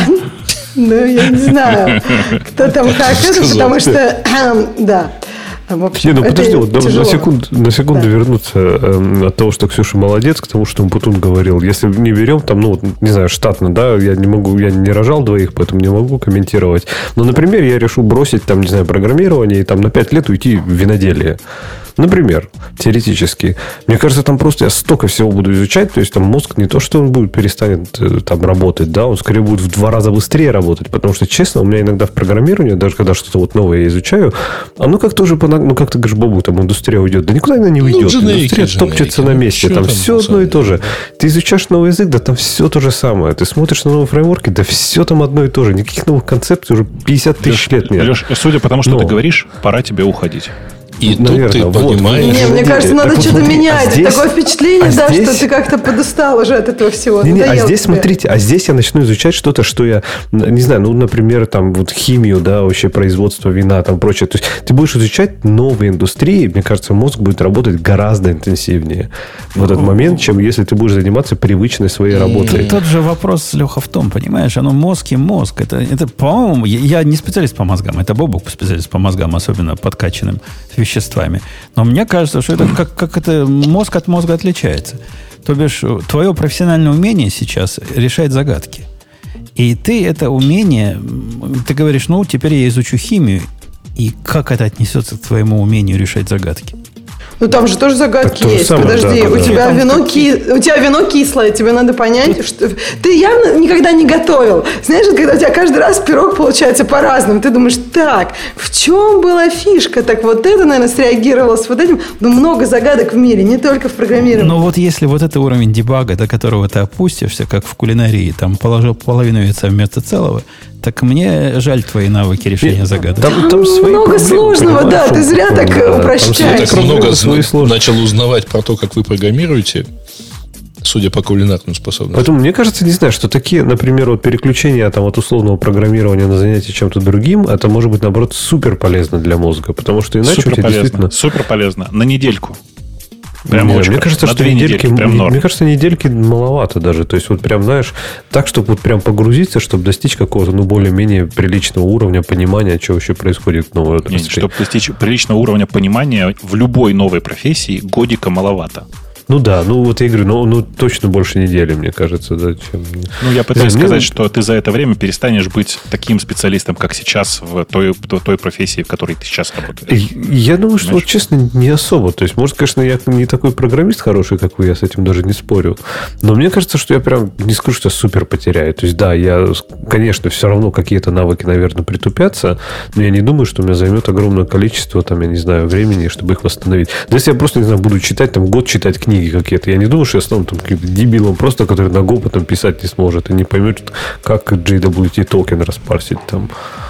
Ну, я не знаю, кто там как это, потому что, да. В общем, не, ну подожди, вот на секунду, на секунду да. вернуться э, от того, что Ксюша молодец, к тому, что Путун говорил. Если не берем, там, ну, не знаю, штатно, да, я не могу, я не рожал двоих, поэтому не могу комментировать. Но, например, я решил бросить, там, не знаю, программирование и там на пять лет уйти в виноделие. Например, теоретически. Мне кажется, там просто я столько всего буду изучать, то есть там мозг не то, что он будет перестанет там работать, да, он скорее будет в два раза быстрее работать, потому что, честно, у меня иногда в программировании, даже когда что-то вот новое я изучаю, оно как-то уже, ну, как ты говоришь, Бобу, там индустрия уйдет. Да никуда она не уйдет. Ну, индустрия топчется на месте, там, там все одно и то же. Ты изучаешь новый язык, да там все то же самое. Ты смотришь на новые фреймворки, да все там одно и то же. Никаких новых концепций уже пятьдесят тысяч лет нет. Леш, судя по тому, что Но. ты говоришь, пора тебе уходить. И наверное, тут ты вот, понимаешь... Не, мне кажется, надо что-то смотри, менять. А здесь, Такое впечатление, а да, здесь... что ты как-то подустал уже от этого всего. Не, не, а здесь, тебе. смотрите, а здесь я начну изучать что-то, что я, не знаю, ну, например, там, вот химию, да, вообще производство вина, там, прочее. То есть ты будешь изучать новые индустрии, мне кажется, мозг будет работать гораздо интенсивнее в этот момент, чем если ты будешь заниматься привычной своей работой. Тот же вопрос, Леха, в том, понимаешь, оно мозг и мозг. Это, это по-моему, я, я не специалист по мозгам, это Бобок специалист по мозгам, особенно подкачанным веществами. Но мне кажется, что это как, как это мозг от мозга отличается. То бишь, твое профессиональное умение сейчас решает загадки. И ты это умение, ты говоришь, ну, теперь я изучу химию. И как это отнесется к твоему умению решать загадки? Ну, там же тоже загадки есть. Самое, Подожди, да, у, да, тебя да. Вино ки... у тебя вино кислое, тебе надо понять, что... Ты явно никогда не готовил. Знаешь, когда у тебя каждый раз пирог получается по-разному, ты думаешь, так, в чем была фишка? Так вот это, наверное, среагировало с вот этим. Ну, много загадок в мире, не только в программировании. Но вот если вот это уровень дебага, до которого ты опустишься, как в кулинарии, там положил половину яйца вместо целого, так мне жаль твои навыки решения загадок. Там, там много сложного, да, ты зря так да, упрощаешь. Так много начал узнавать про то, как вы программируете, судя по кулинарным способностям. Поэтому мне кажется, не знаю, что такие, например, вот переключения там, от условного программирования на занятие чем-то другим, это может быть, наоборот, супер полезно для мозга, потому что иначе супер у тебя полезно, действительно... Супер полезно. На недельку. Прям Нет, очень мне кажется, что недельки, недельки мне, мне кажется, недельки маловато даже. То есть, вот прям, знаешь, так, чтобы вот прям погрузиться, чтобы достичь какого-то, ну, более-менее приличного уровня понимания, что вообще происходит в новой отрасли. Нет, чтобы достичь приличного уровня понимания в любой новой профессии, годика маловато. Ну да, ну вот я говорю, ну, ну точно больше недели, мне кажется, да, чем... Ну, я пытаюсь да, сказать, мне... что ты за это время перестанешь быть таким специалистом, как сейчас, в той, в той профессии, в которой ты сейчас работаешь. Я думаю, что, вот, честно, не особо. То есть, может, конечно, я не такой программист хороший, как вы, я с этим даже не спорю. Но мне кажется, что я прям не скажу, что супер потеряю. То есть, да, я, конечно, все равно какие-то навыки, наверное, притупятся, но я не думаю, что у меня займет огромное количество, там, я не знаю, времени, чтобы их восстановить. Да если я просто, не знаю, буду читать, там, год читать книги, какие-то. Я не думаю, что я стану там каким-то дебилом просто, который на Go потом писать не сможет и не поймет, как джей дабл ю ти токен распарсить там.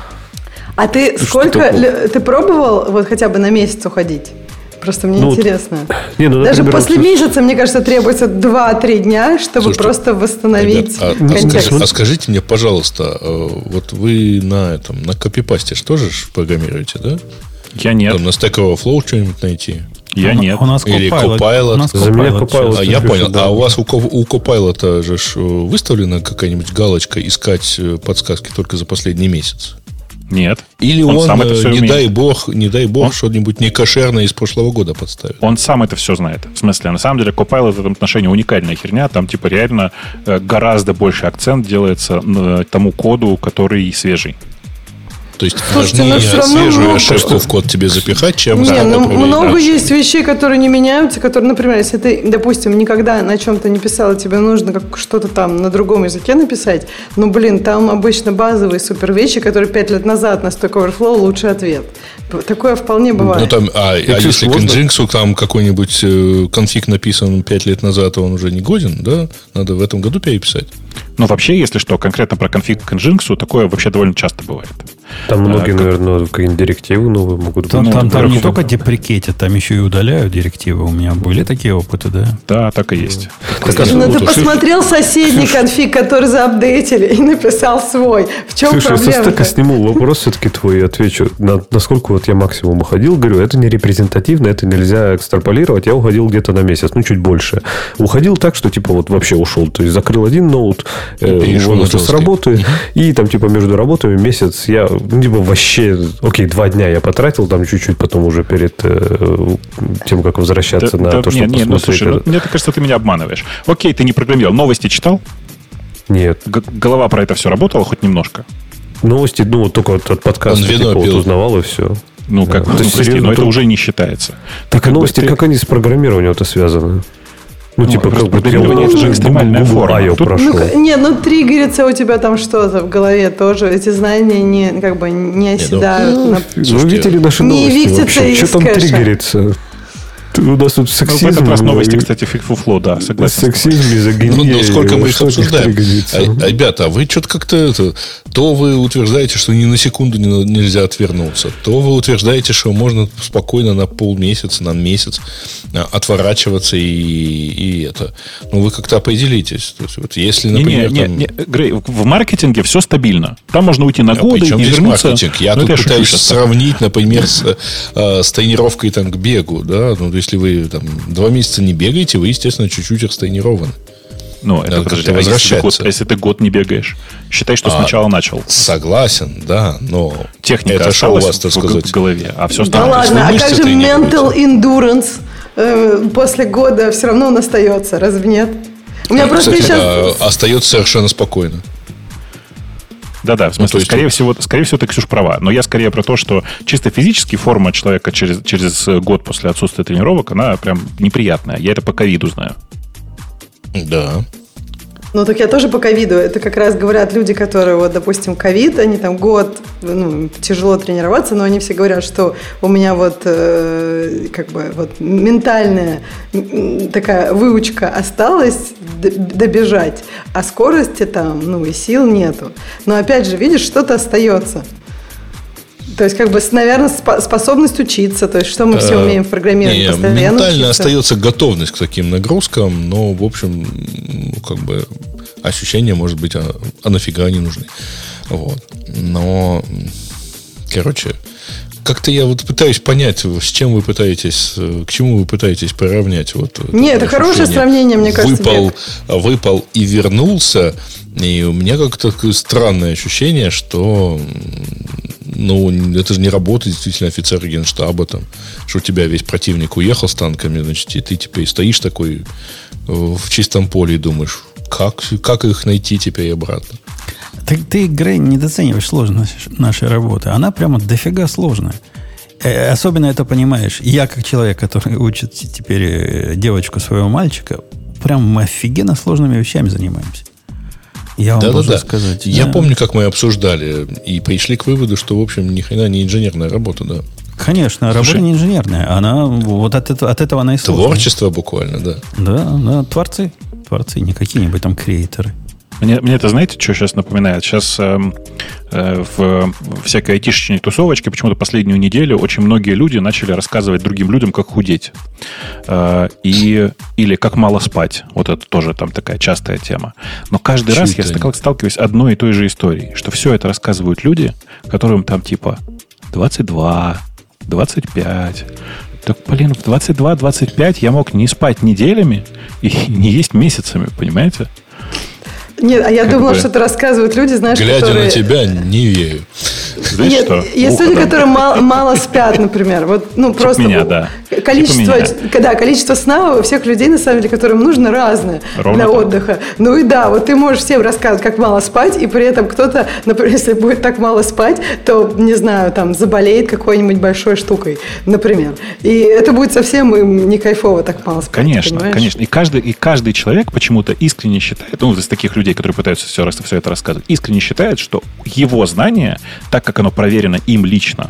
А ты что сколько... Такое? Ты пробовал вот хотя бы на месяц уходить? Просто мне ну, интересно. Не, ну, Даже например, после вот... месяца, мне кажется, требуется два-три дня, чтобы Слушайте, просто восстановить ребят, а, контекст. А скажите мне, пожалуйста, вот вы на этом, на копипасте что же программируете, да? Я нет. Там на Stack Overflow что-нибудь найти? Я у, нет. У нас Или Copilot. Copilot. У нас Copilot. Copilot а я понял. Да. А у вас у, у Copilot же выставлена какая-нибудь галочка искать подсказки только за последний месяц? Нет. Или он, он сам это все не умеет. дай бог, не дай бог, он... что-нибудь некошерное из прошлого года подставит. Он сам это все знает. В смысле, на самом деле, Copilot в этом отношении уникальная херня. Там, типа, реально гораздо больше акцент делается на тому коду, который свежий. То есть Слушайте, важнее свежую много... ошибку в код тебе запихать, чем Не, старую ну, проверить много дальше. есть вещей, которые не меняются, которые, например, если ты, допустим, никогда на чем-то не писал, и тебе нужно как что-то там на другом языке написать, ну, блин, там обычно базовые супер вещи, которые пять лет назад на Stack Overflow лучший ответ. Такое вполне бывает. Ну, там, а, а если к Nginx там какой-нибудь э, конфиг написан пять лет назад, он уже не годен, да? Надо в этом году переписать. Ну, вообще, если что, конкретно про конфиг к Nginx, такое вообще довольно часто бывает. Там многие, а, наверное, какие-нибудь директивы новые могут быть. Там, там, там не только деприкетят, там еще и удаляют директивы. У меня были такие опыты, да? Да, так и есть. Так, так, ну, ты посмотрел соседний конфиг, который заапдейтили, и написал свой. В чем Слушай, проблема? я со стека сниму вопрос все-таки твой и отвечу. На, насколько вот я максимум уходил, говорю, это не репрезентативно, это нельзя экстраполировать. Я уходил где-то на месяц, ну, чуть больше. Уходил так, что, типа, вот вообще ушел. То есть, закрыл один ноут, уволился с работы, и там, типа, между работами месяц я, ну, типа, вообще, окей, два дня я потратил, там чуть-чуть потом уже перед э, тем, как возвращаться да, на да, то, что не, не, ну, слушай, ну, мне кажется, ты меня обманываешь. Окей, ты не программировал. Новости читал? Нет. Г- голова про это все работала хоть немножко? Новости, ну, только вот от подкаста типа, вот, узнавал, и все. Ну, как, да. ну, прости, серьезно, но это уже не считается. Так, а новости, ты... как они с программированием-то связаны? Ну, ну, типа, как бы программирование, это же экстремальная форма. Тут, ну, не, ну, триггерится у тебя там что-то в голове тоже. Эти знания не, как бы, не оседают. Ну, на... Вы видели наши не новости вообще? Что там кэша. Триггерится? У нас тут сексизм. Ну, в этот раз новости, кстати, фуфло, да, согласен. Сексизм, мизогиния. Ну, ну, сколько мы их обсуждаем. А, ребята, а вы что-то как-то... Это, то вы утверждаете, что ни на секунду не, нельзя отвернуться. То вы утверждаете, что можно спокойно на полмесяца, на месяц отворачиваться и, и это. Ну, вы как-то определитесь. То есть, вот если, например... Не, не, там... не, Грей, в маркетинге все стабильно. Там можно уйти на годы а и не вернуться. Маркетинг? Я ну, тут пытаюсь сравнить, например, с, э, с тренировкой там, к бегу. Да? Ну, если вы там, два месяца не бегаете, вы, естественно, чуть-чуть растренированы. Ну, это подожди, а если ты, год, если ты год не бегаешь, считай, что а, сначала начал. Согласен, да, но техника это осталась у вас, так в, сказать. в голове, а все остальное. Да ладно, а как же mental endurance э, после года все равно он остается, разве нет? У меня а, просто кстати, сейчас... да, остается совершенно спокойно. Да-да, в смысле, ну, скорее, есть... всего, скорее всего, ты, Ксюш, права. Но я скорее про то, что чисто физически форма человека через, через год после отсутствия тренировок, она прям неприятная. Я это по ковиду знаю. Да. Ну, так я тоже по ковиду. Это как раз говорят люди, которые, вот, допустим, ковид, они там год, ну, тяжело тренироваться, но они все говорят, что у меня вот, э, как бы, вот, ментальная такая выучка осталась добежать, а скорости там, ну, и сил нету. Но, опять же, видишь, что-то остается. То есть, как бы, наверное, способность учиться. То есть, что мы все умеем в программировании постоянно ментально учиться. Остается готовность к таким нагрузкам, но, в общем, ну, как бы, ощущения, может быть, а, а нафига они нужны. Вот. Но, короче, как-то я вот пытаюсь понять, с чем вы пытаетесь, к чему вы пытаетесь приравнять. Вот, Нет, это хорошее сравнение, мне кажется. Выпал, выпал и вернулся, и у меня как-то такое странное ощущение, что... Ну, это же не работа действительно офицера генштаба, там, что у тебя весь противник уехал с танками, значит, и ты теперь стоишь такой в чистом поле и думаешь, как, как их найти теперь обратно. Ты, ты, Грей, недооцениваешь сложность нашей работы. Она прямо дофига сложная. Особенно это понимаешь. Я, как человек, который учит теперь девочку своего мальчика, прям офигенно сложными вещами занимаемся. Я вам да, должен да, да. сказать. Я да. помню, как мы обсуждали и пришли к выводу, что, в общем, ни хрена не инженерная работа, да. Конечно, Слушай, работа не инженерная. Она вот от этого, от этого она и сложная. Творчество буквально, да. Да, да, творцы. Творцы, не какие-нибудь там креаторы. Мне, мне это, знаете, что сейчас напоминает? Сейчас э, э, в всякой айтишечной тусовочке почему-то последнюю неделю очень многие люди начали рассказывать другим людям, как худеть. Э, и, или как мало спать. Вот это тоже там такая частая тема. Но каждый Чуть раз я стал, сталкиваюсь с одной и той же историей, что все это рассказывают люди, которым там типа двадцать два, двадцать пять. Так, блин, в двадцать два двадцать пять я мог не спать неделями и не есть месяцами, понимаете? Нет, а я как думала, бы... что это рассказывают люди, знаешь, Глядя которые... на тебя, не верю. Знаешь Нет, что? есть люди, которые мало, мало спят, например. Вот, ну, просто меня, да. Количество, Типа да, количество сна у всех людей, на самом деле, которым нужно разное Ровно для так. отдыха. Ну и да, вот ты можешь всем рассказывать, как мало спать, и при этом кто-то, например, если будет так мало спать, то, не знаю, там, заболеет какой-нибудь большой штукой, например. И это будет совсем им не кайфово так мало спать. Конечно, понимаешь? конечно. И каждый, и каждый человек почему-то искренне считает, ну, из таких людей, которые пытаются все, все это рассказывать, искренне считает, что его знание, так как оно проверено им лично,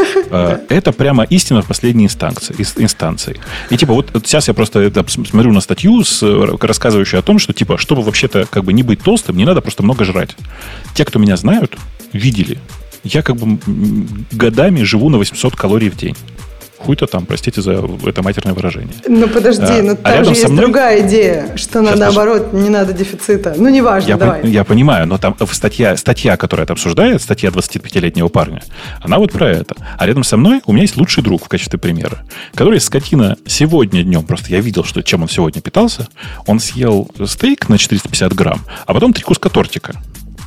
это прямо истина в последней инстанции, инстанции. И типа вот сейчас я просто это, смотрю на статью, с, рассказывающую о том, что типа, чтобы вообще-то как бы не быть толстым, не надо просто много жрать. Те, кто меня знают, видели. Я как бы годами живу на восемьсот калорий в день. Хуй-то там, простите за это матерное выражение. Ну, подожди, а, но а там же есть мной... другая идея, что на, наоборот, не надо дефицита. Ну, неважно, я давай. По, я понимаю, но там статья, статья, которая это обсуждает, статья двадцатипятилетнего парня, она вот про это. А рядом со мной у меня есть лучший друг в качестве примера, который, скотина, сегодня днем, просто я видел, что, чем он сегодня питался, он съел стейк на четыреста пятьдесят грамм, а потом три куска тортика.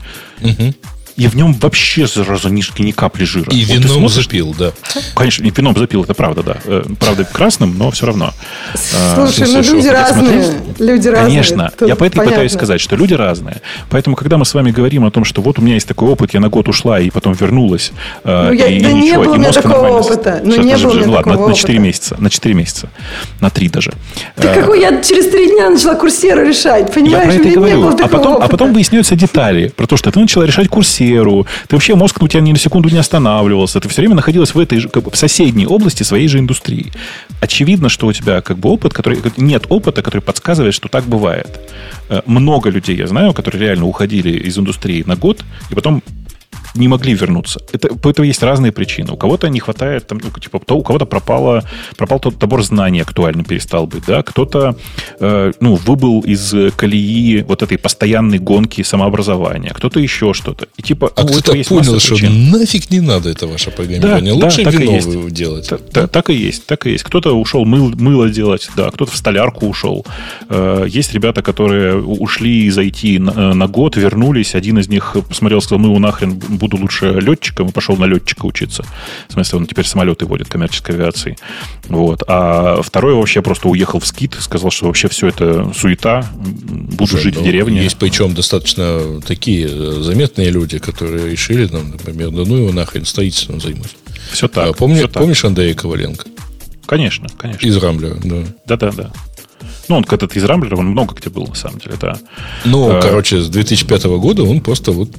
Угу. И в нем вообще сразу ни, ни капли жира. И вот вином смотришь, запил, да. Конечно, и вином запил, это правда, да. Правда, красным, но все равно. Слушай, ну люди разные. Люди разные. Конечно. Я поэтому пытаюсь сказать, что люди разные. Поэтому, когда мы с вами говорим о том, что вот у меня есть такой опыт, я на год ушла и потом вернулась. Ну, я, и, да и не ничего, было у меня такого опыта. Ну, не было у меня ладно, такого на четыре месяца. На четыре месяца. На три даже. Ты какой? Я через три дня начала курсеру решать. Понимаешь, я про это у меня не было такого а потом, опыта. А потом выясняются детали про то, что ты начала решать курсеру. Ты вообще мозг у тебя ни на секунду не останавливался. Ты все время находилась в этой же, как бы, в соседней области своей же индустрии. Очевидно, что у тебя как бы опыт, который нет опыта, который подсказывает, что так бывает. Много людей я знаю, которые реально уходили из индустрии на год и потом не могли вернуться. Это, по этому есть разные причины. У кого-то не хватает, там, ну, типа, то, у кого-то пропало, пропал тот набор знаний актуальным перестал быть, да, кто-то э, ну, выбыл из колеи вот этой постоянной гонки самообразования, кто-то еще что-то. И, типа, а ну, кто-то понял, что нафиг не надо это ваше программирование. Да, лучше да, вино делать. Так, да? так и есть, так и есть. Кто-то ушел мыл, мыло делать, да, кто-то в столярку ушел. Э, есть ребята, которые ушли из ай ти на, на год, вернулись, один из них посмотрел, сказал, ну нахрен буду лучше летчиком, и пошел на летчика учиться. В смысле, он теперь самолеты водит коммерческой авиации. Вот. А второй вообще просто уехал в скит, сказал, что вообще все это суета, буду Слушай, жить ну, в деревне. Есть причем достаточно такие заметные люди, которые решили, там, например, да ну его нахрен, строительством займусь. Все так. А, помни, все помнишь так. Андрея Коваленко? Конечно, конечно. Из Рамблера, да. Да-да-да. Ну, он этот из Рамблера, он много где был, на самом деле, да. Ну, а, короче, с две тысячи пятого года он просто вот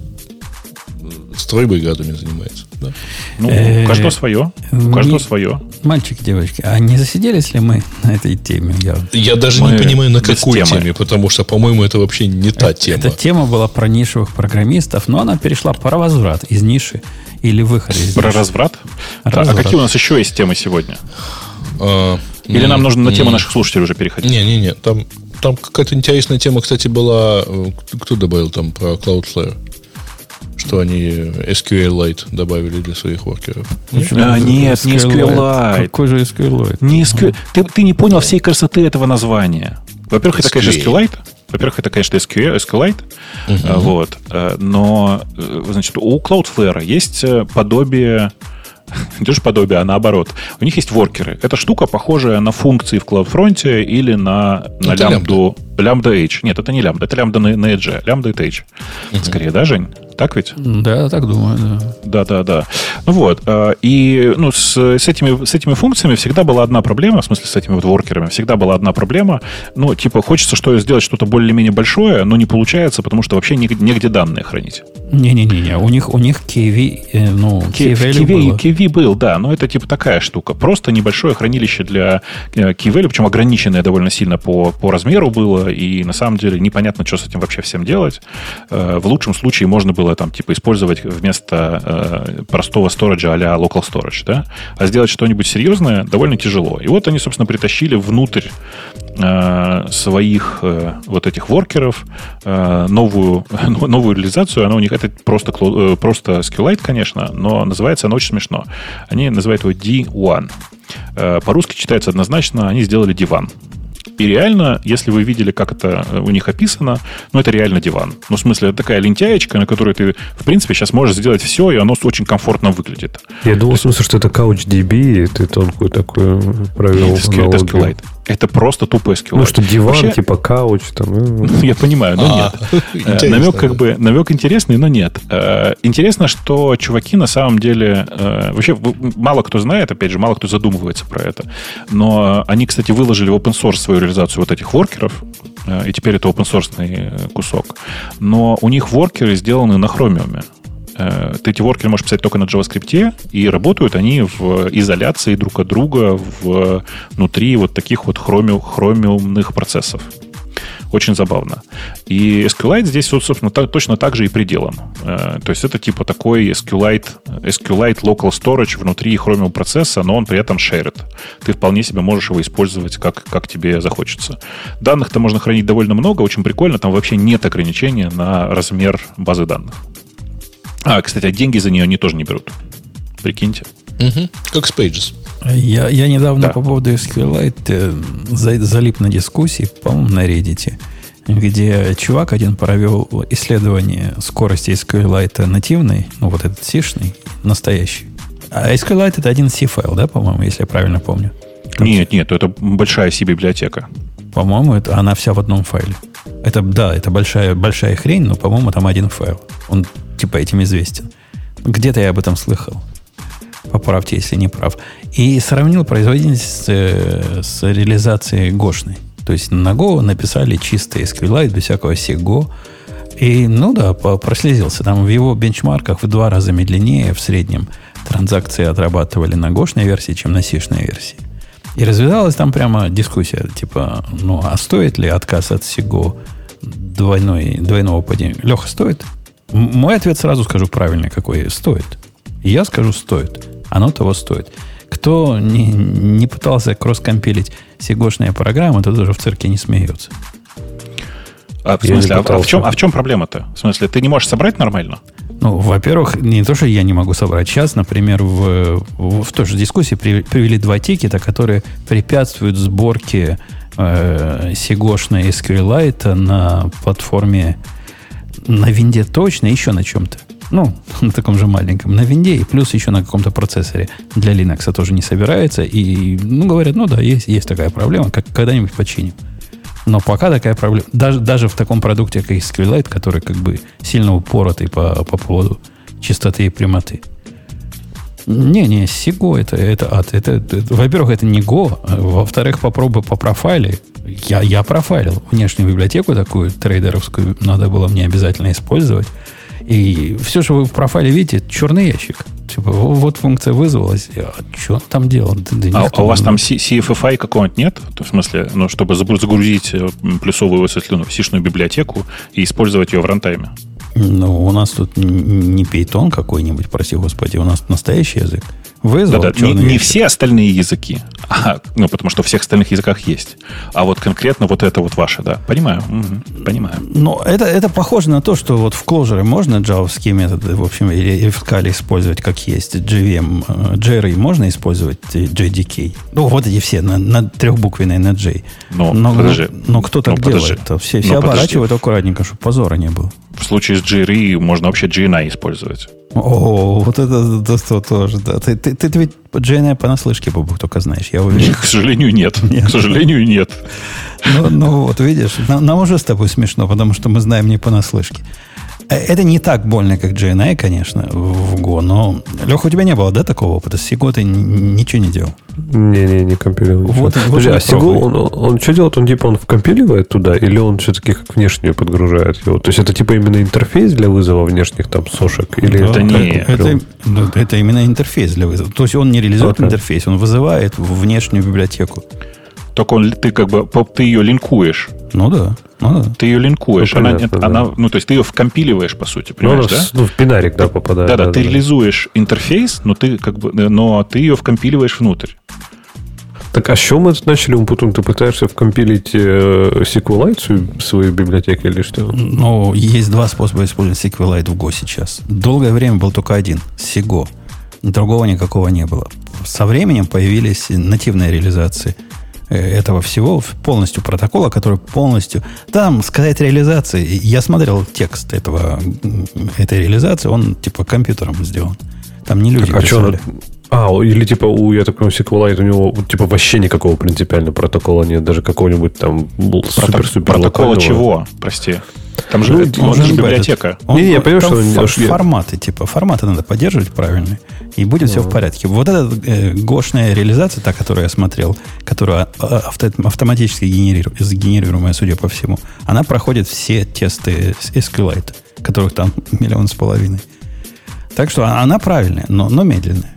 стройбригадами занимается. Да? Ну, у каждого свое. У каждого свое. Мальчики, девочки, а не засиделись ли мы на этой теме? Я, Я даже мы не понимаю, на какой темы. теме, потому что, по-моему, это вообще не та тема. Эта тема была про нишевых программистов, но она перешла про возврат из ниши или выход из Про ниши. разврат? разврат. А какие у нас еще есть темы сегодня? А, Или нам нужно на тему наших слушателей уже переходить? Не-не-не, там, там какая-то интересная тема, кстати, была. Кто добавил там про Cloudflare? Что они эс кью эль-Lite добавили для своих воркеров. А, нет, не SQLite. Какой же SQLite? Не эс кью эль. Ты, ты не понял всей красоты этого названия. Во-первых, это, конечно, SQLite. Во-первых, это, конечно, SQL, SQLite. Uh-huh. Вот. Но, значит, у Cloudflare есть подобие... Не то, что подобие, а наоборот. У них есть воркеры. Эта штука похожая на функции в CloudFront или на, на лямбду. Лямбда H. Нет, это не лямбда, это лямбда на, на Edge. Лямбда это H. Uh-huh. Скорее, да, Жень? Так ведь? Да, так думаю, да. Да, да, да. Ну вот. И ну, с, с, этими, с этими функциями всегда была одна проблема, в смысле, с этими вот воркерами, всегда была одна проблема. Ну, типа, хочется что сделать что-то более-менее большое, но не получается, потому что вообще негде, негде данные хранить. Не-не-не, у них, у них кей ви, э, ну, key value было. кей ви был, да, но это типа такая штука. Просто небольшое хранилище для key value, причем ограниченное довольно сильно по, по размеру было, и на самом деле непонятно, что с этим вообще всем делать. В лучшем случае можно было там типа использовать вместо простого сториджа а-ля local storage, да? А сделать что-нибудь серьезное довольно тяжело. И вот они, собственно, притащили внутрь своих вот этих воркеров новую, новую реализацию. Она у них это просто, просто SQLite, конечно, но называется она очень смешно. Они называют его ди один. По-русски читается однозначно, они сделали диван. И реально, если вы видели, как это у них описано, ну, это реально диван. Ну, в смысле, это такая лентяечка, на которой ты, в принципе, сейчас можешь сделать все, и оно очень комфортно выглядит. Я думал, в смысле, что это CouchDB, и ты тонкую такую провел аналогию. Это просто тупо SQLite. Ну, что диван, вообще, типа кауч. Там. Я понимаю, но нет. Намек как бы, намек интересный, но нет. Интересно, что чуваки на самом деле... Вообще, мало кто знает, опять же, мало кто задумывается про это. Но они, кстати, выложили в open source свою реализацию вот этих воркеров, и теперь это open-source кусок. Но у них воркеры сделаны на Chromium. Ты эти воркеры можешь писать только на JavaScript, и работают они в изоляции друг от друга внутри вот таких вот хромиумных процессов. Очень забавно. И SQLite здесь, собственно, так, точно так же и приделан. То есть это типа такой SQLite, SQLite Local Storage внутри Chromium процесса, но он при этом шерит. Ты вполне себе можешь его использовать, как, как тебе захочется. Данных-то можно хранить довольно много, очень прикольно. Там вообще нет ограничения на размер базы данных. А, кстати, а деньги за нее они тоже не берут. Прикиньте. Угу. Как с Pages. Я, я недавно да. по поводу SQLite залип на дискуссии, по-моему, на Reddit, где чувак один провел исследование скорости SQLite нативной, ну, вот этот сишный, настоящий. А SQLite это один C-файл, да, по-моему, если я правильно помню? Там нет, нет, это большая C-библиотека. По-моему, это, она вся в одном файле. Это, да, это большая, большая хрень, но, по-моему, там один файл. Он типа этим известен. Где-то я об этом слыхал. Поправьте, если не прав. И сравнил производительность с, с реализацией гошной. То есть на Go написали чистый SQLite, без всякого сего. И, ну да, прослезился. Там в его бенчмарках в два раза медленнее в среднем транзакции отрабатывали на гошной версии, чем на сишной версии. И развязалась там прямо дискуссия. Типа, ну, а стоит ли отказ от сего двойной, двойного падения? Леха, стоит? М- мой ответ сразу скажу правильный, какой стоит. Я скажу, стоит. Оно того стоит. Кто не, не пытался кросс-компилить сегошные программы, тот даже в цирке не смеется. А в смысле, а, а, в чем, а в чем проблема-то? В смысле, ты не можешь собрать нормально? Ну, во-первых, не то, что я не могу собрать. Сейчас, например, в, в, в той же дискуссии при, привели два тикета, которые препятствуют сборке э, сегошной SQLite на платформе на винде точно, еще на чем-то. Ну, на таком же маленьком, на винде, и плюс еще на каком-то процессоре для Linux тоже не собирается. И, ну, говорят, ну да, есть, есть такая проблема, как когда-нибудь починим. Но пока такая проблема, даже, даже в таком продукте, как SQLite, который как бы сильно упоротый по, по поводу чистоты и прямоты. Не-не, Сиго это, это ад. Это, это, во-первых, это не Go. А во-вторых, попробуй по профайле. Я, я профайлил внешнюю библиотеку такую трейдеровскую. Надо было мне обязательно использовать. И все, что вы в профайле видите, черный ящик. Типа, вот функция вызвалась. А что он там делал? Да, а, а у вас там си эф эф ай какого-нибудь нет? В смысле, ну, чтобы загрузить плюсовую высветленную сишную библиотеку и использовать ее в рантайме? Ну, у нас тут не Python какой-нибудь, прости господи, у нас настоящий язык. Вызвал да, да, не, не все остальные языки, а, ну, потому что в всех остальных языках есть. А вот конкретно вот это вот ваше, да. Понимаю, угу, понимаю. Но это, это похоже на то, что вот в Clojure можно джавовские методы, в общем, или в Scala использовать как есть, джей ви эм, джей ар и можно использовать, джей ди кей. Ну, вот эти все, на, на трехбуквенные, на J. Но, но, подожди. но кто так но делает? Все, все но оборачивают подожди. Аккуратненько, чтобы позора не было. В случае с джей ар и можно вообще джей эн ай использовать. О, вот это, это, это тоже, да. Ты, ты, ты ведь джей эн ай понаслышке, Бобук, только знаешь. Я уверен. К сожалению, нет. нет. К сожалению, нет. Ну, ну вот, видишь, нам, нам уже с тобой смешно, потому что мы знаем не понаслышке. Это не так больно, как джей эн ай, конечно, в Go, но... Леха, у тебя не было, да, такого опыта? С Сиго ты ничего не делал? Не-не, не компилировал. Вот, вот Подожди, а Сиго, он, он, он что делает? Он типа он вкомпиливает туда, или он все-таки как внешнюю подгружает его? То есть это типа именно интерфейс для вызова внешних там сошек? Или да, это, не, это, это, это именно интерфейс для вызова. То есть он не реализует okay. интерфейс, он вызывает внешнюю библиотеку. Только он, ты как бы ты ее линкуешь. Ну да. Ну, да. Ты ее линкуешь. Ну, понятно, она, да. она, ну, то есть ты ее вкомпиливаешь, по сути, понимаешь, ну, да? Ну, в бинарик, да, попадает. Да, да, да, ты да, реализуешь да. интерфейс, но ты как бы, но ты ее вкомпиливаешь внутрь. Так, а с чего мы тут начали, Умпутун? Ты пытаешься вкомпилить э, SQLite в свою библиотеку или что? Ну, есть два способа использовать SQLite в Go сейчас. Долгое время был только один – Сиго. Другого никакого не было. Со временем появились нативные реализации этого всего, полностью протокола, который полностью... Там сказать реализации, я смотрел текст этого, этой реализации, он типа компьютером сделан. Там не люди так, а писали. А, или типа у, я так понимаю, SQLite у него типа вообще никакого принципиально протокола нет, даже какого-нибудь там супер-супер протокола локального. Чего? Прости. Там же, ну, это, он он же же библиотека. Он, не, я понимаю, что... фор- что форматы, типа, форматы надо поддерживать правильные, и будет uh-huh. все в порядке. Вот эта э, гошная реализация, та, которую я смотрел, которая авто, автоматически генериру, сгенерируемая, судя по всему, она проходит все тесты SQLite, которых там миллион с половиной. Так что она правильная, но, но медленная.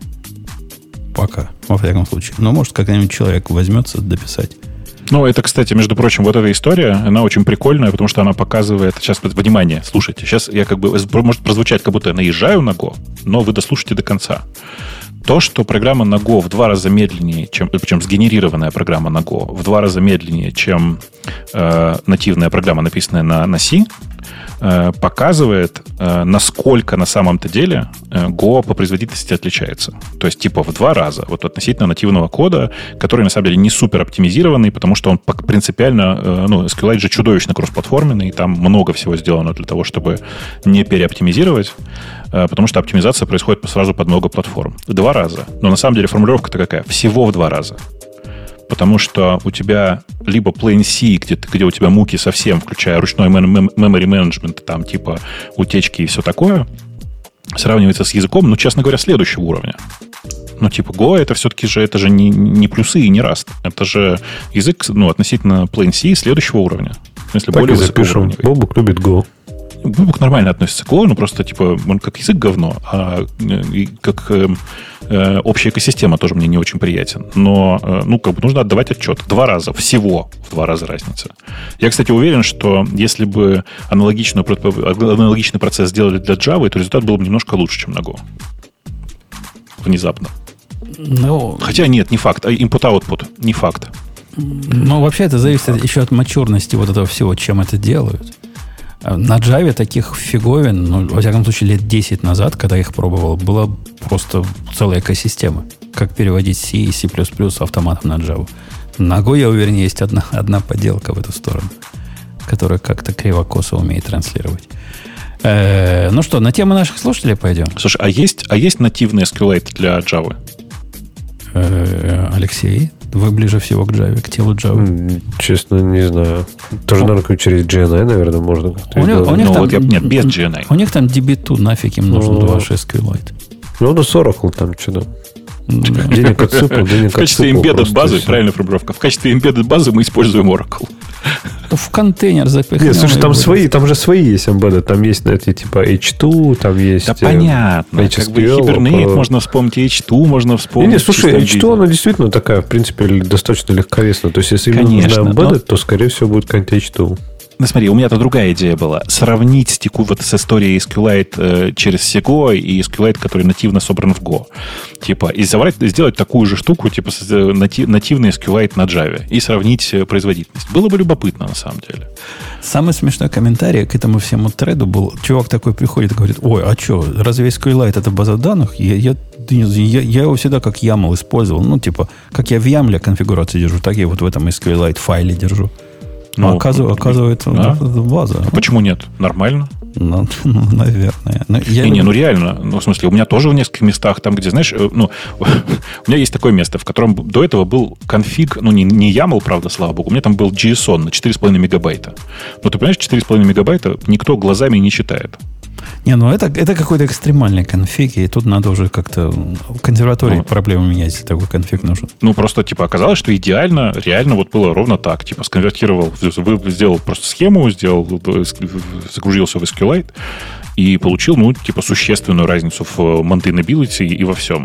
Пока, во всяком случае. Но, может, когда-нибудь человек возьмется дописать. Ну, это, кстати, между прочим, вот эта история, она очень прикольная, потому что она показывает... Сейчас, внимание, слушайте, сейчас я как бы... Может прозвучать, как будто я наезжаю на Go, но вы дослушайте до конца. То, что программа на Go в два раза медленнее, чем, причем сгенерированная программа на Go в два раза медленнее, чем э, нативная программа, написанная на, на C, э, показывает, э, насколько на самом-то деле э, Go по производительности отличается. То есть, типа, в два раза. Вот относительно нативного кода, который, на самом деле, не супер оптимизированный, потому что он принципиально... Э, ну, SQLite же чудовищно кроссплатформенный, и там много всего сделано для того, чтобы не переоптимизировать, э, потому что оптимизация происходит сразу под много платформ. Два раза. Но на самом деле формулировка-то какая? Всего в два раза. Потому что у тебя либо Plain C, где, где у тебя муки совсем, включая ручной memory management, там типа утечки и все такое, сравнивается с языком, ну, честно говоря, следующего уровня. Ну, типа Go это все-таки же, это же не, не плюсы и не Rust. Это же язык, ну, относительно Plain C следующего уровня. В смысле, так более и запишем. Бобук любит Go. Бобук нормально относится к Go, но просто, типа, он как язык говно, а и как э, э, общая экосистема тоже мне не очень приятен. Но, э, ну, как бы нужно отдавать отчет. Два раза, всего в два раза разница. Я, кстати, уверен, что если бы аналогичный, аналогичный процесс сделали для Java, то результат был бы немножко лучше, чем на Go. Внезапно. Ну, Хотя нет, не факт. Input-output, не факт. Ну, вообще это зависит еще от мачурности вот этого всего, чем это делают. На Java таких фиговин, ну, во всяком случае, лет десять назад, когда я их пробовал, была просто целая экосистема. Как переводить C и C++ автоматом на Java. На Go, я уверен, есть одна, одна поделка в эту сторону, которая как-то криво-косо умеет транслировать. Э, ну что, на тему наших слушателей пойдем? Слушай, а есть, а есть нативный SQLite для Java? Э, Алексей, вы ближе всего к Java, к телу Java. Честно, не знаю. Тоже, наверное, через джи эн ай, наверное, можно как-то у них, у них ну, там, вот я, нет, без джи эн ай. У них там ди би два, нафиг им нужен ну, ваш SQLite. Ну, ну, Oracle там что-то. Денег отсыпал, денег В качестве embedded базы, правильная формулировка, в качестве embedded базы мы используем Oracle. В контейнер запихнем. Нет, слушай, там свои, там же свои есть embedded. Там есть эти типа эйч два, там есть... Да понятно. Как бы Hibernate можно вспомнить, эйч два можно вспомнить. Не, не, слушай, эйч два, она действительно такая, в принципе, достаточно легковесная. То есть, если им нужна embedded, то, скорее всего, будет какая-нибудь эйч два. Ну, смотри, у меня-то другая идея была. Сравнить теку вот с историей SQLite э, через Sego и SQLite, который нативно собран в Go. Типа, и сделать такую же штуку, типа, натив, нативный SQLite на Java. И сравнить производительность. Было бы любопытно, на самом деле. Самый смешной комментарий к этому всему треду был. Чувак такой приходит и говорит: ой, а что, разве SQLite это база данных? Я, я, я, я его всегда как YAML использовал. Ну, типа, как я в YAML конфигурации держу, так я вот в этом SQLite файле держу. Ну, оказывается, оказывается да. это база. А почему нет? Нормально. Ну, ну наверное. Но я не, не, ну реально. Ну, в смысле, у меня тоже в нескольких местах, там, где, знаешь, ну, у меня есть такое место, в котором до этого был конфиг, ну, не, не YAML, правда, слава богу, у меня там был JSON на четыре с половиной мегабайта. Но ты понимаешь, четыре с половиной мегабайта никто глазами не читает. Не, ну это, это какой-то экстремальный конфиг, и тут надо уже как-то в консерватории ну, проблемы менять, если такой конфиг нужен. Ну, просто, типа, оказалось, что идеально, реально вот было ровно так. Типа, сконвертировал, сделал просто схему, сделал, загрузился в SQLite и получил, ну, типа, существенную разницу в maintainability и во всем.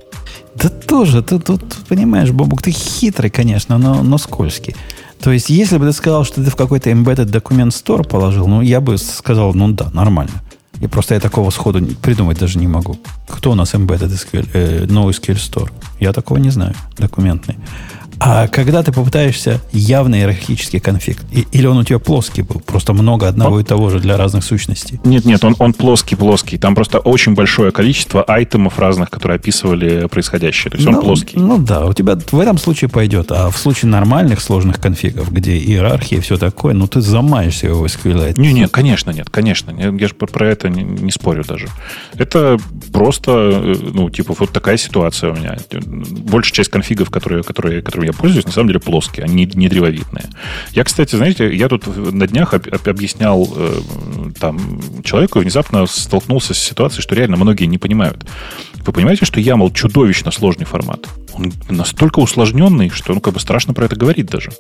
Да тоже, ты тут, понимаешь, Бобук, ты хитрый, конечно, но, но скользкий. То есть, если бы ты сказал, что ты в какой-то embedded документ store положил, ну, я бы сказал, ну да, нормально. И просто я такого сходу придумать даже не могу. Кто у нас embedded эс кью эль, э, NoSQL Store? Я такого не знаю, документный. А когда ты попытаешься явно иерархический конфиг, и, или он у тебя плоский был, просто много одного он, и того же для разных сущностей? Нет, нет, он, он плоский-плоский. Там просто очень большое количество айтемов разных, которые описывали происходящее. То есть ну, он плоский. Ну да, у тебя в этом случае пойдет. А в случае нормальных сложных конфигов, где иерархия и все такое, ну ты замаешься его в эс кью эль. Не, нет, конечно, нет, конечно. Я же про это не, не спорю даже. Это просто, ну, типа, вот такая ситуация у меня. Большая часть конфигов, которые, которые, которыми я пользуюсь, на самом деле плоские, они не древовидные. Я, кстати, знаете, я тут на днях об, об, объяснял э, там человеку и внезапно столкнулся с ситуацией, что реально многие не понимают. Вы понимаете, что ямл чудовищно сложный формат? Он настолько усложненный, что ну, как бы страшно про это говорить даже.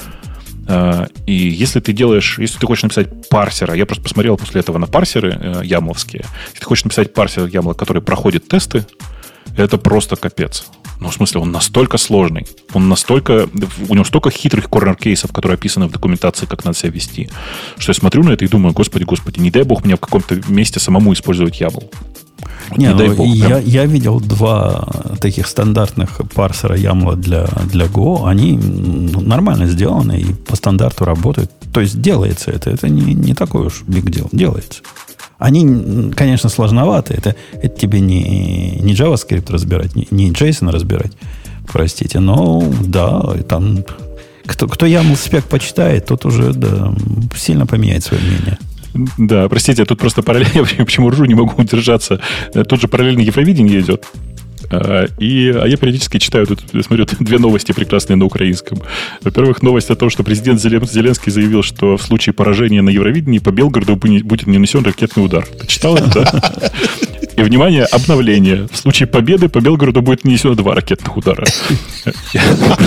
И если ты делаешь, если ты хочешь написать парсера, я просто посмотрел после этого на парсеры ямловские, если ты хочешь написать парсер ямла, который проходит тесты, это просто капец. Ну, в смысле, он настолько сложный, он настолько, у него столько хитрых корнер-кейсов, которые описаны в документации, как надо себя вести, что я смотрю на это и думаю, господи, господи, не дай бог мне в каком-то месте самому использовать ямл. Не, не дай ну, бог, я, я видел два таких стандартных парсера ямла для, для Go. Они нормально сделаны и по стандарту работают. То есть делается это. Это не, не такой уж big deal. Делается. Они, конечно, сложноваты. Это, это тебе не, не JavaScript разбирать, не, не JSON разбирать. Простите. Но да, там кто, кто ямл спек почитает, тот уже да, сильно поменяет свое мнение. Да, простите, тут просто параллельно, я почему ржу, не могу удержаться. Тут же параллельно Евровидение идет. И, а я периодически читаю, тут, смотрю, две новости прекрасные на украинском. Во-первых, новость о том, что президент Зеленский заявил, что в случае поражения на Евровидении по Белгороду будет нанесен ракетный удар. Ты читал это, да? И, внимание, обновление. В случае победы по Белгороду будет нанесено два ракетных удара. Я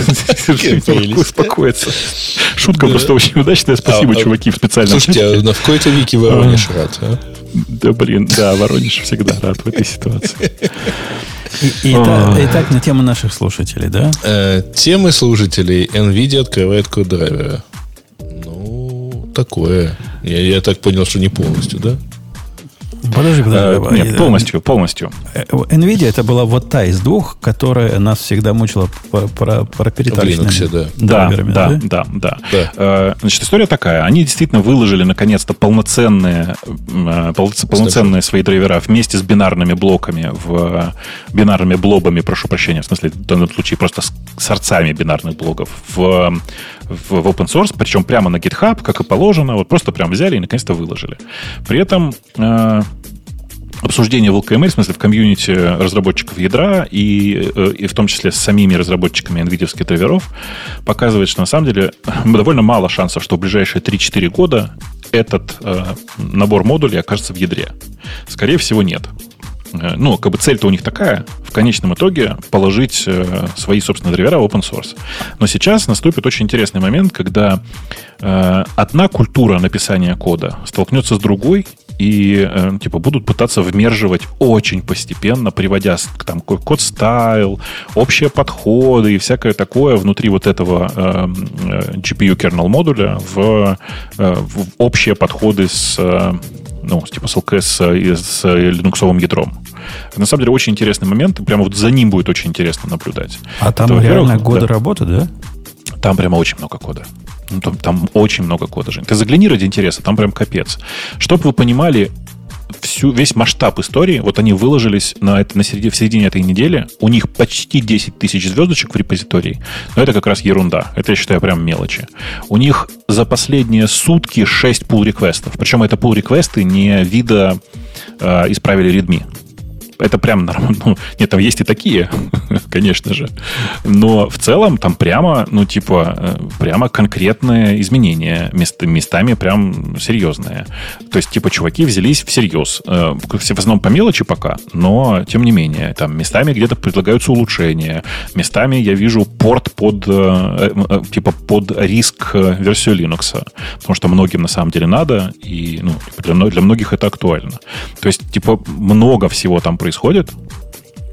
не могу успокоиться. Шутка просто очень удачная. Спасибо, чуваки, в специальном чате. Слушайте, а в какой-то вики Воронеж рад, а? Да, блин, да, Воронеж всегда рад в этой ситуации. И, и, та, и так на тему наших слушателей, да? Э, темы слушателей. NVIDIA открывает код-драйверы. Ну, такое. Я, я так понял, что не полностью, да? Подожди, подожди. А, нет, полностью, полностью. NVIDIA это была вот та из двух, которая нас всегда мучила проприетарными да. драйверами. Да, да, да, да, да. да. Значит, история такая. Они действительно выложили, наконец-то, полноценные, полноценные свои драйвера вместе с бинарными блоками, в бинарными блобами, прошу прощения, в смысле, в данном случае просто с сорцами бинарных блоков в, в, в open source, причем прямо на GitHub, как и положено, вот просто прям взяли и наконец-то выложили. При этом обсуждение в эл кей эм эль, в смысле в комьюнити разработчиков ядра и, и в том числе с самими разработчиками NVIDIA-ских драйверов показывает, что на самом деле довольно мало шансов, что в ближайшие три-четыре года этот э, набор модулей окажется в ядре. Скорее всего, нет. Ну, как бы цель-то у них такая, в конечном итоге положить э, свои, собственно, драйвера в open source. Но сейчас наступит очень интересный момент, когда э, одна культура написания кода столкнется с другой, и э, типа будут пытаться вмерживать очень постепенно, приводя там код-стайл, общие подходы и всякое такое внутри вот этого э, джи пи ю-кернел модуля в, э, в общие подходы с... Э, ну, типа с эл кей эс и с линуксовым ядром. На самом деле, очень интересный момент. Прямо вот за ним будет очень интересно наблюдать. А там это, реально годы да. работы, да? Там прямо очень много кода. Ну, там, там очень много кода, Жень. Ты загляни ради интереса, там прям капец. Чтобы вы понимали всю, весь масштаб истории, вот они выложились на это, на середине, в середине этой недели. У них почти десять тысяч звездочек в репозитории. Но это как раз ерунда. Это, я считаю, прям мелочи. У них за последние сутки шесть pull-реквестов. Причем это pull-реквесты не вида э, исправили readme. Это прям нормально. Ну, нет, там есть и такие, конечно же. Но в целом там прямо, ну, типа, прямо конкретные изменения. Мест, местами прям серьезные. То есть, типа, чуваки взялись всерьез. В основном по мелочи пока, но, тем не менее, там местами где-то предлагаются улучшения. Местами я вижу порт под, типа, под риск версию Linux. Потому что многим на самом деле надо, и ну, для, для многих это актуально. То есть, типа, много всего там происходит.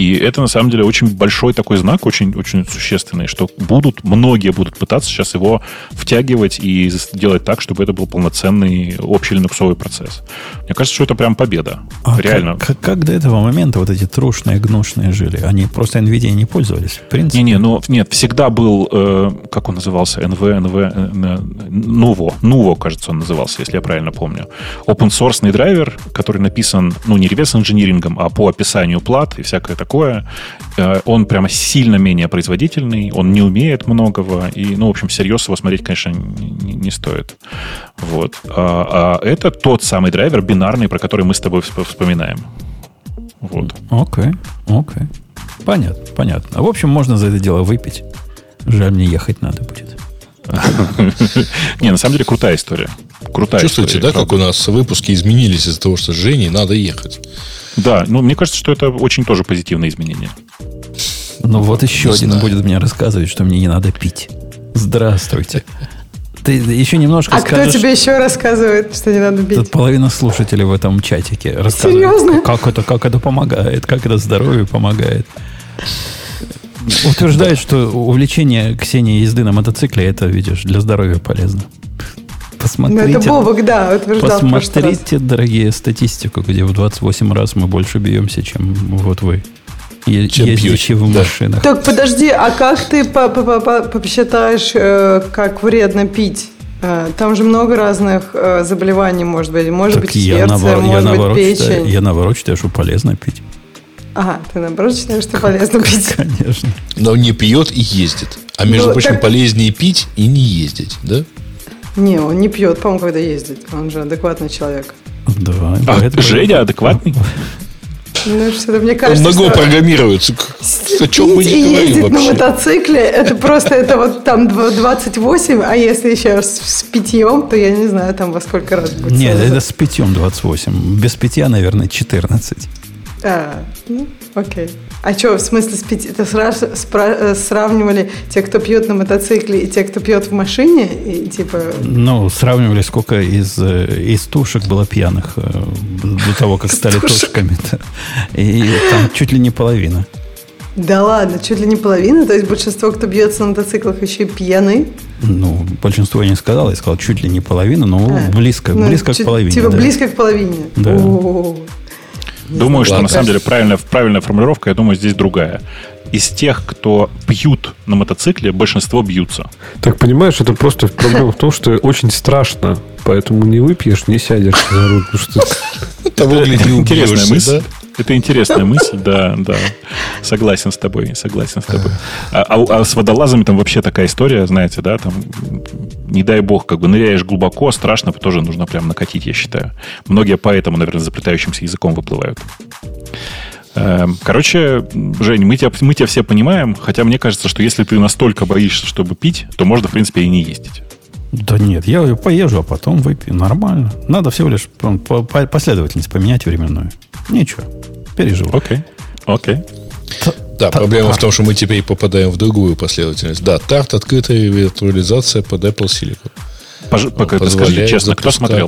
И это, на самом деле, очень большой такой знак, очень, очень существенный, что будут, многие будут пытаться сейчас его втягивать и делать так, чтобы это был полноценный общий линуксовый процесс. Мне кажется, что это прям победа. А реально. Как, как, как до этого момента вот эти трушные, гнушные жили? Они просто NVIDIA не пользовались, в принципе? Не-не, ну, нет, всегда был, э, как он назывался, эн ви, эн ви, э, Nuvo, Nuvo, кажется, он назывался, если я правильно помню. Open-source драйвер, который написан, ну, не реверс-инжинирингом, а по описанию плат и всякое такое. Э, он прямо сильно менее производительный, он не умеет многого, и, ну, в общем, всерьез его смотреть, конечно, не, не стоит. Вот. А, а это тот самый драйвер бинарный, про который мы с тобой вспоминаем. Вот. Окей, окей. Понятно, понятно. В общем, можно за это дело выпить. Жаль, мне ехать надо будет. Не, на самом деле крутая история. Крутая Чувствуете, история, да, как у нас выпуски изменились из-за того, что Жене надо ехать? Да, ну, мне кажется, что это очень тоже позитивное изменение. Ну, вот еще не один знаю. Будет мне рассказывать, что мне не надо пить. Здравствуйте. Ты еще немножко а скажешь... А кто тебе еще рассказывает, что не надо пить? Тут половина слушателей в этом чатике рассказывает. Серьезно? Как это, как это помогает, как это здоровью помогает. Утверждают, что увлечение Ксении езды на мотоцикле, это, видишь, для здоровья полезно. Посмотрите, ну, это Бобок, да, утверждал. Посмотрите, дорогие, статистику, где в двадцать восемь раз мы больше бьемся, чем вот вы. Е- ездящие в машинах. Так, подожди, а как ты посчитаешь, как вредно пить? Там же много разных заболеваний, может быть. Может так быть, сердце, наоборот, может я быть, печень. Считаю, я наоборот считаю, что полезно пить. Ага, ты наоборот считаешь, что полезно пить? Конечно. Но не пьет и ездит. А между ну, прочим, так... полезнее пить и не ездить, да? Не, он не пьет, по-моему, когда ездит. Он же адекватный человек. Да. А Женя адекватный? Ну, что-то мне кажется, он много что... программируется. О чем мы не говорим ездить вообще? на мотоцикле, это просто это вот там двадцать восемь, а если еще с, с питьем, то я не знаю, там во сколько раз будет. Нет, это с питьем двадцать восемь. Без питья, наверное, четырнадцать. А, ну, окей. А что, в смысле, с пяти, это сра- спра- сравнивали те, кто пьет на мотоцикле, и те, кто пьет в машине? И, типа... Ну, сравнивали, сколько из, из тушек было пьяных до того, как стали тушками-то. И там чуть ли не половина. Да ладно, чуть ли не половина? То есть большинство, кто бьется на мотоциклах, еще и пьяны? Ну, большинство я не сказал, я сказал чуть ли не половина, но а, близко, ну, близко чуть, к половине. Типа да. близко к половине? Да. О-о-о. Думаю, что на самом деле правильная, правильная формулировка, я думаю, здесь другая. Из тех, кто пьют на мотоцикле, большинство бьются. Так, понимаешь, это просто проблема в том, что очень страшно. Поэтому не выпьешь, не сядешь за руль. Это интересная мысль. Это интересная мысль, да, да. Согласен с тобой, согласен с тобой. А, а, а с водолазами там вообще такая история, знаете, да, там, не дай бог, как бы ныряешь глубоко, страшно, тоже нужно прям накатить, я считаю. Многие поэтому, наверное, заплетающимся языком выплывают. Короче, Жень, мы тебя, мы тебя все понимаем, хотя мне кажется, что если ты настолько боишься, чтобы пить, то можно, в принципе, и не ездить. Да нет, я поезжу, а потом выпью. Нормально. Надо всего лишь последовательность поменять временную. Ничего, переживу. Окей, окей. Да, проблема в том, что мы теперь попадаем в другую последовательность. Да, тарт, открытая виртуализация под Apple Silicon. Пож... Пока, скажи честно, кто смотрел?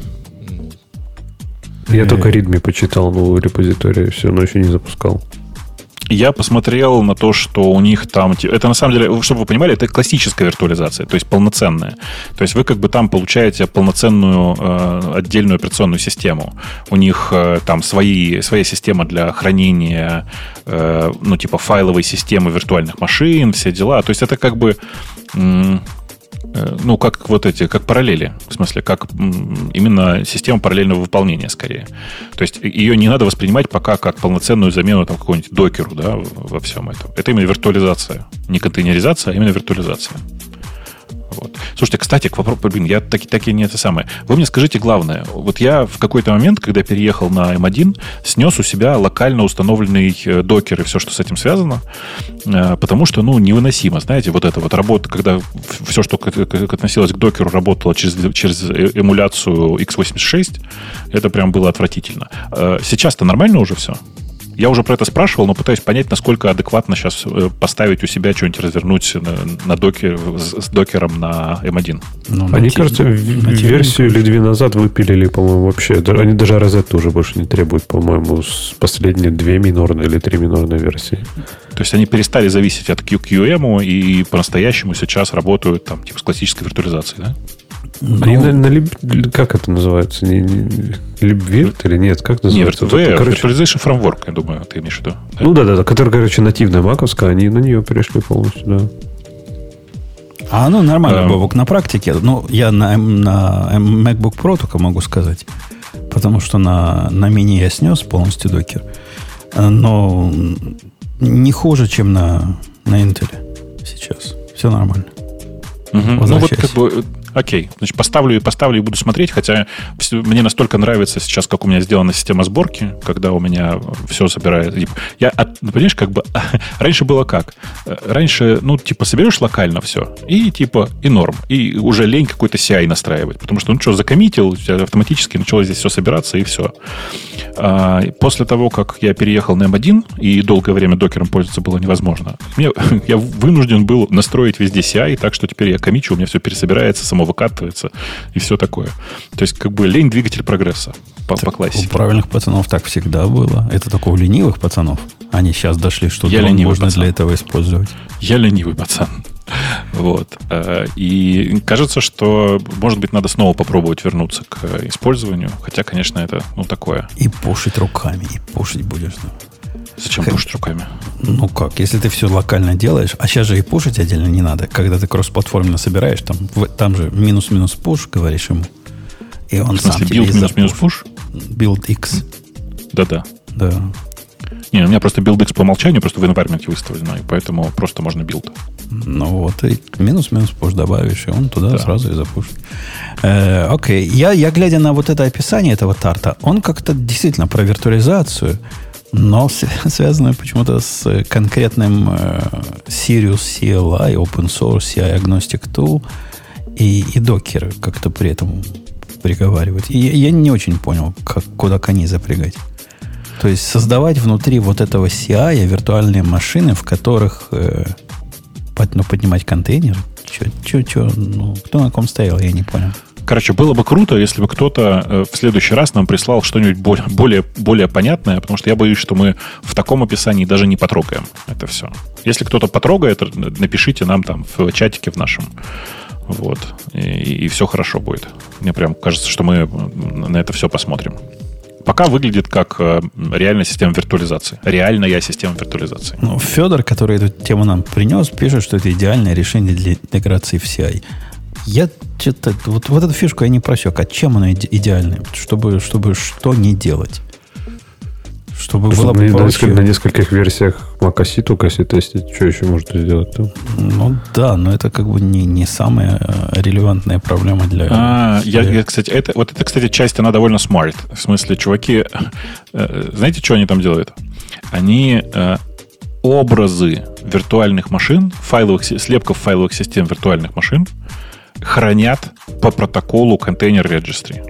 Я только Readme почитал новую репозиторию, все, но еще не запускал. Я посмотрел на то, что у них там... Это, на самом деле, чтобы вы понимали, это классическая виртуализация, то есть полноценная. То есть вы как бы там получаете полноценную э, отдельную операционную систему. У них э, там свои, своя система для хранения, э, ну, типа файловой системы виртуальных машин, все дела. То есть это как бы... М- Ну, как вот эти, как параллели. В смысле, как именно система параллельного выполнения, скорее. То есть ее не надо воспринимать пока как полноценную замену там, какому-нибудь докеру, да, во всем этом. Это именно виртуализация. Не контейнеризация, а именно виртуализация. Вот. Слушайте, кстати, к вопросу, блин, я таки, таки не это самое. Вы мне скажите главное. Вот я в какой-то момент, когда переехал на эм один, снес у себя локально установленный докер и все, что с этим связано, потому что, ну, невыносимо. Знаете, вот это вот работа, когда все, что относилось к докеру, работало через, через эмуляцию икс восемьдесят шесть, это прям было отвратительно. Сейчас-то нормально уже все? Я уже про это спрашивал, но пытаюсь понять, насколько адекватно сейчас поставить у себя что-нибудь развернуть на, на докер, с докером на эм один. Ну, Они, натив... кажется, натив... версию или две назад выпилили, по-моему, вообще. Они даже розетку уже больше не требуют, по-моему, с последние две минорные или три минорные версии. То есть они перестали зависеть от кью кью эм и по-настоящему сейчас работают там типа с классической виртуализацией, да? Ну, Они на, на либ, как это называется? Не, не, либвирт или нет? Как называется? Нет, это, короче, Virtualization Framework, я думаю, ты имеешь в виду. Да? Ну да, да, да, которая, короче, нативная маковская, они на нее перешли полностью, да. А оно нормально, Бобок, на практике. Ну, я на, на MacBook Pro только могу сказать, потому что на, на мини я снес полностью докер. Но не хуже, чем на, на Intel сейчас. Все нормально. Угу. Ну вот как бы... Окей, значит, поставлю и поставлю и буду смотреть, хотя мне настолько нравится сейчас, как у меня сделана система сборки, когда у меня все собирает. Я, от, понимаешь, как бы раньше было как? Раньше, ну, типа, соберешь локально все, и типа, и норм, и уже лень какой-то си ай настраивать, потому что, ну что, закоммитил, у тебя автоматически начало здесь все собираться, и все. А, после того, как я переехал на эм один, и долгое время докером пользоваться было невозможно, мне, я вынужден был настроить везде си ай, так что теперь я коммичу, у меня все пересобирается, само выкатывается и все такое. То есть, как бы лень двигатель прогресса по, по классике. У правильных пацанов так всегда было. Это только у ленивых пацанов. Они сейчас дошли, что я можно пацан. для этого использовать. Я ленивый пацан. Вот. И кажется, что, может быть, надо снова попробовать вернуться к использованию. Хотя, конечно, это ну такое. И пушить руками, и пушить будешь. Зачем как, пушить руками? Ну как, если ты все локально делаешь, а сейчас же и пушить отдельно не надо. Когда ты кроссплатформенно собираешь, там, там же минус-минус пуш, говоришь ему. И он в смысле, сам тебе билд-минус-минус пуш? Build X. Да-да. Да. Не, у меня просто build X по умолчанию, просто в environment выставлено, и поэтому просто можно билд. Ну вот, и минус-минус пуш добавишь, и он туда да. сразу и запушит. Э, окей, я, я глядя на вот это описание этого тарта, он как-то действительно про виртуализацию, но связано почему-то с конкретным э, Sirius си эл ай, Open Source си ай Agnostic Tool и, и Docker как-то при этом приговаривать. И я, я не очень понял, как, куда коней запрягать. То есть создавать внутри вот этого си ай виртуальные машины, в которых э, под, ну, поднимать контейнеры. Че, че, че, ну, кто на ком стоял, я не понял. Короче, было бы круто, если бы кто-то в следующий раз нам прислал что-нибудь более, более, более понятное, потому что я боюсь, что мы в таком описании даже не потрогаем это все. Если кто-то потрогает, напишите нам там в чатике в нашем. Вот. И, и все хорошо будет. Мне прям кажется, что мы на это все посмотрим. Пока выглядит как реальная система виртуализации. Реальная система виртуализации. Ну, Федор, который эту тему нам принес, пишет, что это идеальное решение для интеграции в си ай. Я что-то... Вот, вот эту фишку я не просек. А чем она иде- идеальная? Чтобы, чтобы что не делать? Чтобы Чтобы было бы на, несколько, на нескольких версиях macOS только если тестить, что еще можно сделать-то? Ну да, но это как бы не, не самая релевантная проблема для... А, я, я, кстати, это, вот эта, кстати, часть, она довольно smart. В смысле, чуваки... Э, знаете, что они там делают? Они... Э, образы виртуальных машин, файловых, слепков файловых систем виртуальных машин хранят по протоколу Container Registry.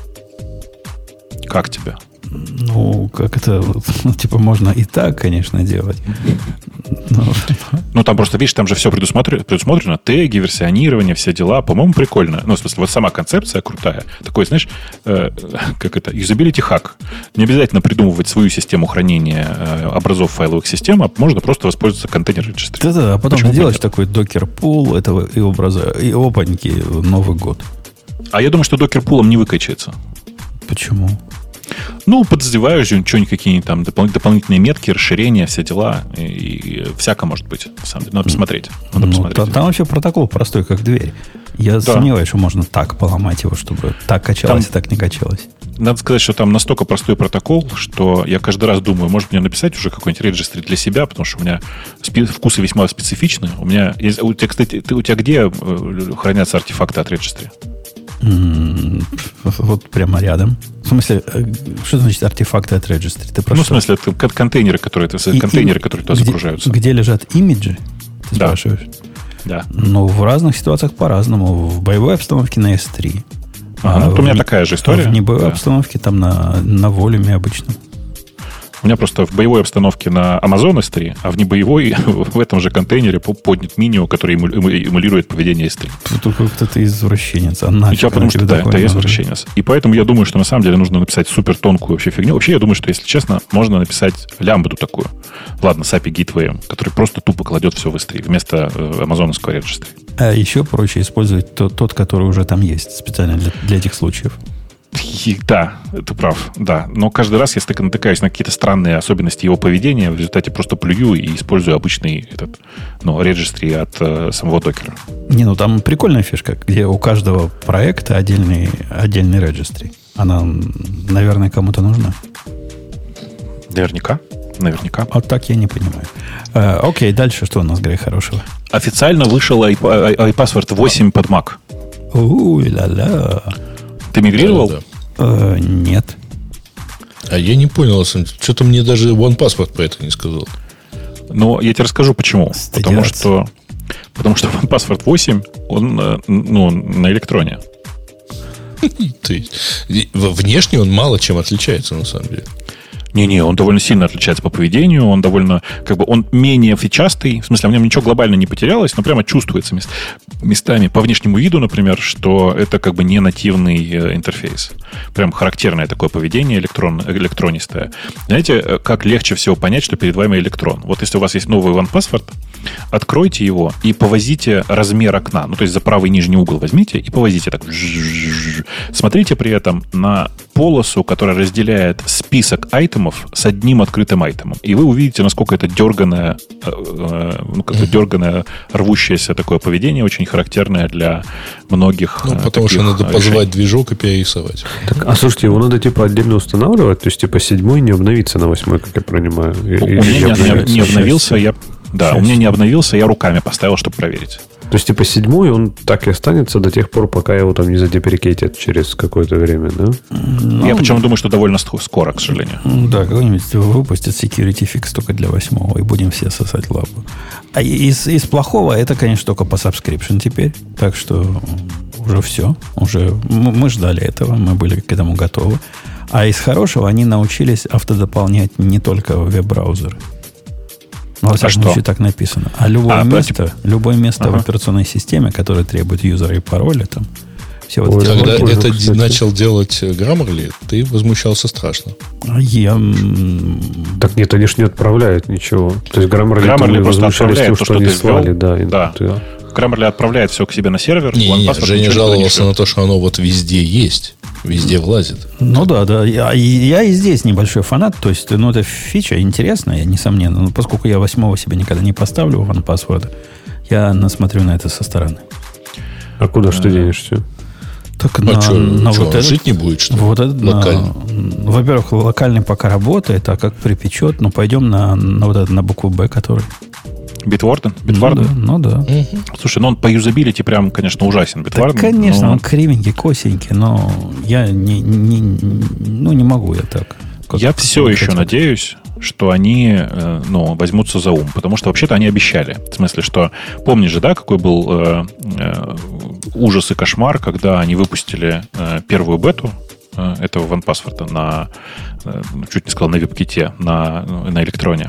Как тебе? Ну, как это... Ну, типа, можно и так, конечно, делать. Но... Ну, там просто, видишь, там же все предусмотрено, предусмотрено. Теги, версионирование, все дела. По-моему, прикольно. Ну, в смысле, вот сама концепция крутая. Такой, знаешь, э, как это, юзабилити хак. Не обязательно придумывать свою систему хранения э, образов файловых систем, а можно просто воспользоваться контейнер registry. Да-да, а потом ты делаешь такой докер-пул этого и образа, и опаньки, Новый год. А я думаю, что докер-пулом не выкачается. Почему? Ну, подозреваю, что-нибудь какие-нибудь там допол- дополнительные метки, расширения, все дела. И, и всяко может быть. На самом деле. Надо посмотреть. Надо ну, посмотреть. Там, там вообще протокол простой, как дверь. Я да. сомневаюсь, что можно так поломать его, чтобы так качалось, там, и так не качалось. Надо сказать, что там настолько простой протокол, что я каждый раз думаю, может мне написать уже какой-нибудь регистри для себя, потому что у меня спи- вкусы весьма специфичны. У меня есть, у тебя, кстати, ты, у тебя где хранятся артефакты от регистри? Mm, вот прямо рядом. В смысле, что значит артефакты от регистри? Ты ну, в смысле, это контейнеры, которые, это и, контейнеры, и, которые туда где, загружаются. Где лежат имиджи, ты да. спрашиваешь? Да. Ну, в разных ситуациях по-разному. В боевой обстановке на эс три. Ага, а ну, у меня не, такая же история. В небоевой да. обстановке там на, на волюме обычно. У меня просто в боевой обстановке на Amazon эс три, а в небоевой в этом же контейнере поднят Minio, который эмулирует поведение эс три. Только кто-то извращенец. А нафиг, я потому что да, это я извращенец. И поэтому я думаю, что на самом деле нужно написать супер тонкую вообще фигню. Вообще я думаю, что, если честно, можно написать лямбду такую. Ладно, с эй пи ай Gateway, который просто тупо кладет все в эс три вместо амазоновского регистри. А еще проще использовать тот, тот который уже там есть, специально для, для этих случаев. И, да, ты прав, да. Но каждый раз я натыкаюсь на какие-то странные особенности его поведения, в результате просто плюю и использую обычный этот, ну, регистри от э, самого докера. Не, ну там прикольная фишка, где у каждого проекта отдельный, отдельный регистри. Она, наверное, кому-то нужна. Наверняка. Наверняка. Вот так я не понимаю. Э, окей, дальше что у нас, Грей, хорошего? Официально вышел iPassword восемь под Mac. У-ля-ля. Ты мигрировал? Да, да. Э, нет. А я не понял, что-то мне даже OnePassword про это не сказал. Но я тебе расскажу, почему. Стыдятся. Потому что, потому что OnePassword восемь, он, ну, на электроне. Внешне он мало чем отличается, на самом деле. Не-не, он довольно сильно отличается по поведению, он довольно, как бы, он менее фичастый, в смысле, в нем ничего глобально не потерялось, но прямо чувствуется мест, местами по внешнему виду, например, что это как бы не нативный интерфейс. Прям характерное такое поведение электрон, электронистое. Знаете, как легче всего понять, что перед вами электрон? Вот если у вас есть новый OnePassword, откройте его и повозите размер окна, ну, то есть за правый нижний угол возьмите и повозите так. Смотрите при этом на полосу, которая разделяет список айтемов с одним открытым айтемом. И вы увидите, насколько это дерганое, ну, как бы дерганое, рвущееся такое поведение, очень характерное для многих. Ну, потому что надо позвать движок и перерисовать. Так, а слушайте, его надо типа отдельно устанавливать, то есть типа седьмой не обновится на восьмой, как я понимаю. У меня не, не обновился, я, да, у меня не обновился, я руками поставил, чтобы проверить. То есть, типа, седьмой, он так и останется до тех пор, пока его там не задеприкейтят через какое-то время, да? Ну, я почему думаю, что довольно скоро, к сожалению. Да, какой-нибудь выпустят security fix только для восьмого, и будем все сосать лапу. А из, из плохого это, конечно, только по subscription теперь. Так что уже все. Уже мы, мы ждали этого, мы были к этому готовы. А из хорошего они научились автодополнять не только веб-браузеры. Ну, во всяком случае, так написано. А любое а, место, типа... любое место ага. в операционной системе, которое требует юзера и пароля, там, все вот эти... Когда вот, это кстати. начал делать Grammarly, ты возмущался страшно. Я... Так нет, они же не отправляют ничего. То есть Grammarly, Grammarly просто отправляет тем, то, что, что ты слали, да, да. Ты... Grammarly отправляет все к себе на сервер. Не, не, Женя жаловался на то, что оно вот везде есть. Везде влазит. Ну да, да. Я, я и здесь небольшой фанат. То есть, ну, это фича интересная, несомненно. Но поскольку я восьмого себе никогда не поставлю в OnePassword, я насмотрю на это со стороны. А куда ж ты денешься? Так а на, что, на что, вот жить этот, не будет, что ли? Вот этот, локальный? На, во-первых, локальный пока работает, а как припечет, ну, пойдем на, на вот этот, на букву Б, который... Bitwarden? Bitwarden? Ну да. Ну, да. Угу. Слушай, ну он по юзабилити прям, конечно, ужасен. Bitwarden, да, конечно, но... он кривенький, косенький, но я не, не, ну, не могу я так. Я все еще хотел. надеюсь, что они ну, возьмутся за ум. Потому что вообще-то они обещали. В смысле, что помнишь же, да, какой был э, э, ужас и кошмар, когда они выпустили э, первую бету э, этого OnePassword на, э, чуть не сказал, на веб-ките, на, на электроне.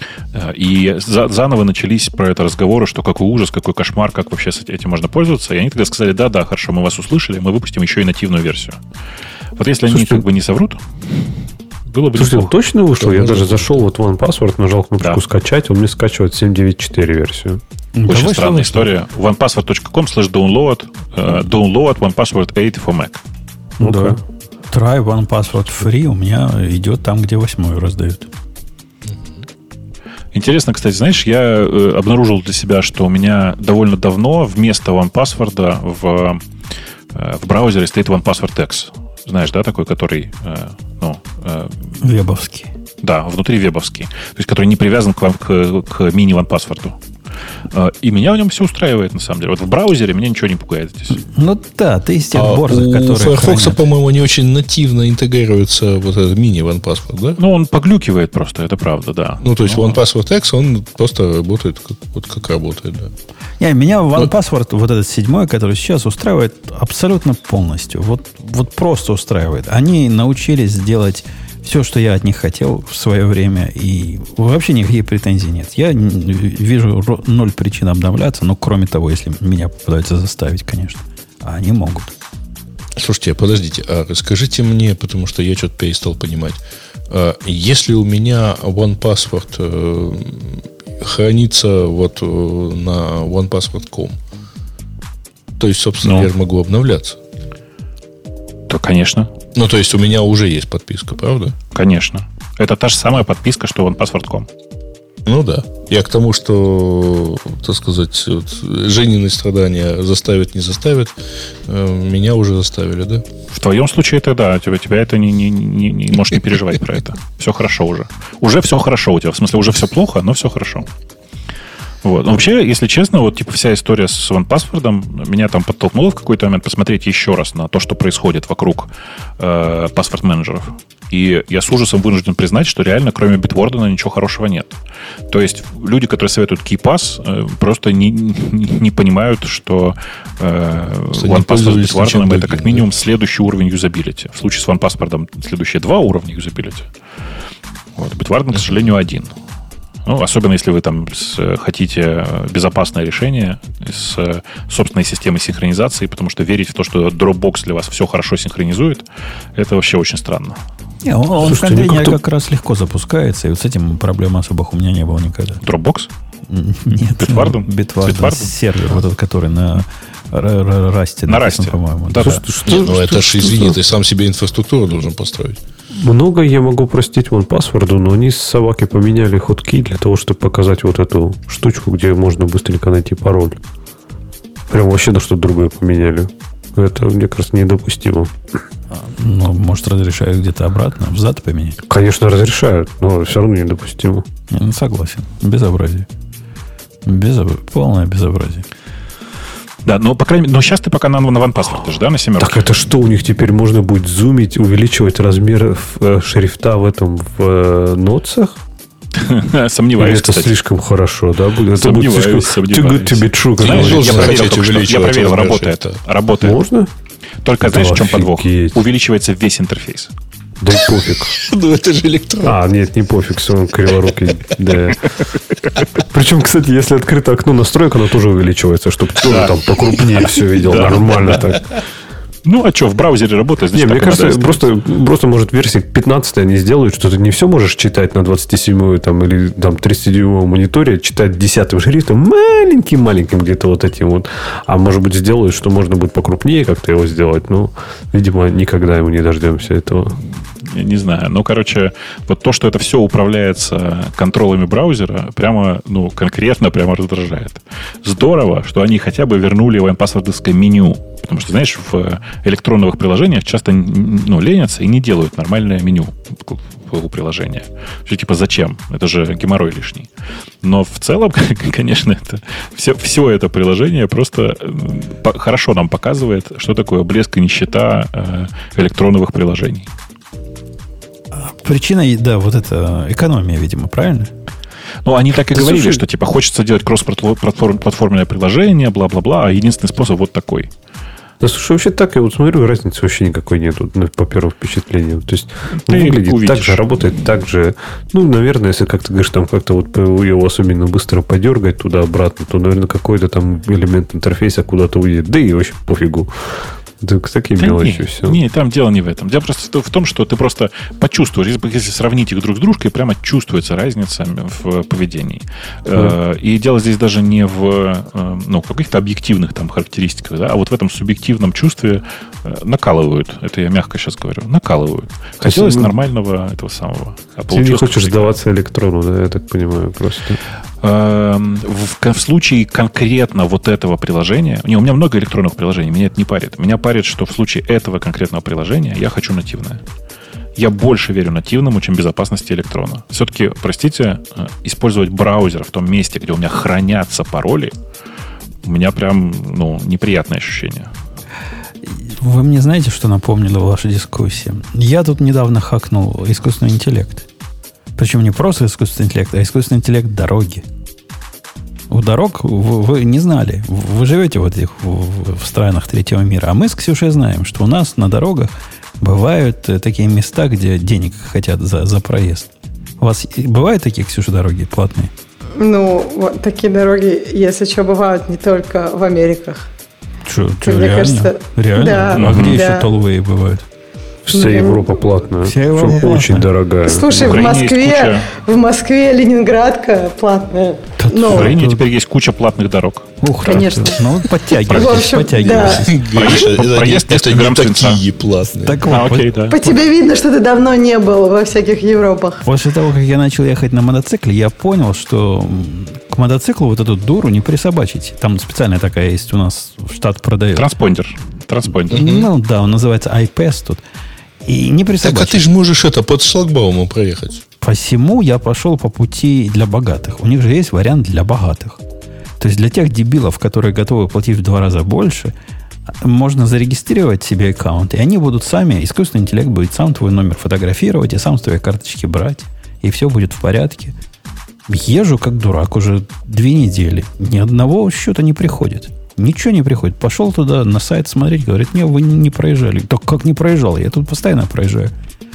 И за, заново начались про это разговоры, что какой ужас, какой кошмар, как вообще с этим можно пользоваться. И они тогда сказали, да-да, хорошо, мы вас услышали, мы выпустим еще и нативную версию. Вот если Слушайте, они как бы не соврут, было бы Слушайте, он точно вышел? Я даже зашел вот в OnePassword, нажал кнопку да. скачать, он мне скачивает семь девять четыре версию. Очень Давай странная история. one password dot com slash download uh, download OnePassword eight for Mac. Ну да. Try OnePassword free у меня идет там, где восьмой раздают. Интересно, кстати, знаешь, я э, обнаружил для себя, что у меня довольно давно вместо OnePassword в, э, в браузере стоит OnePassword X. Знаешь, да, такой, который... Э, ну, э, вебовский. Да, внутри вебовский. То есть, который не привязан к, к, к мини-OnePassword. И меня в нем все устраивает, на самом деле. Вот в браузере меня ничего не пугает здесь. Ну да, ты из тех а борзых, которые... У Firefox, хранят. По-моему, не очень нативно интегрируется вот этот мини-OnePassword, да? Ну, он поглюкивает просто, это правда, да. Ну, то есть Но... OnePassword X, он просто работает, как, вот как работает, да. Не, меня OnePassword, вот. вот этот седьмой, который сейчас устраивает абсолютно полностью. Вот, вот просто устраивает. Они научились делать Все, что я от них хотел в свое время, и вообще никаких претензий нет. Я вижу ноль причин обновляться, ну, кроме того, если меня попытаются заставить, конечно. А они могут. Слушайте, подождите, а скажите мне, потому что я что-то перестал понимать. Если у меня OnePassword хранится вот на one password точка com, то есть, собственно, ну, я же могу обновляться. То, конечно. Ну, то есть, у меня уже есть подписка, правда? Конечно. Это та же самая подписка, что one password точка com. Ну да. Я к тому, что, так сказать, вот, Женины страдания заставят, не заставят, э, меня уже заставили, да? В твоем случае это да, тебя, тебя это не, не, не, не можешь не переживать про это. Все хорошо уже. Уже все хорошо у тебя. В смысле, уже все плохо, но все хорошо. Вот. Но вообще, если честно, вот типа вся история с OnePassword меня там подтолкнула в какой-то момент посмотреть еще раз на то, что происходит вокруг э, паспорт-менеджеров. И я с ужасом вынужден признать, что реально кроме Bitwarden ничего хорошего нет. То есть люди, которые советуют KeyPass, э, просто не, не, не понимают, что э, OnePassword с Bitwarden это как минимум следующий уровень юзабилити. В случае с OnePassword следующие два уровня юзабилити. Вот. Bitwarden, к сожалению, один. Ну, особенно если вы там с, хотите безопасное решение с собственной системой синхронизации, потому что верить в то, что Dropbox для вас все хорошо синхронизует, это вообще очень странно. Не, он он в контейнере как, как раз легко запускается, и вот с этим проблем особых у меня не было никогда. Dropbox? Нет. Bitwarden? Bitwarden. Сервер, вот этот, который на Расте. На Расте, по-моему. Да, да. Что, что, Нет, ну что, это ж, извини, ты сам себе инфраструктуру должен построить. Много я могу простить OnePassword, но они с собаки поменяли хоткей для того, чтобы показать вот эту штучку, где можно быстренько найти пароль. Прям вообще на что-то другое поменяли. Это, мне кажется, недопустимо. Ну, может, разрешают где-то обратно, взад поменять? Конечно, разрешают, но все равно недопустимо. Я не согласен. Безобразие. Безоб... Полное безобразие. Да, но, по крайней мере, но сейчас ты пока на, на OnePassword, же, да, на семерке? Так это что, у них теперь можно будет зумить, увеличивать размер э, шрифта в этом, в э, нотсах? Сомневаюсь, это кстати. Слишком хорошо, да? Это сомневаюсь, будет слишком сомневаюсь. Too good to be true. Знаешь, я проверил, только что, я проверил, работает. Работает. Можно? Только знаешь, в чем подвох? Увеличивается весь интерфейс. Да и пофиг. Ну, это же электрон. А, нет, не пофиг, все, он криворукий. Да. Причем, кстати, если открыто окно настроек, оно тоже увеличивается, чтобы тоже там покрупнее все видел. Нормально так. Ну, а что, в браузере работает? Не, мне кажется, просто, просто, может, версии пятнадцать они сделают, что ты не все можешь читать на двадцатисемидюймовом там, или там, тридцатидюймовом мониторе, читать десятым шрифтом, маленьким-маленьким где-то вот этим вот. А может быть, сделают, что можно будет покрупнее как-то его сделать. Ну, видимо, никогда ему не дождемся этого. Я не знаю. Ну, короче, вот то, что это все управляется контролами браузера, прямо, ну, конкретно прямо раздражает. Здорово, что они хотя бы вернули OnePassword-овское меню. Потому что, знаешь, в электронных приложениях часто, ну, ленятся и не делают нормальное меню у приложения. Что, типа, зачем? Это же геморрой лишний. Но в целом, конечно, это, все, все это приложение просто хорошо нам показывает, что такое блеск и нищета электронных приложений. Причина, да, вот это экономия, видимо, правильно? Ну, они так и да, говорили, слушай, что, типа, хочется делать кросс-платформенное приложение, бла-бла-бла, а единственный способ вот такой. Да, слушай, вообще так, я вот смотрю, разницы вообще никакой нету, по первому впечатлению. То есть, ну, выглядит увидишь. Так же, работает так же. Ну, наверное, если, как ты говоришь, там как-то вот его особенно быстро подергать туда-обратно, то, наверное, какой-то там элемент интерфейса куда-то уедет. Да и вообще пофигу. Да, к таким да мелочи не, все. Не, там дело не в этом. Дело просто в том, что ты просто почувствуешь, если сравнить их друг с дружкой, прямо чувствуется разница в поведении. Mm. И дело здесь даже не в, ну, каких-то объективных там характеристиках, да, а вот в этом субъективном чувстве накалывают. Это я мягко сейчас говорю. Накалывают. Хотелось ты, нормального этого самого. А ты не хочешь сдаваться электрону, да, я так понимаю, просто. В, в случае конкретно вот этого приложения... Не, у меня много электронных приложений, меня это не парит. Меня парит, что в случае этого конкретного приложения я хочу нативное. Я больше верю нативному, чем безопасности электрона. Все-таки, простите, использовать браузер в том месте, где у меня хранятся пароли, у меня прям, ну, неприятное ощущение. Вы мне знаете, что напомнила ваша дискуссия? Я тут недавно хакнул искусственный интеллект. Причем не просто искусственный интеллект, а искусственный интеллект дороги. У дорог вы, вы не знали. Вы живете в этих в, в странах третьего мира. А мы с Ксюшей знаем, что у нас на дорогах Бывают такие места, где денег хотят за, за проезд. У вас бывают такие, Ксюша, дороги платные? Ну, вот такие дороги, если что, бывают не только в Америках. Что, реально? Кажется, реально? Да, а где да. еще толвые бывают? Вся Европа платная. Вся Европа Очень платная. дорогая. Слушай, в, в Москве, в Москве Ленинградка платная. Но... В Украине теперь есть куча платных дорог. Ух, конечно. Так, ну, подтягивайтесь, подтягивайтесь. Проезд это не такие платные. Так вот, а, окей, да. По тебе видно, что ты давно не был во всяких Европах. После того, как я начал ехать на мотоцикле, я понял, что к мотоциклу вот эту дуру не присобачить. Там специальная такая есть у нас, штат продает. Транспондер. Транспондер. Ну да, он называется ай пи эс тут. И не присобачить. Так, а ты же можешь это под шлагбаумом проехать. Посему я пошел по пути для богатых. У них же есть вариант для богатых. То есть для тех дебилов, которые готовы платить в два раза больше, можно зарегистрировать себе аккаунт, и они будут сами, искусственный интеллект будет сам твой номер фотографировать, и сам с твоей карточки брать, и все будет в порядке. Езжу как дурак уже две недели. Ни одного счета не приходит. Ничего не приходит. Пошел туда на сайт смотреть, говорит, не, вы не проезжали. Так как не проезжал? Я тут постоянно проезжаю.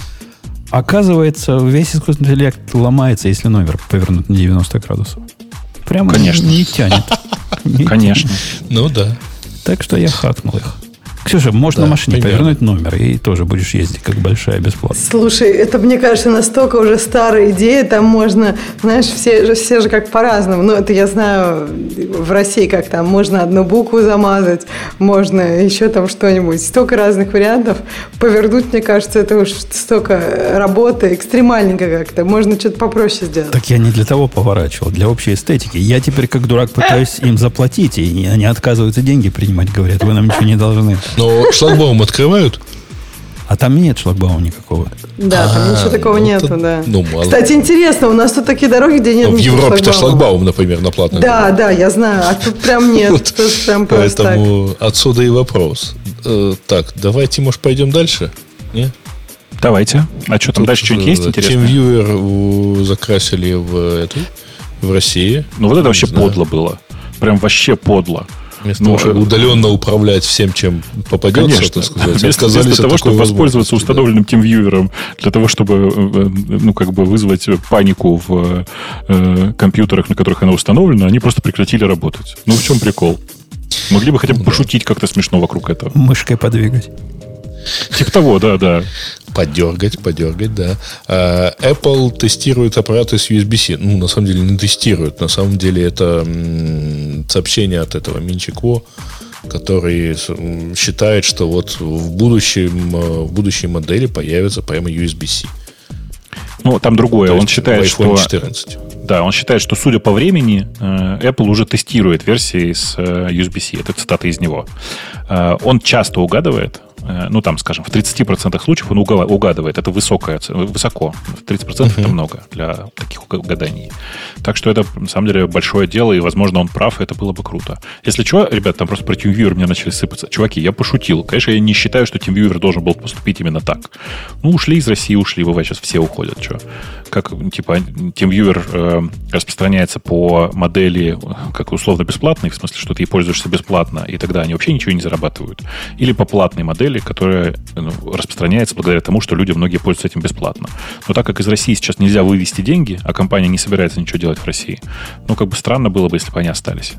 Оказывается, весь искусственный интеллект ломается, если номер повернут на девяносто градусов. Прямо Конечно. не тянет. Не Конечно. тянет. Ну да. Так что я хакнул их. Ксюша, можешь Да, на машине примерно. повернуть номер, и тоже будешь ездить как большая бесплатно. Слушай, это, мне кажется, настолько уже старая идея. Там можно, знаешь, все же, все же как по-разному. Ну, это я знаю в России, как там можно одну букву замазать, можно еще там что-нибудь. Столько разных вариантов. Повернуть, мне кажется, это уж столько работы, экстремальненько как-то. Можно что-то попроще сделать. Так я не для того поворачивал, для общей эстетики. Я теперь как дурак пытаюсь им заплатить, и они отказываются деньги принимать, говорят, вы нам ничего не должны. Но шлагбаум открывают? А там нет шлагбаума никакого. Да, там А, ничего такого ну, нету, то- да. ну, мало. Кстати, интересно, у нас тут такие дороги, где нет Ну, в никаких Европе-то шлагбаумов. шлагбаум, например, на платной Да, дороге. да, я знаю, а тут прям нет. Вот. Тут прям просто так. Поэтому отсюда и вопрос. Э, так, давайте, может, пойдем дальше? Не? Давайте. А что там дальше что-нибудь есть интересное? TeamViewer закрасили в эту, в России. Ну, вот это Не вообще знаю. подло было. Прям вообще подло. Вместо Ну, того, чтобы э, удаленно управлять всем, чем попадется, Конечно. так сказать, Вместо, отказались вместо от того, такой чтобы воспользоваться возможности, да. установленным TeamViewer для того, чтобы э, э, ну, как бы вызвать панику в э, компьютерах, на которых она установлена, они просто прекратили работать. Ну, в чем прикол? Могли бы хотя бы Ну, да. пошутить как-то смешно вокруг этого. Мышкой подвигать. Типа того, да, да. Подергать, подергать, да. А, Apple тестирует аппараты с ю эс би-C. Ну, на самом деле, не тестирует. На самом деле, это м, сообщение от этого Минчикво, который с- м, считает, что вот в будущем, э, в будущей модели появится прямо ю эс би-C. Ну, там другое. То Он есть считает, в iPhone что... четырнадцать. Да, он считает, что, судя по времени, э, Apple уже тестирует версии с э, ю эс би-C. Это цитата из него. Э, Он часто угадывает, э, ну, там, скажем, в тридцать процентов случаев он уга- угадывает. Это высокая, ц- высоко. тридцать процентов это много для таких уга- угаданий. Так что это, на самом деле, большое дело, и, возможно, он прав, и это было бы круто. Если что, ребят, там просто про TeamViewer мне начали сыпаться. Чуваки, я пошутил. Конечно, я не считаю, что TeamViewer должен был поступить именно так. Ну, ушли из России, ушли. Бывает, сейчас все уходят. Что? Как, типа, TeamViewer э, распространяется по модели, как условно бесплатной, в смысле, что ты ей пользуешься бесплатно, и тогда они вообще ничего не зарабатывают. Или по платной модели, которая ну, распространяется благодаря тому, что люди многие пользуются этим бесплатно. Но так как из России сейчас нельзя вывести деньги, а компания не собирается ничего делать в России, ну, как бы странно было бы, если бы они остались.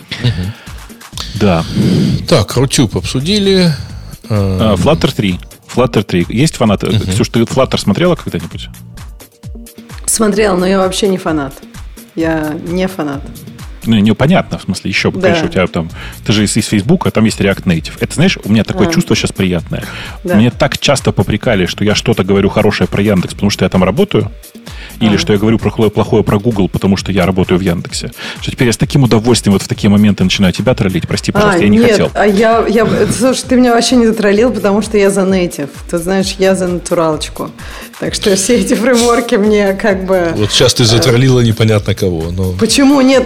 Да. Так, Рутюб обсудили. А, Flutter три. Flutter три. Есть фанаты? Мгм. Ксюш, ты Flutter смотрела когда-нибудь? Смотрела, но я вообще не фанат. Я не фанат. Ну, непонятно, в смысле, еще, Да. конечно, у тебя там, ты же из, из Фейсбука, там есть React Native. Это, знаешь, у меня такое А. чувство сейчас приятное. Да. Мне так часто попрекали, что я что-то говорю хорошее про Яндекс, потому что я там работаю, или А. что я говорю плохое, плохое про Google, потому что я работаю в Яндексе. Что теперь я с таким удовольствием вот в такие моменты начинаю тебя троллить. Прости, пожалуйста, а, я не нет, хотел. а я, я... Слушай, ты меня вообще не затроллил, потому что я за native. Ты знаешь, я за натуралочку. Так что все эти фреймворки мне как бы... Вот сейчас ты затроллила непонятно кого. Но... Почему нет? Ну просто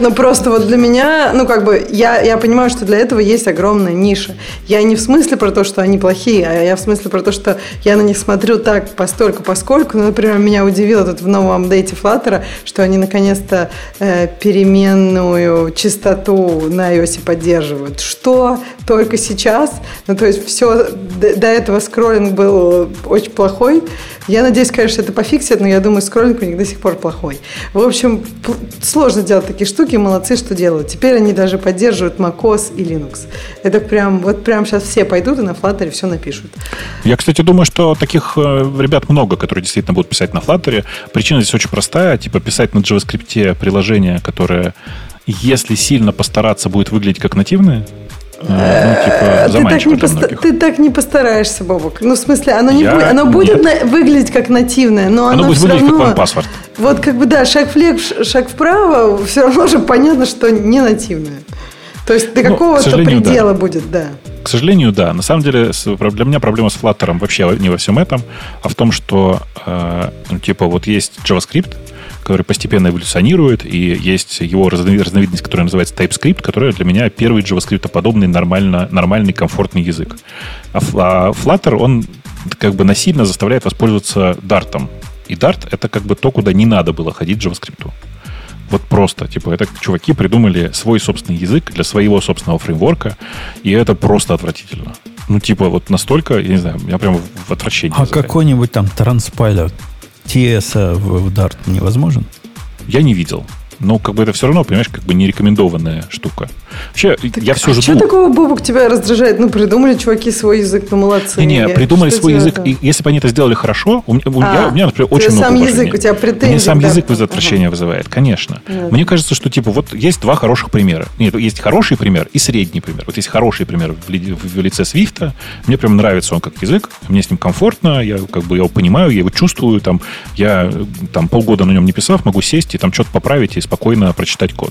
Просто вот для меня, ну, как бы, я, я понимаю, что для этого есть огромная ниша. Я не в смысле про то, что они плохие, а я в смысле про то, что я на них смотрю так постольку, поскольку, ну, например, меня удивило тут в новом апдейте Flutter, что они наконец-то э, переменную частоту на iOS поддерживают. Что? Только сейчас? Ну, то есть все, до, до этого скроллинг был очень плохой. Я надеюсь, конечно, это пофиксят, но я думаю, скроллинг у них до сих пор плохой. В общем, сложно делать такие штуки, молодцы, что делают. Теперь они даже поддерживают macOS и Linux. Это прям, вот прям сейчас все пойдут и на Flutter все напишут. Я, кстати, думаю, что таких э, ребят много, которые действительно будут писать на Flutter. Причина здесь очень простая, типа писать на JavaScript приложение, которое, если сильно постараться, будет выглядеть как нативное. Ну, типа, ты, так не поста- ты так не постараешься, Бобок. Ну, в смысле, оно, не Я... будет, оно будет на- выглядеть как нативное, но оно, оно будет все выглядеть равно... как OnePassword. Вот как бы, да, шаг влево, шаг вправо, все равно же понятно, что не нативное. То есть до ну, какого-то предела да. будет, да. К сожалению, да. На самом деле, для меня проблема с Flutter вообще не во всем этом, а в том, что, э, ну, типа, вот есть JavaScript, который постепенно эволюционирует, и есть его разновидность, которая называется TypeScript, которая для меня первый JavaScript-подобный нормально, нормальный, комфортный язык. А Flutter, он как бы насильно заставляет воспользоваться Dart. И Dart — это как бы то, куда не надо было ходить JavaScript. Вот просто, типа, это чуваки придумали свой собственный язык для своего собственного фреймворка, и это просто отвратительно. Ну, типа, вот настолько, я не знаю, я прям в отвращении. А вызывает. Какой-нибудь там транспайлер ти эс в Dart невозможен? Я не видел. Но как бы это все равно, понимаешь, как бы не рекомендованная штука. Вообще, так, я все а жду... что такого, Бобок, тебя раздражает? Ну, придумали чуваки свой язык, ну, молодцы. Не-не, придумали свой язык. И если бы они это сделали хорошо, у меня, а, у меня например, очень много сам язык, у тебя претензии. Мне сам язык ага. отвращение вызывает, конечно. Нет. Мне кажется, что, типа, вот есть два хороших примера. Нет, есть хороший пример и средний пример. Вот есть хороший пример в, ли, в лице Swift. Мне прям нравится он как язык. Мне с ним комфортно, я как бы его понимаю, я его чувствую. Там, я там, полгода на нем не писав, могу сесть и там что-то поправить и спокойно прочитать код.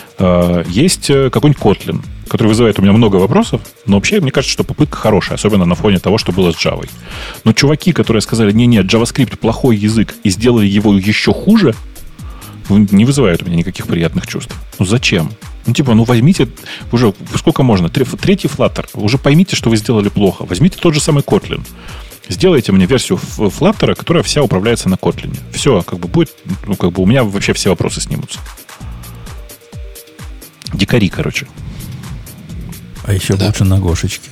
Есть какой-нибудь Kotlin, который вызывает у меня много вопросов, но вообще мне кажется, что попытка хорошая, особенно на фоне того, что было с Java. Но чуваки, которые сказали, не-не, JavaScript плохой язык и сделали его еще хуже, не вызывают у меня никаких приятных чувств. Ну зачем? Ну типа, ну возьмите, уже сколько можно, третий Flutter, уже поймите, что вы сделали плохо. Возьмите тот же самый Kotlin. Сделайте мне версию Flutter, которая вся управляется на Kotlin. Все, как бы будет, ну как бы у меня вообще все вопросы снимутся. Дикари, короче. А еще да. лучше на Гошечке.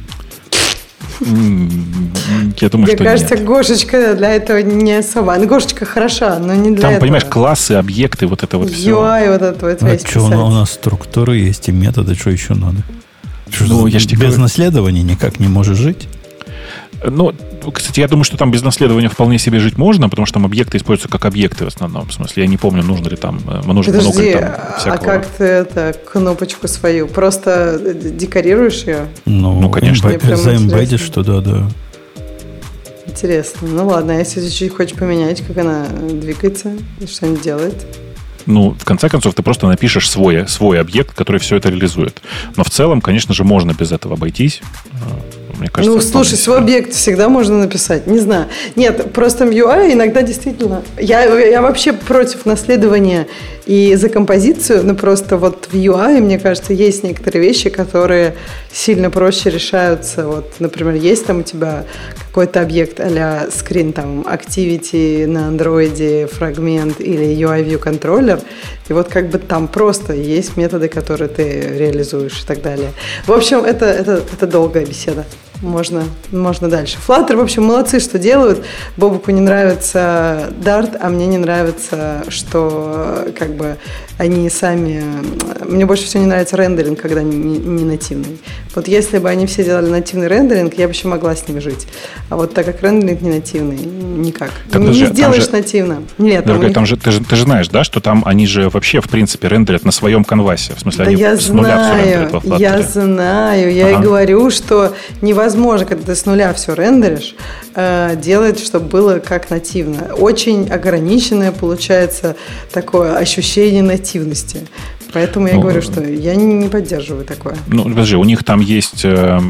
Я думаю, Мне что кажется, нет. Гошечка для этого не особо. Гошечка хороша, но не для Там, этого. понимаешь, классы, объекты, вот это вот все. ю ай вот это вот а что, у нас структуры есть и методы, что еще надо? Что, ну, я без говорю... наследования никак не можешь жить? Ну, кстати, я думаю, что там без наследования вполне себе жить можно, потому что там объекты используются как объекты в основном. В смысле, я не помню, нужно ли там, нужно Подожди, много ли там всякого. А как ты это, кнопочку свою, просто декорируешь ее? Ну, ну конечно. Заэмбедишь, что да, да. Интересно. Ну ладно, если ты чуть хочешь поменять, как она двигается, что она делает? Ну, в конце концов, ты просто напишешь свой, свой объект, который все это реализует. Но в целом, конечно же, можно без этого обойтись. Мне кажется, ну, слушай, свой объект всегда можно написать. Не знаю. Нет, просто ю ай иногда действительно... Я, я вообще против наследования и за композицию, но просто вот в ю ай, мне кажется, есть некоторые вещи, которые сильно проще решаются. Вот, например, есть там у тебя какой-то объект а-ля screen, там, activity на андроиде, фрагмент или ю ай View контроллер, и вот как бы там просто есть методы, которые ты реализуешь и так далее. В общем, это, это, это долгая беседа. Можно, можно дальше. Flutter, в общем, молодцы, что делают. Бобуку не нравится Dart, а мне не нравится, что как бы они сами... Мне больше всего не нравится рендеринг, когда не, не нативный. Вот если бы они все делали нативный рендеринг, я бы еще могла с ними жить. А вот так как рендеринг не нативный, никак. Так, не же, сделаешь же, нативно. Нет, дорогая, там, там же, ты, же, ты же знаешь, да, что там они же вообще, в принципе, рендерят на своем канвасе. В смысле, да они я с нуля знаю, все рендерят во Flutter. Я знаю, я ага. и говорю, что невозможно Возможно, когда ты с нуля все рендеришь, делать, чтобы было как нативно. Очень ограниченное получается такое ощущение нативности. Поэтому я ну, говорю, что я не поддерживаю такое. Ну, подожди, у них там есть,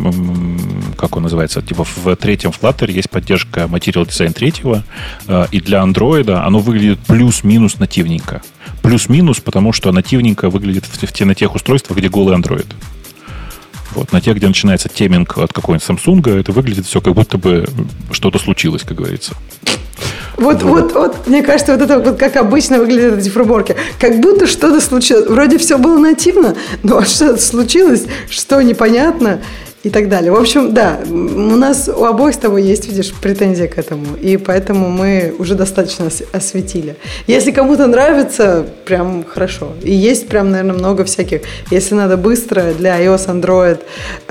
как он называется, типа в третьем Flutter есть поддержка Material Design третьего, и для Android оно выглядит плюс-минус нативненько. Плюс-минус, потому что нативненько выглядит в, в, на тех устройствах, где голый Android. Вот, на тех, где начинается теминг от какого-нибудь Samsung, это выглядит все как будто бы что-то случилось, как говорится. Вот, вот, вот, мне кажется, вот это вот как обычно выглядят эти фреймворки. Как будто что-то случилось. Вроде все было нативно, но что-то случилось, что непонятно и так далее. В общем, да, у нас у обоих с тобой есть, видишь, претензия к этому. И поэтому мы уже достаточно осветили. Если кому-то нравится, прям хорошо. И есть прям, наверное, много всяких. Если надо быстро для iOS, Android,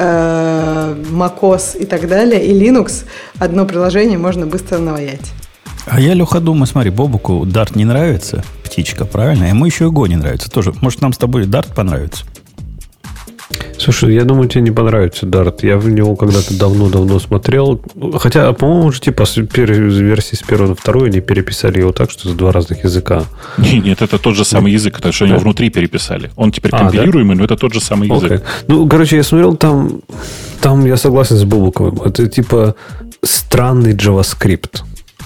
э, macOS и так далее, и Linux, одно приложение можно быстро наваять. А я, Леха, думаю, смотри, Бобуку Dart не нравится, птичка, правильно? Ему еще и Go не нравится тоже. Может, нам с тобой Dart понравится? Слушай, я думаю, тебе не понравится Dart. Я в него когда-то давно-давно смотрел. Хотя, по-моему, уже типа с версии с первой на вторую они переписали его так, что за два разных языка. Нет, нет, это тот же самый язык, потому что они его внутри переписали. Он теперь а, компилируемый, да? Но это тот же самый язык. Okay. Ну, короче, я смотрел, там, там я согласен с Бобуковым. Это типа странный JavaScript.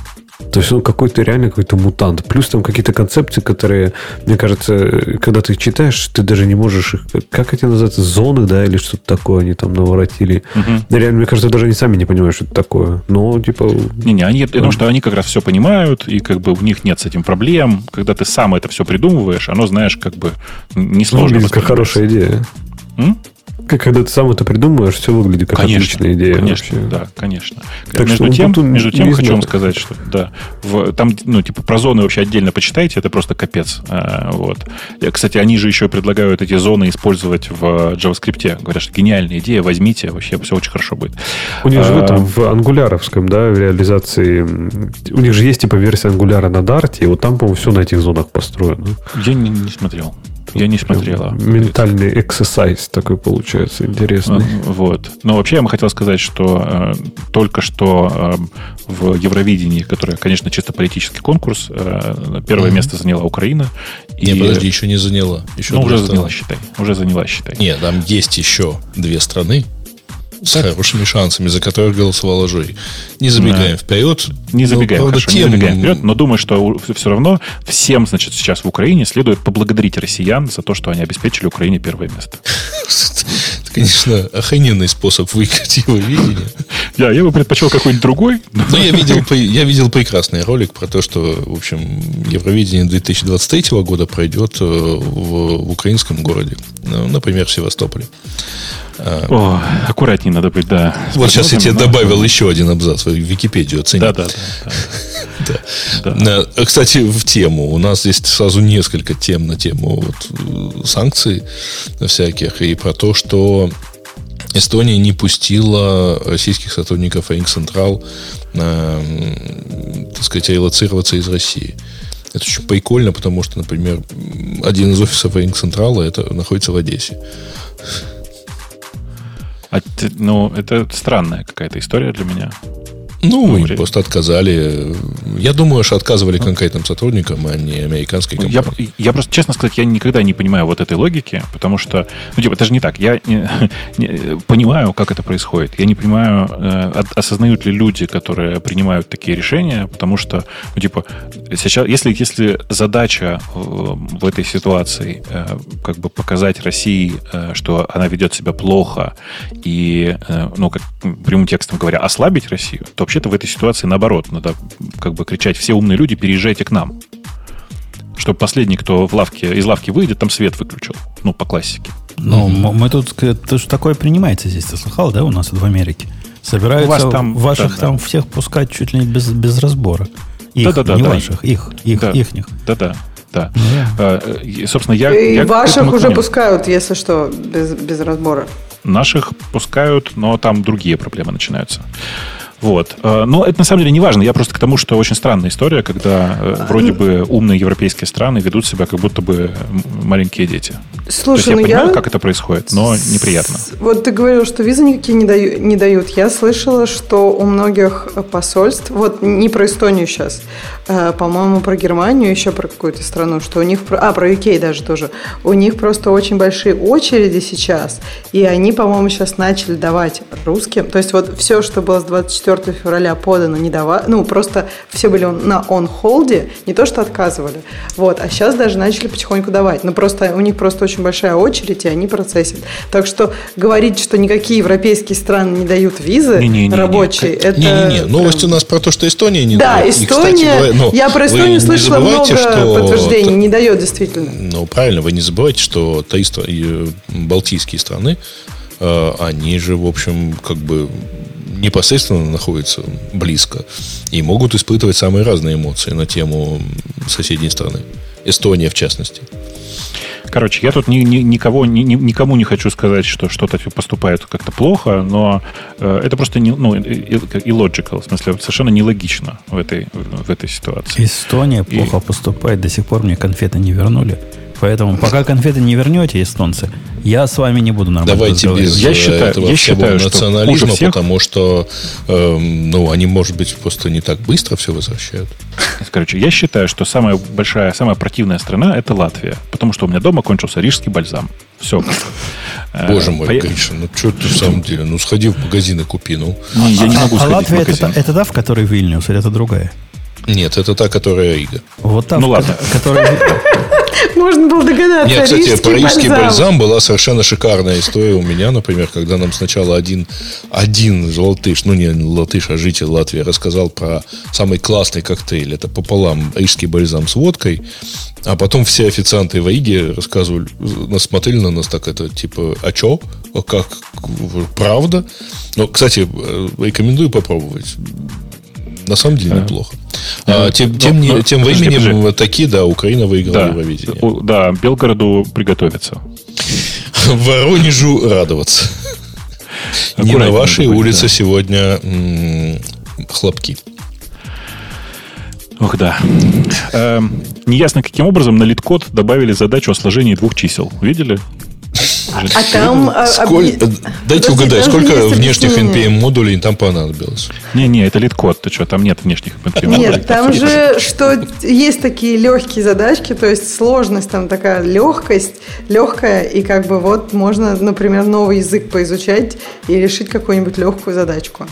То есть он какой-то реально какой-то мутант. Плюс там какие-то концепции, которые, мне кажется, когда ты читаешь, ты даже не можешь их... Как эти называются? Зоны, да? Или что-то такое они там наворотили. Угу. Реально, мне кажется, даже они сами не понимают, что это такое. Но, типа... Не-не, они, я думаю, что они как раз все понимают, и как бы у них нет с этим проблем. Когда ты сам это все придумываешь, оно, знаешь, как бы несложно. Ну, как хорошая идея. М? Когда ты сам это придумываешь, все выглядит как конечно, отличная идея. Конечно, вообще. Да, конечно. Так между тем, между тем хочу вам сказать, что да, в, там, ну, типа, про зоны вообще отдельно почитайте, это просто капец. А, вот. И, кстати, они же еще предлагают эти зоны использовать в JavaScript. Говорят, что гениальная идея, возьмите, вообще все очень хорошо будет. У них а, же в этом, в ангуляровском, да, в реализации, у них же есть типа версия ангуляра на Dart, и вот там, по-моему, все на этих зонах построено. Я не, не смотрел. Я не смотрела. Ментальный эксерсайз такой получается интересный. Вот. Но вообще я бы хотел сказать, что э, только что э, в Евровидении, которое, конечно, чисто политический конкурс, э, первое mm-hmm. место заняла Украина. Не, и... подожди, еще не заняла. Еще ну, уже страны. заняла, считай. Уже заняла, считай. Нет, там есть еще две страны с хорошими шансами, за которых голосовала жюри. Не забегаем да. вперед. Не забегаем, но, правда, хорошо, тем... не забегаем вперед, но думаю, что все равно всем, значит, сейчас в Украине следует поблагодарить россиян за то, что они обеспечили Украине первое место. Это, конечно, охрененный способ выиграть его видение. Да, я бы предпочел какой-нибудь другой. Но я видел, я видел прекрасный ролик про то, что, в общем, Евровидение две тысячи двадцать третьего года пройдет в, в украинском городе, например, в Севастополе. О, аккуратнее надо быть, да. Вот сейчас я тебе добавил еще один абзац в Википедию, оцени. Да, да, да. да. да. Кстати, в тему. У нас есть сразу несколько тем на тему вот, санкций всяких. И про то, что Эстония не пустила российских сотрудников Ring-Central, так сказать, релоцироваться из России. Это очень прикольно, потому что, например, один из офисов Ring-Central это находится в Одессе. А, ну, это странная какая-то история для меня. Ну, им просто отказали. Я думаю, что отказывали конкретным сотрудникам, а не американской компании. Я, я просто, честно сказать, я никогда не понимаю вот этой логики, потому что, ну, типа, это же не так. Я не, не, понимаю, как это происходит. Я не понимаю, э, осознают ли люди, которые принимают такие решения, потому что, ну, типа, сейчас, если, если задача в, в этой ситуации э, как бы показать России, э, что она ведет себя плохо и, э, ну, как прямым текстом говоря, ослабить Россию, то вообще-то в этой ситуации наоборот. Надо как бы кричать: все умные люди, переезжайте к нам. Чтобы последний, кто в лавке, из лавки выйдет, там свет выключил. Ну, по классике. Ну, mm-hmm. мы тут... Это же такое принимается здесь. Ты слыхал, да, у нас в Америке? Собираются там, ваших да, там да. всех пускать чуть ли не без, без разбора. Их, да, да, не да, ваших, да. их, их, да. ихних. Да-да. Да. Yeah. И, собственно, я... И я ваших уже пускают, если что, без, без разбора. Наших пускают, но там другие проблемы начинаются. Вот. Но это на самом деле не важно. Я просто к тому, что очень странная история, когда вроде бы умные европейские страны ведут себя как будто бы маленькие дети. Слушай, То есть я ну понимаю, я... как это происходит, но неприятно. Вот ты говорил, что визы никакие не дают, не дают. Я слышала, что у многих посольств, вот не про Эстонию сейчас, а, по-моему, про Германию, еще про какую-то страну, что у них, а, про ю кей даже тоже, у них просто очень большие очереди сейчас, и они, по-моему, сейчас начали давать русским, то есть вот все, что было с двадцать четвёртого февраля подано, не давали, ну, просто все были на он-холде, не то, что отказывали, вот, а сейчас даже начали потихоньку давать, но просто у них просто очень большая очередь, и они процессят. Так что говорить, что никакие европейские страны не дают визы не, не, не, рабочие, не, это... Не-не-не, новость прям... у нас про то, что Эстония не да, дает. Да, Эстония, кстати, ну, я про Эстонию слышала много что... подтверждений, не дает действительно. Ну, правильно, вы не забывайте, что балтийские страны, они же, в общем, как бы непосредственно находятся близко и могут испытывать самые разные эмоции на тему соседней страны. Эстония, в частности. Короче, я тут ни, ни, никого, ни, никому не хочу сказать, что что-то поступает как-то плохо, но э, это просто не, ну, illogical, в смысле, совершенно нелогично в этой, в этой ситуации. Эстония и... плохо поступает, до сих пор мне конфеты не вернули. Поэтому пока конфеты не вернете, эстонцы, я с вами не буду нормально Давайте без я считаю, этого я всего считаю, национализма, всех... потому что э, ну, они, может быть, просто не так быстро все возвращают. Короче, я считаю, что самая большая, самая противная страна – это Латвия. Потому что у меня дома кончился рижский бальзам. Все. Боже мой, По... Гриша, ну что ты в самом деле? Ну, сходи в магазин и купи. Ну. Не, я не могу а, сходить а Латвия в магазин. Это, это та, в которой Вильнюс, или это другая? Нет, это та, которая Рига. Вот та, ну, ладно. которая... Можно было догадаться. Нет, кстати, рижский про рижский бальзам. бальзам была совершенно шикарная история у меня, например, когда нам сначала один, один латыш, ну не латыш, а житель Латвии рассказал про самый классный коктейль. Это пополам рижский бальзам с водкой. А потом все официанты в Риге рассказывали, нас смотрели на нас так, это типа, а чё? А как? Правда? Ну, кстати, рекомендую попробовать. На самом деле неплохо. А, тем, тем, но, тем но, временем подожди. таки, да, Украина выиграла да, Евровидение. Да, Белгороду приготовиться. Воронежу радоваться. Не на вашей быть, улице да. сегодня м- хлопки. Ох, да. Э, неясно, каким образом на лид-код добавили задачу о сложении двух чисел. Видели? А, а там... Сколь... Об... Дайте Подожди, угадать, сколько внешних эн пи эм-модулей там понадобилось? Не-не, это лид-код. Ты что, там нет внешних эн пи эм-модулей. Нет, там же, что есть такие легкие задачки, то есть сложность, там такая легкость, легкая, и как бы вот можно, например, новый язык поизучать и решить какую-нибудь легкую задачку.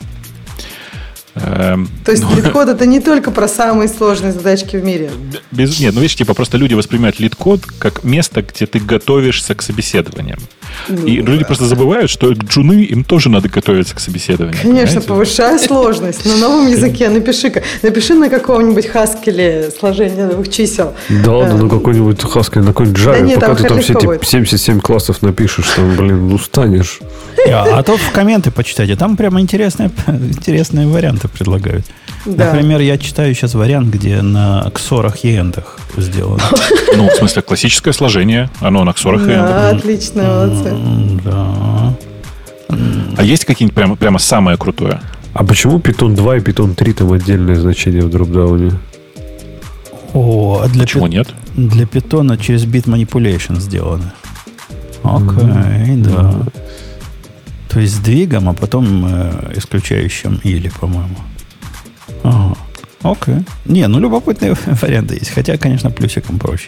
Эм, То есть ну, лид-код это не только про самые сложные задачки в мире. Без, нет, ну видишь, типа просто люди воспринимают лид-код как место, где ты готовишься к собеседованиям. Ну, и да. люди просто забывают, что джуны, им тоже надо готовиться к собеседованиям. Конечно, повышай сложность. На новом языке напиши-ка. Напиши на каком-нибудь хаскеле сложение двух чисел. Да ладно, на какой-нибудь хаскеле, на какой-нибудь Java. Да нет, пока ты там все эти семьдесят семь классов напишешь, там, блин, устанешь. А, а то в комменты почитайте. Там прямо интересные, интересные варианты предлагают. Да. Например, я читаю сейчас вариант, где на ксорах и эндах сделано. Ну, в смысле, классическое сложение. Оно на ксорах и эндах. Да, отлично, молодцы. Да. А есть какие-нибудь прямо, прямо самое крутое? А почему Python два и Python три там отдельное значение в дропдауне? О, а для почему пи... нет? Для Python через bit manipulation сделано. Окей, okay, mm-hmm. да. То есть сдвигом, а потом э, исключающим или, по-моему. Ага. Окей. Не, ну любопытные варианты есть. Хотя, конечно, плюсиком проще.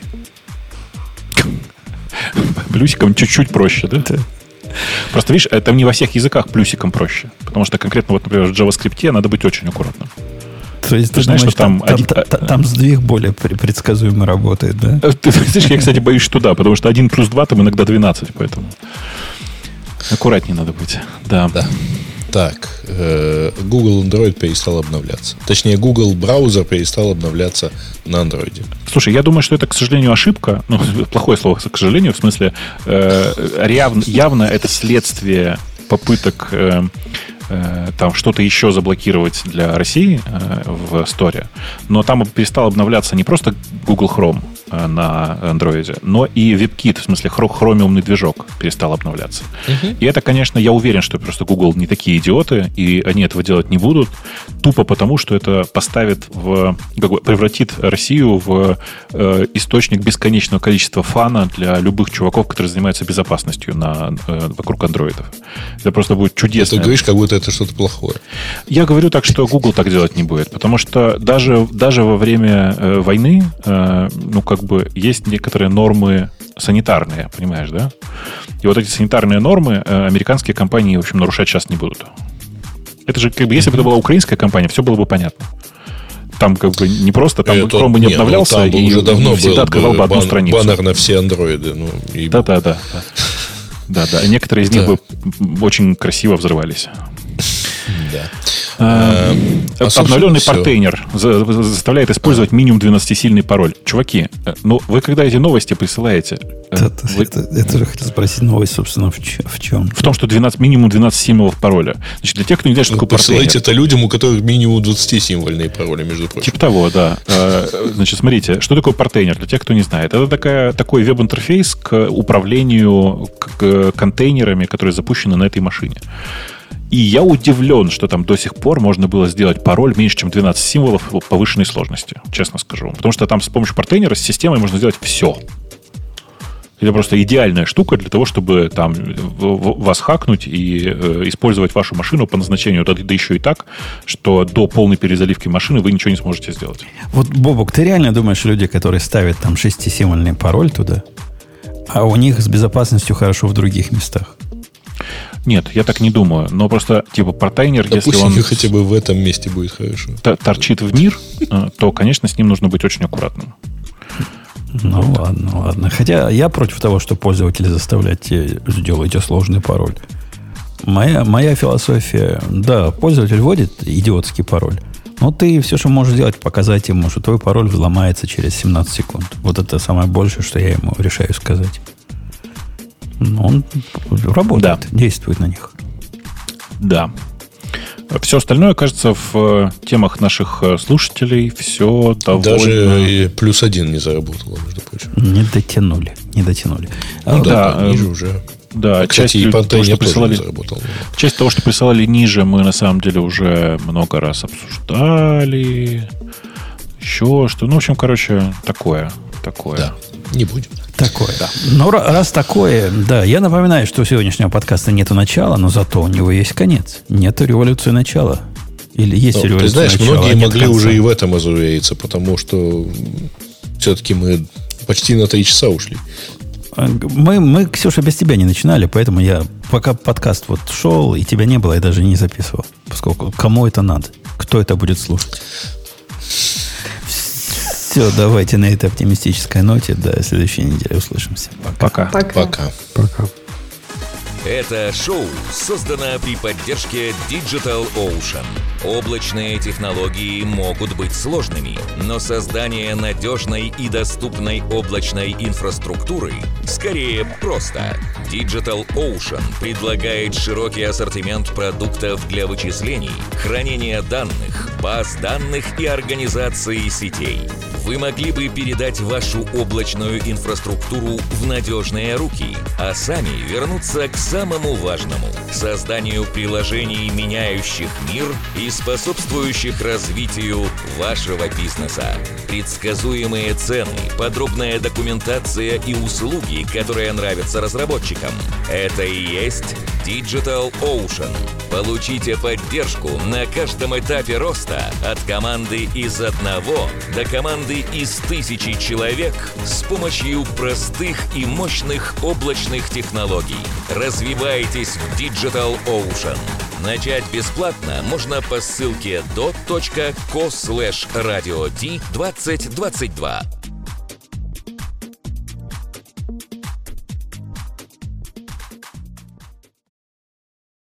Плюсиком чуть-чуть проще, да? Да. Просто, видишь, там не во всех языках плюсиком проще. Потому что конкретно, вот, например, в JavaScript надо быть очень аккуратным. То есть ты, ты знаешь, думаешь, что там, там, один... там, там, там сдвиг более предсказуемо работает, да? Ты знаешь, я, кстати, боюсь, что да, потому что один плюс два там иногда двенадцать, поэтому... Аккуратнее надо быть. Да. да. Так, э, Google Android перестал обновляться. Точнее, Google браузер перестал обновляться на Android. Слушай, я думаю, что это, к сожалению, ошибка. Ну, плохое слово, к сожалению, в смысле, э, явно, явно это следствие попыток э, э, там что-то еще заблокировать для России э, в Store. Но там перестал обновляться не просто Google Chrome, на Android, но и WebKit, в смысле хромиумный движок перестал обновляться. Uh-huh. И это, конечно, я уверен, что просто Google не такие идиоты, и они этого делать не будут, тупо потому, что это поставит в, как бы, превратит Россию в э, источник бесконечного количества фана для любых чуваков, которые занимаются безопасностью на, э, вокруг андроидов. Это просто будет чудесно. Ты говоришь, как будто это что-то плохое. Я говорю так, что Google так делать не будет, потому что даже, даже во время э, войны, э, ну, как бы, есть некоторые нормы санитарные, понимаешь, да? И вот эти санитарные нормы э, американские компании, в общем, нарушать сейчас не будут. Это же, как бы, если бы это была украинская компания, все было бы понятно. Там как бы не просто, там Chrome бы не, не обновлялся, ну, и уже давно всегда открывал бы одну бан, страницу. Баннер на все андроиды. Ну, и... Да, да, да. Да, да. Некоторые из них да. бы очень красиво взрывались. Да. А, а, обновленный портейнер заставляет использовать минимум двенадцатисильный пароль. Чуваки, ну вы когда эти новости присылаете? Это, вы... это, это же хотел спросить, новость, собственно, в чем? В, чем? в том, что двенадцать, минимум двенадцать символов пароля. Значит, для тех, кто не знает, что такое портейнер. Посылайте это людям, у которых минимум двадцатисимвольные пароли, между прочим. Типа того, да. Значит, смотрите, что такое портейнер, для тех, кто не знает. Это такая, такой веб-интерфейс к управлению к контейнерами, которые запущены на этой машине. И я удивлен, что там до сих пор можно было сделать пароль меньше, чем двенадцать символов повышенной сложности, честно скажу. Потому что там с помощью портейнера с системой можно сделать все. Это просто идеальная штука для того, чтобы там вас хакнуть и э, использовать вашу машину по назначению. Да, да еще и так, что до полной перезаливки машины вы ничего не сможете сделать. Вот, Бобок, ты реально думаешь, люди, которые ставят там шестисимвольный пароль туда, а у них с безопасностью хорошо в других местах? Нет, я так не думаю. Но просто, типа, портейнер, да если он хотя бы в этом месте будет хорошо. Торчит в мир, то, конечно, с ним нужно быть очень аккуратным. Ну, вот. ладно, ладно. Хотя я против того, что пользователи заставлять сделать сложный пароль. Моя, моя философия, да, пользователь вводит идиотский пароль, но ты все, что можешь сделать, показать ему, что твой пароль взломается через семнадцать секунд. Вот это самое большее, что я ему решаю сказать. Он работает, да. Действует на них. Да. Все остальное, кажется, в темах наших слушателей все довольно... Даже и плюс один не заработало, между прочим. Не дотянули, не дотянули. Ну, а, да, да, ниже уже. Да, а, часть, кстати, и того, что присылали, заработал. Часть того, что присылали ниже, мы на самом деле уже много раз обсуждали. Еще что. Ну, в общем, короче, такое. Такое. Да, не будем. Такое, да. Но раз такое, да, я напоминаю, что у сегодняшнего подкаста нету начала, но зато у него есть конец. Нету революции начала. Или есть ну, революция начала. Ты знаешь, начала, многие а могли конца. уже и в этом озувериться, потому что все-таки мы почти на три часа ушли. Мы, мы, Ксюша, без тебя не начинали, поэтому я, пока подкаст вот шел, и тебя не было, я даже не записывал. Поскольку кому это надо? Кто это будет слушать? Все, давайте на этой оптимистической ноте. До следующей недели услышимся. Пока. Пока. Пока. Пока. Это шоу создано при поддержке Digital Ocean. Облачные технологии могут быть сложными, но создание надежной и доступной облачной инфраструктуры скорее просто. Digital Ocean предлагает широкий ассортимент продуктов для вычислений, хранения данных, баз данных и организации сетей. Вы могли бы передать вашу облачную инфраструктуру в надежные руки, а сами вернуться к самому важному – созданию приложений, меняющих мир и способствующих развитию вашего бизнеса. Предсказуемые цены, подробная документация и услуги, которые нравятся разработчикам – это и есть Digital Ocean. Получите поддержку на каждом этапе роста от команды из одного до команды из тысячи человек с помощью простых и мощных облачных технологий. Развивайтесь в Digital Ocean. Начать бесплатно можно по ссылке dot точка co слэш radio d двадцать двадцать два.